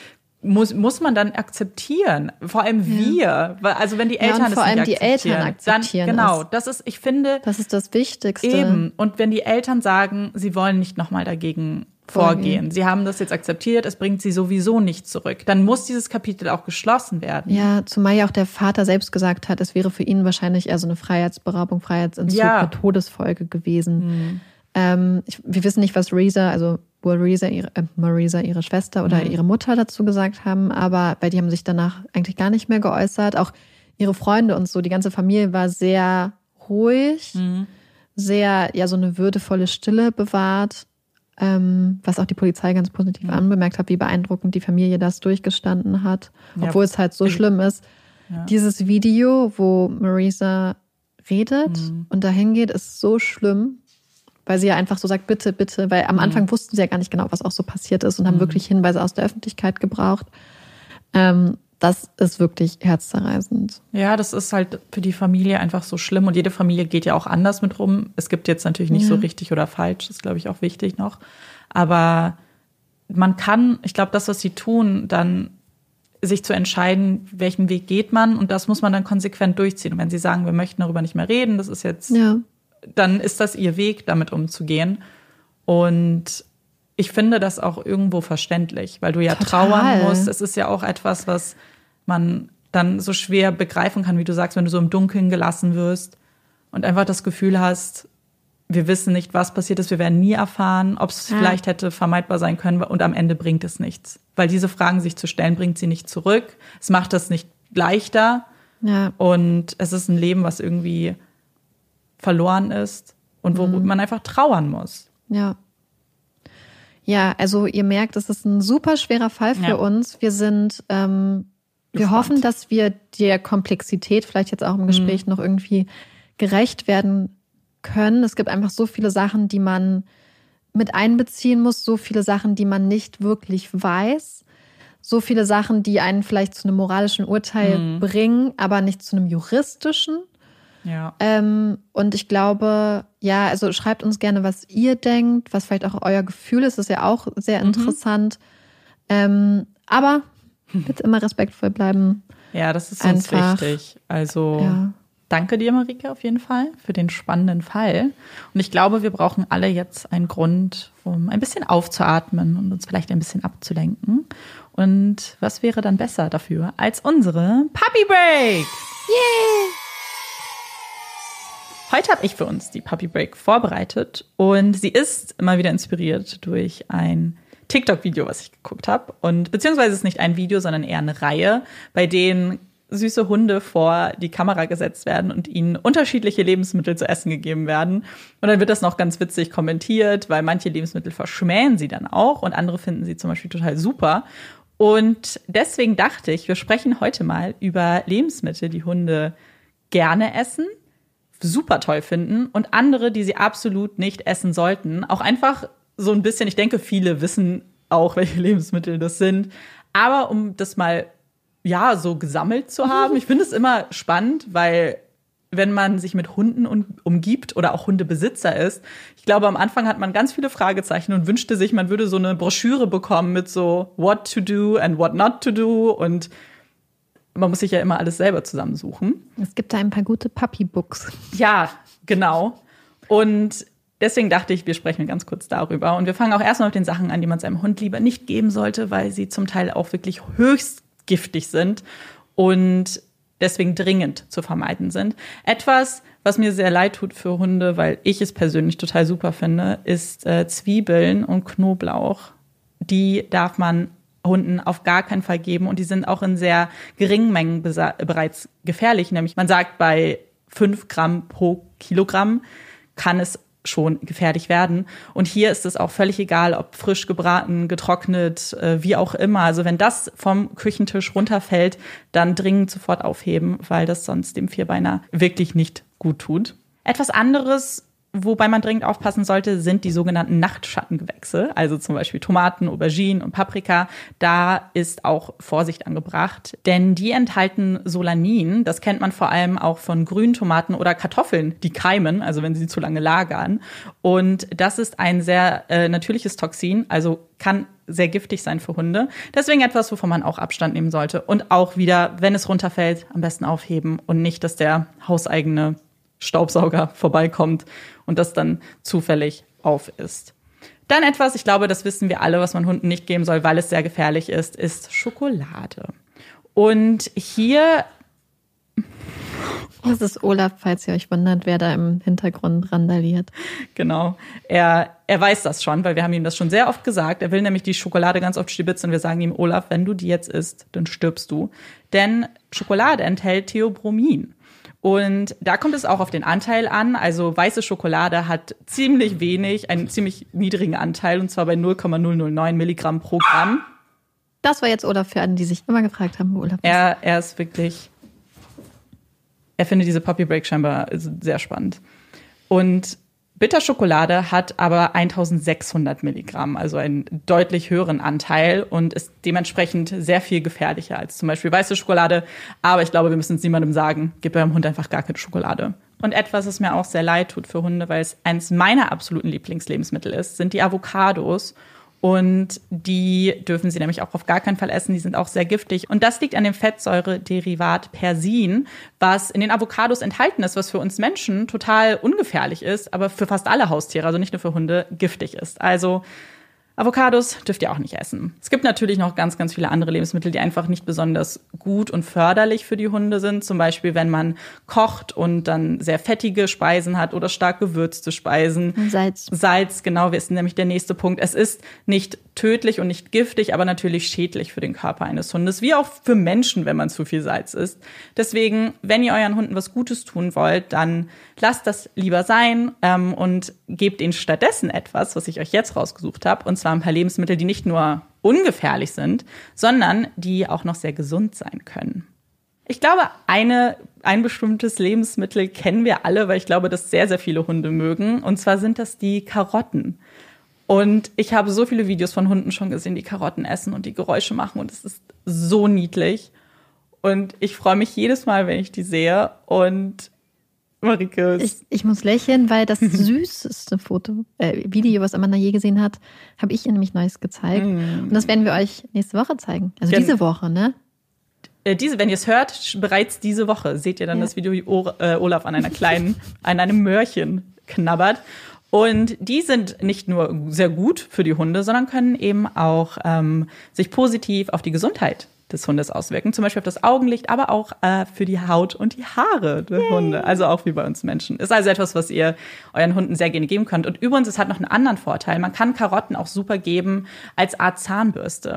muss man dann akzeptieren. Vor allem wir. Also wenn die Eltern und vor allem die Eltern akzeptieren. Dann, genau, das ist, ich finde. Das ist das Wichtigste. Eben. Und wenn die Eltern sagen, sie wollen nicht nochmal dagegen vorgehen. Sie haben das jetzt akzeptiert, es bringt sie sowieso nicht zurück. Dann muss dieses Kapitel auch geschlossen werden. Ja, zumal ja auch der Vater selbst gesagt hat, es wäre für ihn wahrscheinlich eher so eine Freiheitsberaubung, Freiheitsentzug mit Todesfolge gewesen. Wir wissen nicht, was Marisa, ihre Schwester oder ihre Mutter dazu gesagt haben, aber weil die haben sich danach eigentlich gar nicht mehr geäußert. Auch ihre Freunde und so, die ganze Familie war sehr ruhig, sehr, so eine würdevolle Stille bewahrt. Was auch die Polizei ganz positiv anbemerkt hat, wie beeindruckend die Familie das durchgestanden hat, obwohl es halt so schlimm ist. Ja. Dieses Video, wo Marisa redet und dahin geht, ist so schlimm, weil sie ja einfach so sagt, bitte, bitte, weil am Anfang wussten sie ja gar nicht genau, was auch so passiert ist und haben wirklich Hinweise aus der Öffentlichkeit gebraucht. Das ist wirklich herzzerreißend. Ja, das ist halt für die Familie einfach so schlimm. Und jede Familie geht ja auch anders mit rum. Es gibt jetzt natürlich nicht so richtig oder falsch. Das ist, glaube ich, auch wichtig noch. Aber man kann, ich glaube, das, was sie tun, dann sich zu entscheiden, welchen Weg geht man. Und das muss man dann konsequent durchziehen. Und wenn sie sagen, wir möchten darüber nicht mehr reden, das ist jetzt, dann ist das ihr Weg, damit umzugehen. Und ich finde das auch irgendwo verständlich, weil du ja trauern musst. Es ist ja auch etwas, was man dann so schwer begreifen kann, wie du sagst, wenn du so im Dunkeln gelassen wirst und einfach das Gefühl hast, wir wissen nicht, was passiert ist, wir werden nie erfahren, ob es vielleicht hätte vermeidbar sein können und am Ende bringt es nichts. Weil diese Fragen sich zu stellen, bringt sie nicht zurück. Es macht das nicht leichter und es ist ein Leben, was irgendwie verloren ist und wo man einfach trauern muss. Ja, also ihr merkt, es ist ein super schwerer Fall für uns. Wir sind, wir hoffen, dass wir der Komplexität vielleicht jetzt auch im Gespräch noch irgendwie gerecht werden können. Es gibt einfach so viele Sachen, die man mit einbeziehen muss, so viele Sachen, die man nicht wirklich weiß, so viele Sachen, die einen vielleicht zu einem moralischen Urteil bringen, aber nicht zu einem juristischen. Ja. Und ich glaube, also schreibt uns gerne, was ihr denkt, was vielleicht auch euer Gefühl ist. Das ist ja auch sehr interessant. Aber bitte immer respektvoll bleiben. Ja, das ist uns wichtig. Also danke dir, Marike, auf jeden Fall für den spannenden Fall. Und ich glaube, wir brauchen alle jetzt einen Grund, um ein bisschen aufzuatmen und uns vielleicht ein bisschen abzulenken. Und was wäre dann besser dafür als unsere Puppy Break? Yay! Heute habe ich für uns die Puppy Break vorbereitet und sie ist immer wieder inspiriert durch ein TikTok-Video, was ich geguckt habe. Und beziehungsweise es ist nicht ein Video, sondern eher eine Reihe, bei denen süße Hunde vor die Kamera gesetzt werden und ihnen unterschiedliche Lebensmittel zu essen gegeben werden. Und dann wird das noch ganz witzig kommentiert, weil manche Lebensmittel verschmähen sie dann auch und andere finden sie zum Beispiel total super. Und deswegen dachte ich, wir sprechen heute mal über Lebensmittel, die Hunde gerne essen, super toll finden und andere, die sie absolut nicht essen sollten. Auch einfach so ein bisschen, ich denke, viele wissen auch, welche Lebensmittel das sind. Aber um das mal, so gesammelt zu haben, ich finde es immer spannend, weil wenn man sich mit Hunden umgibt oder auch Hundebesitzer ist, ich glaube, am Anfang hat man ganz viele Fragezeichen und wünschte sich, man würde so eine Broschüre bekommen mit so what to do and what not to do und man muss sich ja immer alles selber zusammensuchen. Es gibt da ein paar gute Puppy-Books. Ja, genau. Und deswegen dachte ich, wir sprechen ganz kurz darüber. Und wir fangen auch erstmal mit den Sachen an, die man seinem Hund lieber nicht geben sollte, weil sie zum Teil auch wirklich höchst giftig sind und deswegen dringend zu vermeiden sind. Etwas, was mir sehr leid tut für Hunde, weil ich es persönlich total super finde, ist Zwiebeln und Knoblauch. Die darf man Hunden auf gar keinen Fall geben und die sind auch in sehr geringen Mengen bereits gefährlich. Nämlich man sagt, bei 5 Gramm pro Kilogramm kann es schon gefährlich werden. Und hier ist es auch völlig egal, ob frisch gebraten, getrocknet, wie auch immer. Also wenn das vom Küchentisch runterfällt, dann dringend sofort aufheben, weil das sonst dem Vierbeiner wirklich nicht gut tut. Etwas anderes, wobei man dringend aufpassen sollte, sind die sogenannten Nachtschattengewächse, also zum Beispiel Tomaten, Auberginen und Paprika. Da ist auch Vorsicht angebracht, denn die enthalten Solanin. Das kennt man vor allem auch von grünen Tomaten oder Kartoffeln, die keimen, also wenn sie zu lange lagern. Und das ist ein sehr natürliches Toxin, also kann sehr giftig sein für Hunde. Deswegen etwas, wovon man auch Abstand nehmen sollte. Und auch wieder, wenn es runterfällt, am besten aufheben und nicht, dass der hauseigene Staubsauger vorbeikommt und das dann zufällig auf ist. Dann etwas, ich glaube, das wissen wir alle, was man Hunden nicht geben soll, weil es sehr gefährlich ist Schokolade. Und hier... Das ist Olaf, falls ihr euch wundert, wer da im Hintergrund randaliert. Genau. Er weiß das schon, weil wir haben ihm das schon sehr oft gesagt. Er will nämlich die Schokolade ganz oft stibitzen und wir sagen ihm, Olaf, wenn du die jetzt isst, dann stirbst du. Denn Schokolade enthält Theobromin. Und da kommt es auch auf den Anteil an. Also weiße Schokolade hat ziemlich wenig, einen ziemlich niedrigen Anteil, und zwar bei 0,009 Milligramm pro Gramm. Das war jetzt Olaf für alle, die sich immer gefragt haben, wo Olaf ist. Er ist wirklich, er findet diese Puppy Break scheinbar sehr spannend. Und Bitterschokolade hat aber 1600 Milligramm, also einen deutlich höheren Anteil und ist dementsprechend sehr viel gefährlicher als zum Beispiel weiße Schokolade. Aber ich glaube, wir müssen es niemandem sagen, gib eurem Hund einfach gar keine Schokolade. Und etwas, was mir auch sehr leid tut für Hunde, weil es eines meiner absoluten Lieblingslebensmittel ist, sind die Avocados. Und die dürfen sie nämlich auch auf gar keinen Fall essen. Die sind auch sehr giftig. Und das liegt an dem Fettsäurederivat Persin, was in den Avocados enthalten ist, was für uns Menschen total ungefährlich ist, aber für fast alle Haustiere, also nicht nur für Hunde, giftig ist. Also Avocados dürft ihr auch nicht essen. Es gibt natürlich noch ganz, ganz viele andere Lebensmittel, die einfach nicht besonders gut und förderlich für die Hunde sind. Zum Beispiel, wenn man kocht und dann sehr fettige Speisen hat oder stark gewürzte Speisen. Salz. Salz, genau, ist nämlich der nächste Punkt. Es ist nicht tödlich und nicht giftig, aber natürlich schädlich für den Körper eines Hundes, wie auch für Menschen, wenn man zu viel Salz isst. Deswegen, wenn ihr euren Hunden was Gutes tun wollt, dann lasst das lieber sein und gebt ihnen stattdessen etwas, was ich euch jetzt rausgesucht habe, und zwar ein paar Lebensmittel, die nicht nur ungefährlich sind, sondern die auch noch sehr gesund sein können. Ich glaube, ein bestimmtes Lebensmittel kennen wir alle, weil ich glaube, dass sehr, sehr viele Hunde mögen. Und zwar sind das die Karotten. Und ich habe so viele Videos von Hunden schon gesehen, die Karotten essen und die Geräusche machen. Und es ist so niedlich. Und ich freue mich jedes Mal, wenn ich die sehe. Und Marike. Ich muss lächeln, weil das süßeste Video, was Amanda je gesehen hat, habe ich ihr nämlich Neues gezeigt. Und das werden wir euch nächste Woche zeigen. Also diese Woche, ne? Wenn ihr es hört, bereits diese Woche seht ihr dann das Video, wie Olaf an einem Möhrchen knabbert. Und die sind nicht nur sehr gut für die Hunde, sondern können eben auch sich positiv auf die Gesundheit des Hundes auswirken. Zum Beispiel auf das Augenlicht, aber auch für die Haut und die Haare der Hunde. Also auch wie bei uns Menschen. Ist also etwas, was ihr euren Hunden sehr gerne geben könnt. Und übrigens, es hat noch einen anderen Vorteil. Man kann Karotten auch super geben als Art Zahnbürste.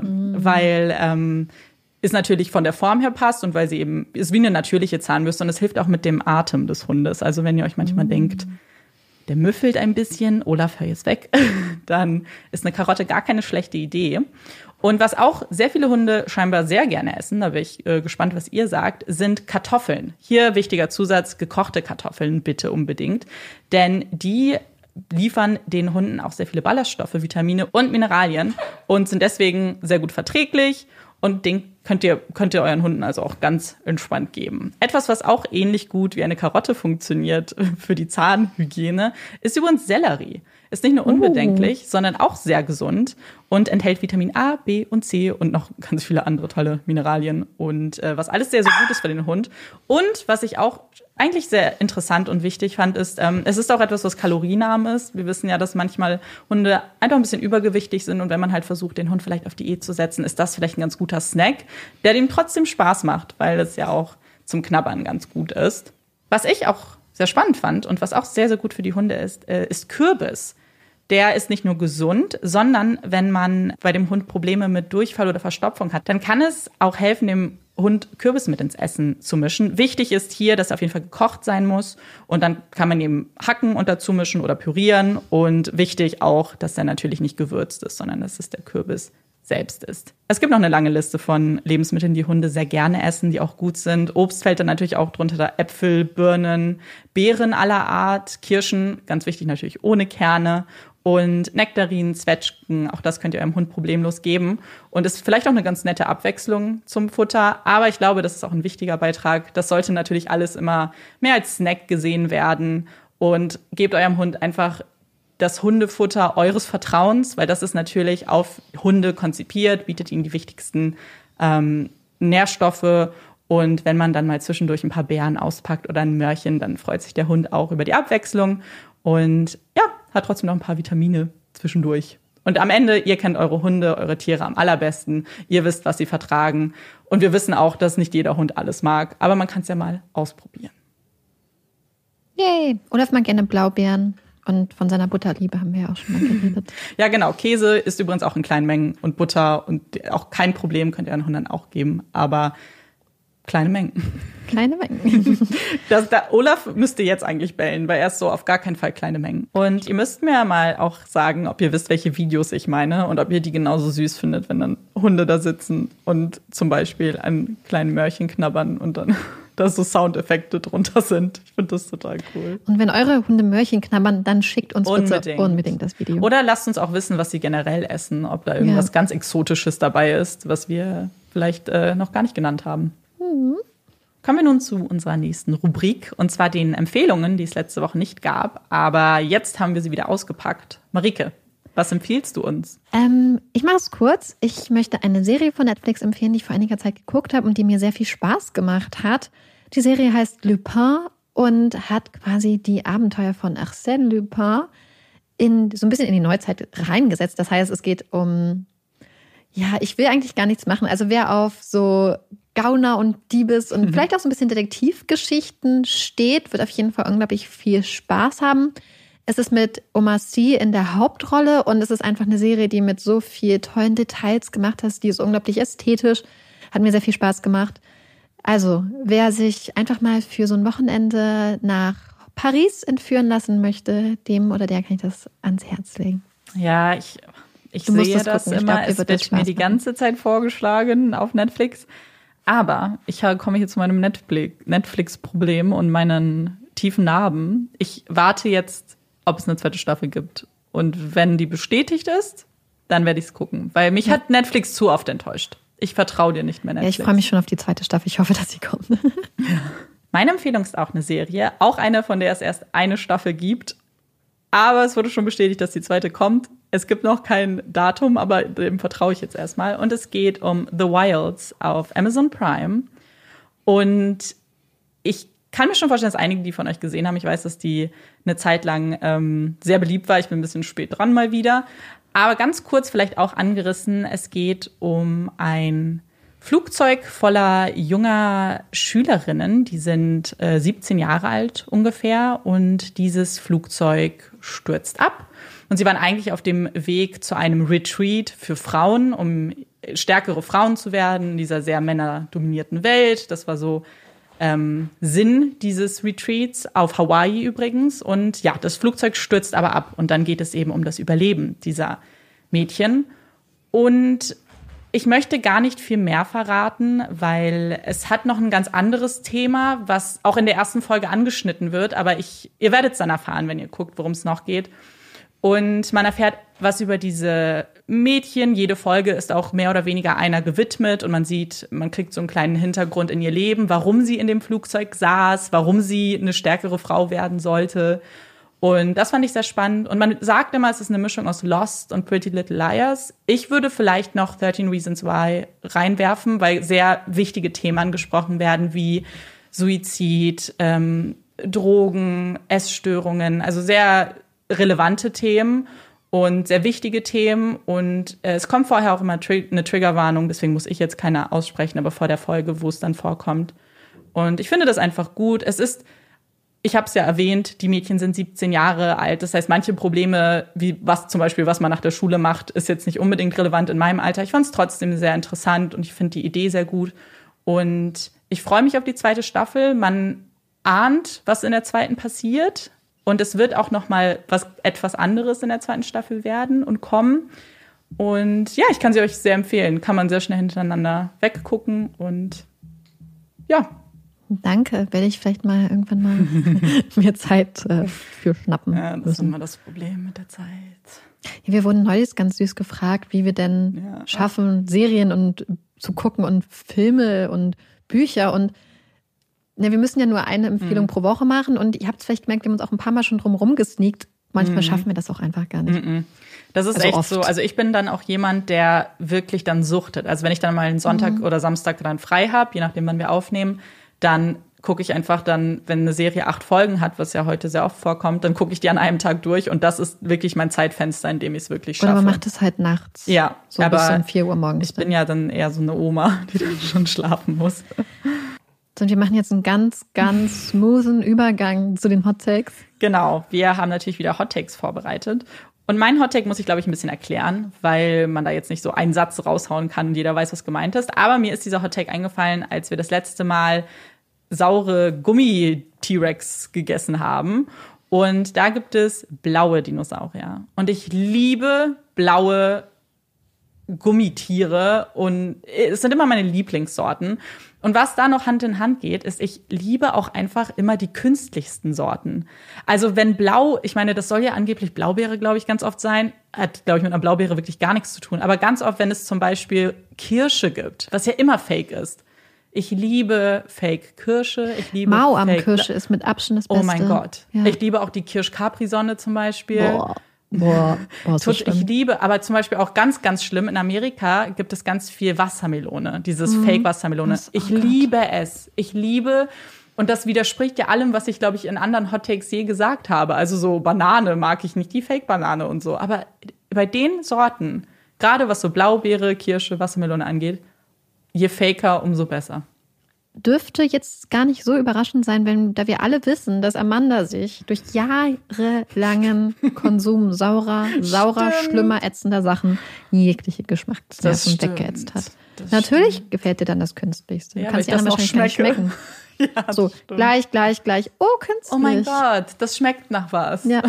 Weil es natürlich von der Form her passt und weil sie eben ist wie eine natürliche Zahnbürste. Und es hilft auch mit dem Atem des Hundes. Also wenn ihr euch manchmal denkt, der müffelt ein bisschen, Olaf, hör jetzt weg, dann ist eine Karotte gar keine schlechte Idee. Und was auch sehr viele Hunde scheinbar sehr gerne essen, da bin ich gespannt, was ihr sagt, sind Kartoffeln. Hier wichtiger Zusatz, gekochte Kartoffeln bitte unbedingt, denn die liefern den Hunden auch sehr viele Ballaststoffe, Vitamine und Mineralien und sind deswegen sehr gut verträglich. Und den könnt ihr euren Hunden also auch ganz entspannt geben. Etwas, was auch ähnlich gut wie eine Karotte funktioniert für die Zahnhygiene, ist übrigens Sellerie. Ist nicht nur unbedenklich, sondern auch sehr gesund und enthält Vitamin A, B und C und noch ganz viele andere tolle Mineralien. Und was alles sehr, sehr gut ist für den Hund. Und was ich auch eigentlich sehr interessant und wichtig fand, ist, es ist auch etwas, was kalorienarm ist. Wir wissen ja, dass manchmal Hunde einfach ein bisschen übergewichtig sind. Und wenn man halt versucht, den Hund vielleicht auf Diät zu setzen, ist das vielleicht ein ganz guter Snack, der dem trotzdem Spaß macht, weil es ja auch zum Knabbern ganz gut ist. Was ich auch sehr spannend fand und was auch sehr, sehr gut für die Hunde ist Kürbis. Der ist nicht nur gesund, sondern wenn man bei dem Hund Probleme mit Durchfall oder Verstopfung hat, dann kann es auch helfen, dem Hund Kürbis mit ins Essen zu mischen. Wichtig ist hier, dass er auf jeden Fall gekocht sein muss und dann kann man eben hacken und dazu mischen oder pürieren. Und wichtig auch, dass er natürlich nicht gewürzt ist, sondern dass es der Kürbis selbst isst. Es gibt noch eine lange Liste von Lebensmitteln, die Hunde sehr gerne essen, die auch gut sind. Obst fällt dann natürlich auch drunter, da Äpfel, Birnen, Beeren aller Art, Kirschen, ganz wichtig natürlich ohne Kerne und Nektarinen, Zwetschgen, auch das könnt ihr eurem Hund problemlos geben. Und ist vielleicht auch eine ganz nette Abwechslung zum Futter, aber ich glaube, das ist auch ein wichtiger Beitrag. Das sollte natürlich alles immer mehr als Snack gesehen werden und gebt eurem Hund einfach das Hundefutter eures Vertrauens, weil das ist natürlich auf Hunde konzipiert, bietet ihnen die wichtigsten Nährstoffe. Und wenn man dann mal zwischendurch ein paar Beeren auspackt oder ein Möhrchen, dann freut sich der Hund auch über die Abwechslung. Und ja, hat trotzdem noch ein paar Vitamine zwischendurch. Und am Ende, ihr kennt eure Hunde, eure Tiere am allerbesten. Ihr wisst, was sie vertragen. Und wir wissen auch, dass nicht jeder Hund alles mag. Aber man kann es ja mal ausprobieren. Yay! Olaf mag gerne Blaubeeren. Und von seiner Butterliebe haben wir ja auch schon mal geredet. Ja, genau. Käse ist übrigens auch in kleinen Mengen und Butter und auch kein Problem, könnt ihr euren Hunden auch geben, aber kleine Mengen. Kleine Mengen. Olaf müsste jetzt eigentlich bellen, weil er ist so auf gar keinen Fall kleine Mengen. Und ihr müsst mir mal auch sagen, ob ihr wisst, welche Videos ich meine und ob ihr die genauso süß findet, wenn dann Hunde da sitzen und zum Beispiel an kleinen Möhrchen knabbern und dann da so Soundeffekte drunter sind. Ich finde das total cool. Und wenn eure Hunde Möhrchen knabbern, dann schickt uns bitte unbedingt das Video. Oder lasst uns auch wissen, was sie generell essen, ob da irgendwas ganz Exotisches dabei ist, was wir vielleicht noch gar nicht genannt haben. Mhm. Kommen wir nun zu unserer nächsten Rubrik, und zwar den Empfehlungen, die es letzte Woche nicht gab. Aber jetzt haben wir sie wieder ausgepackt. Marike, was empfiehlst du uns? Ich mache es kurz. Ich möchte eine Serie von Netflix empfehlen, die ich vor einiger Zeit geguckt habe und die mir sehr viel Spaß gemacht hat. Die Serie heißt Lupin und hat quasi die Abenteuer von Arsène Lupin so ein bisschen in die Neuzeit reingesetzt. Das heißt, es geht um, ich will eigentlich gar nichts machen. Also wer auf so Gauner und Diebes und vielleicht auch so ein bisschen Detektivgeschichten steht, wird auf jeden Fall unglaublich viel Spaß haben. Es ist mit Omar Sy in der Hauptrolle und es ist einfach eine Serie, die mit so viel tollen Details gemacht hat. Die ist unglaublich ästhetisch, hat mir sehr viel Spaß gemacht. Also, wer sich einfach mal für so ein Wochenende nach Paris entführen lassen möchte, dem oder der kann ich das ans Herz legen. Ja, ich sehe das immer. Es wird mir die ganze Zeit vorgeschlagen auf Netflix. Aber ich komme hier zu meinem Netflix-Problem und meinen tiefen Narben. Ich warte jetzt, ob es eine zweite Staffel gibt. Und wenn die bestätigt ist, dann werde ich es gucken. Weil mich hat Netflix zu oft enttäuscht. Ich vertraue dir nicht mehr, Netflix. Ja, ich freue mich schon auf die zweite Staffel. Ich hoffe, dass sie kommt. Meine Empfehlung ist auch eine Serie. Auch eine, von der es erst eine Staffel gibt. Aber es wurde schon bestätigt, dass die zweite kommt. Es gibt noch kein Datum, aber dem vertraue ich jetzt erstmal. Und es geht um The Wilds auf Amazon Prime. Und ich kann mir schon vorstellen, dass einige die von euch gesehen haben. Ich weiß, dass die eine Zeit lang sehr beliebt war. Ich bin ein bisschen spät dran mal wieder. Aber ganz kurz vielleicht auch angerissen, es geht um ein Flugzeug voller junger Schülerinnen. Die sind 17 Jahre alt ungefähr und dieses Flugzeug stürzt ab. Und sie waren eigentlich auf dem Weg zu einem Retreat für Frauen, um stärkere Frauen zu werden in dieser sehr männerdominierten Welt. Das war so Sinn dieses Retreats, auf Hawaii übrigens. Und ja, das Flugzeug stürzt aber ab und dann geht es eben um das Überleben dieser Mädchen. Und ich möchte gar nicht viel mehr verraten, weil es hat noch ein ganz anderes Thema, was auch in der ersten Folge angeschnitten wird. Aber ihr werdet es dann erfahren, wenn ihr guckt, worum es noch geht. Und man erfährt was über diese Mädchen. Jede Folge ist auch mehr oder weniger einer gewidmet und man kriegt so einen kleinen Hintergrund in ihr Leben, warum sie in dem Flugzeug saß, warum sie eine stärkere Frau werden sollte. Und das fand ich sehr spannend. Und man sagt immer, es ist eine Mischung aus Lost und Pretty Little Liars. Ich würde vielleicht noch 13 Reasons Why reinwerfen, weil sehr wichtige Themen angesprochen werden, wie Suizid, Drogen, Essstörungen, also sehr relevante Themen und sehr wichtige Themen. Und es kommt vorher auch immer eine Triggerwarnung, deswegen muss ich jetzt keine aussprechen, aber vor der Folge, wo es dann vorkommt. Und ich finde das einfach gut. Ich habe es ja erwähnt, die Mädchen sind 17 Jahre alt. Das heißt, manche Probleme, wie was man nach der Schule macht, ist jetzt nicht unbedingt relevant in meinem Alter. Ich fand es trotzdem sehr interessant und ich finde die Idee sehr gut. Und ich freue mich auf die zweite Staffel. Man ahnt, was in der zweiten passiert. Und es wird auch noch mal etwas anderes in der zweiten Staffel werden und kommen. Und ja, ich kann sie euch sehr empfehlen. Kann man sehr schnell hintereinander weggucken und ja. Danke, werde ich vielleicht mal irgendwann mal mir Zeit für schnappen. Ja, das ist immer das Problem mit der Zeit. Ja, wir wurden neulich ganz süß gefragt, wie wir denn schaffen, Serien und zu gucken und Filme und Bücher. Und ja, wir müssen ja nur eine Empfehlung pro Woche machen. Und ihr habt es vielleicht gemerkt, wir haben uns auch ein paar Mal schon drum gesneakt. Manchmal schaffen wir das auch einfach gar nicht. Das ist also echt oft. so. Also ich bin dann auch jemand, der wirklich dann suchtet. Also wenn ich dann mal einen Sonntag oder Samstag dann frei habe, je nachdem, wann wir aufnehmen, dann gucke ich einfach dann, wenn eine Serie 8 Folgen hat, was ja heute sehr oft vorkommt, dann gucke ich die an einem Tag durch und das ist wirklich mein Zeitfenster, in dem ich es wirklich schaffe. Oder man macht es halt nachts. Ja, so aber bis um 4 Uhr morgens. Ich bin ja dann eher so eine Oma, die dann schon schlafen muss. So, und wir machen jetzt einen ganz, ganz smoothen Übergang zu den Hot Takes. Genau, wir haben natürlich wieder Hot Takes vorbereitet. Und mein Hot Take muss ich, glaube ich, ein bisschen erklären, weil man da jetzt nicht so einen Satz raushauen kann und jeder weiß, was gemeint ist. Aber mir ist dieser Hot Take eingefallen, als wir das letzte Mal saure Gummi-T-Rex gegessen haben. Und da gibt es blaue Dinosaurier. Und ich liebe blaue Gummitiere und es sind immer meine Lieblingssorten. Und was da noch Hand in Hand geht, ist, ich liebe auch einfach immer die künstlichsten Sorten. Also wenn Blau, ich meine, das soll ja angeblich Blaubeere, glaube ich, ganz oft sein, hat, glaube ich, mit einer Blaubeere wirklich gar nichts zu tun. Aber ganz oft, wenn es zum Beispiel Kirsche gibt, was ja immer Fake ist. Ich liebe Fake-Kirsche. Ich liebe Mauam-Kirsche ist mit Abstand das Beste. Oh mein Gott. Ja. Ich liebe auch die Kirsch-Capri-Sonne zum Beispiel. Boah, so ich liebe, aber zum Beispiel auch ganz, ganz schlimm, in Amerika gibt es ganz viel Wassermelone, dieses Fake-Wassermelone. Ich liebe es. Ich liebe, und das widerspricht ja allem, was ich, glaube ich, in anderen Hot Takes je gesagt habe. Also so Banane mag ich nicht, die Fake-Banane und so. Aber bei den Sorten, gerade was so Blaubeere, Kirsche, Wassermelone angeht, je faker, umso besser. Dürfte jetzt gar nicht so überraschend sein, da wir alle wissen, dass Amanda sich durch jahrelangen Konsum saurer, schlimmer, ätzender Sachen jegliche Geschmacksnerven weggeätzt hat. Natürlich gefällt dir dann das Künstlichste. Ja, du kannst die anderen wahrscheinlich gar nicht schmecken. Ja, so, gleich. Oh, künstlich. Oh mein Gott, das schmeckt nach was. Ja.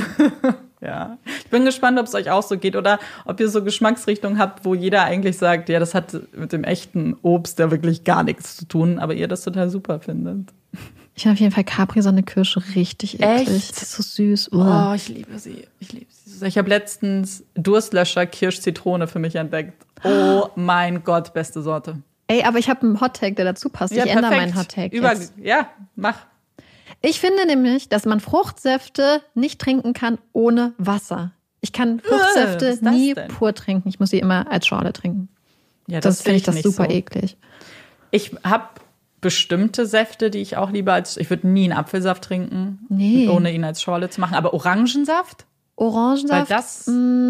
Ja. Ich bin gespannt, ob es euch auch so geht oder ob ihr so Geschmacksrichtungen habt, wo jeder eigentlich sagt, ja, das hat mit dem echten Obst ja wirklich gar nichts zu tun, aber ihr das total super findet. Ich finde auf jeden Fall Capri-Sonne-Kirsche richtig eklig. Echt? Das ist so süß. Oh, ich liebe sie. Ich habe letztens Durstlöscher Kirsch-Zitrone für mich entdeckt. Oh mein Gott, beste Sorte. Ey, aber ich habe einen Hottag, der dazu passt. Ja, ich ändere meinen Hottag jetzt. Ja, mach. Ich finde nämlich, dass man Fruchtsäfte nicht trinken kann ohne Wasser. Ich kann Fruchtsäfte nie pur trinken. Ich muss sie immer als Schorle trinken. Ja, das finde ich das super so eklig. Ich habe bestimmte Säfte, die ich auch lieber ich würde nie einen Apfelsaft trinken, ohne ihn als Schorle zu machen. Aber Orangensaft? Orangensaft, weil das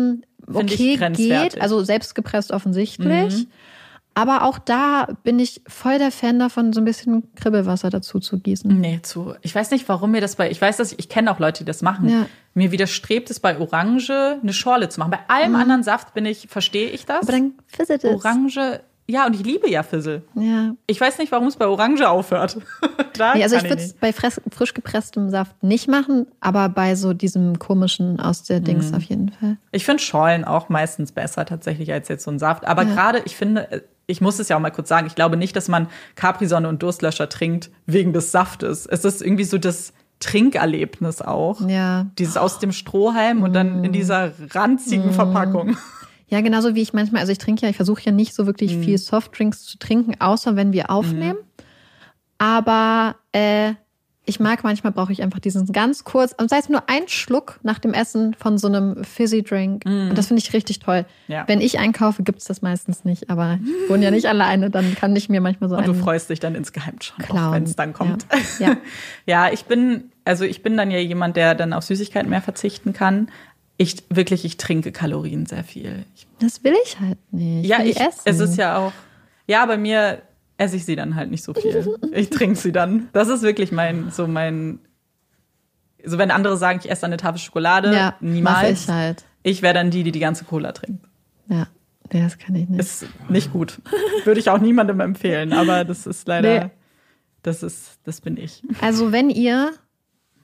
okay, geht. Also selbstgepresst offensichtlich. Aber auch da bin ich voll der Fan davon, so ein bisschen Kribbelwasser dazu zu gießen. Nee, ich weiß nicht, warum mir das ich weiß, ich kenne auch Leute, die das machen. Ja. Mir widerstrebt es bei Orange, eine Schorle zu machen. Bei allem anderen Saft verstehe ich das. Aber dann fizzelt es. Orange, ja, und ich liebe ja Fissel. Ja. Ich weiß nicht, warum es bei Orange aufhört. Also ich würde es bei frisch gepresstem Saft nicht machen, aber bei so diesem komischen aus der Dings auf jeden Fall. Ich finde Schorlen auch meistens besser tatsächlich als jetzt so ein Saft. Aber gerade, ich finde, ich muss es ja auch mal kurz sagen, ich glaube nicht, dass man Capri-Sonne und Durstlöscher trinkt wegen des Saftes. Es ist irgendwie so das Trinkerlebnis auch. Ja. Dieses aus dem Strohhalm und dann in dieser ranzigen Verpackung. Ja, genauso wie ich manchmal, ich versuche ja nicht so wirklich viel Softdrinks zu trinken, außer wenn wir aufnehmen. Aber ich mag, manchmal brauche ich einfach diesen ganz kurz, und sei es nur ein Schluck nach dem Essen von so einem Fizzy Drink. Und das finde ich richtig toll. Ja. Wenn ich einkaufe, gibt es das meistens nicht. Aber ich wohne ja nicht alleine, dann kann ich mir manchmal so und du freust dich dann insgeheim schon, wenn es dann kommt. Ja, ja, ich bin dann ja jemand, der dann auf Süßigkeiten mehr verzichten kann. Ich trinke Kalorien sehr viel. Das will ich halt nicht. Ja, es ist ja auch, ja, bei mir esse ich sie dann halt nicht so viel. Ich trinke sie dann. Das ist wirklich so wenn andere sagen, ich esse eine Tafel Schokolade, niemals. Ich halt. Ich wäre dann die ganze Cola trinkt. Ja, das kann ich nicht. Ist nicht gut. Würde ich auch niemandem empfehlen, aber das ist leider, das bin ich. Also wenn ihr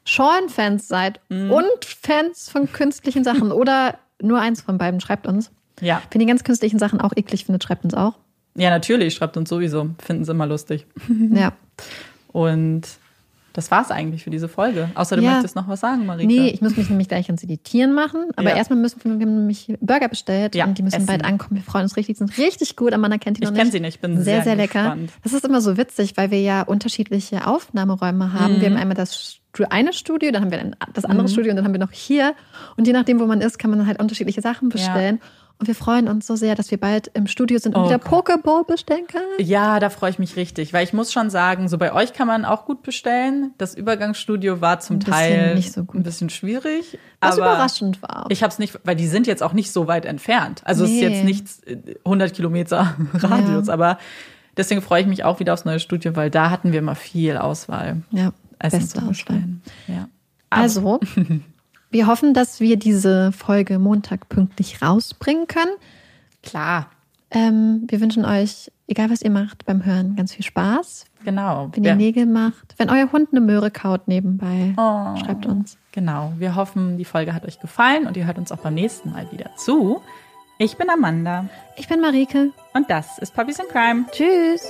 Schorlen-Fans seid und Fans von künstlichen Sachen oder nur eins von beiden, schreibt uns. Ja. Wenn ihr ganz künstlichen Sachen auch eklig findet, schreibt uns auch. Ja, natürlich, schreibt uns sowieso. Finden sie immer lustig. Ja. Und das war's eigentlich für diese Folge. Außer du möchtest noch was sagen, Marika. Nee, ich muss mich nämlich gleich ans Editieren machen. Aber erstmal wir haben nämlich Burger bestellt und die müssen bald ankommen. Wir freuen uns richtig, die sind richtig gut. Amanda kennt die noch nicht. Ich kenne sie nicht, bin sehr, sehr lecker. Lecker. Das ist immer so witzig, weil wir ja unterschiedliche Aufnahmeräume haben. Wir haben einmal das eine Studio, dann haben wir das andere Studio und dann haben wir noch hier. Und je nachdem, wo man ist, kann man dann halt unterschiedliche Sachen bestellen. Ja. Und wir freuen uns so sehr, dass wir bald im Studio sind und wieder Pokeball bestellen können. Ja, da freue ich mich richtig, weil ich muss schon sagen, so bei euch kann man auch gut bestellen. Das Übergangsstudio war zum Teil nicht so gut. Ein bisschen schwierig. Was aber überraschend war. Ich habe es nicht, weil die sind jetzt auch nicht so weit entfernt. Also es ist jetzt nicht 100 Kilometer Radius, aber deswegen freue ich mich auch wieder aufs neue Studio, weil da hatten wir immer viel Auswahl. Ja, beste Auswahl. Ja. Also, wir hoffen, dass wir diese Folge Montag pünktlich rausbringen können. Klar. Wir wünschen euch, egal was ihr macht, beim Hören ganz viel Spaß. Genau. Wenn ihr Nägel macht, wenn euer Hund eine Möhre kaut nebenbei, schreibt uns. Genau. Wir hoffen, die Folge hat euch gefallen und ihr hört uns auch beim nächsten Mal wieder zu. Ich bin Amanda. Ich bin Marike. Und das ist Puppies in Crime. Tschüss.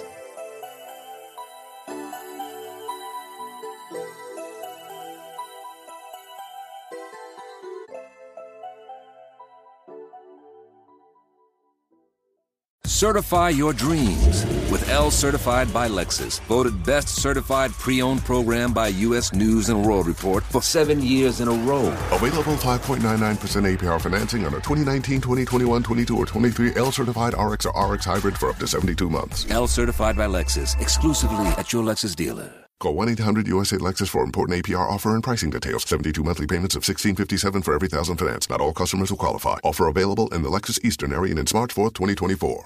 Certify your dreams with L Certified by Lexus. Voted best certified pre-owned program by U.S. News and World Report for 7 years in a row. Available 5.99% APR financing on a 2019, 2021, 22, or 23 L Certified RX or RX Hybrid for up to 72 months. L Certified by Lexus. Exclusively at your Lexus dealer. Call 1-800-USA-LEXUS for important APR offer and pricing details. 72 monthly payments of $1,657 for every $1,000 finance. Not all customers will qualify. Offer available in the Lexus Eastern area and in March 4th, 2024.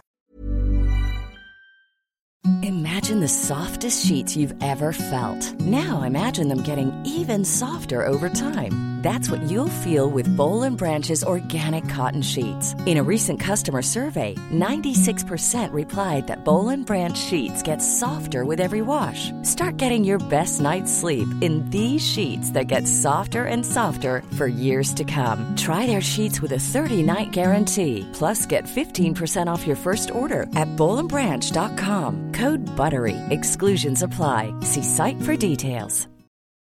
Imagine the softest sheets you've ever felt. Now imagine them getting even softer over time. That's what you'll feel with Boll & Branch's organic cotton sheets. In a recent customer survey, 96% replied that Boll & Branch sheets get softer with every wash. Start getting your best night's sleep in these sheets that get softer and softer for years to come. Try their sheets with a 30-night guarantee. Plus, get 15% off your first order at bollandbranch.com. Code BUTTERY. Exclusions apply. See site for details.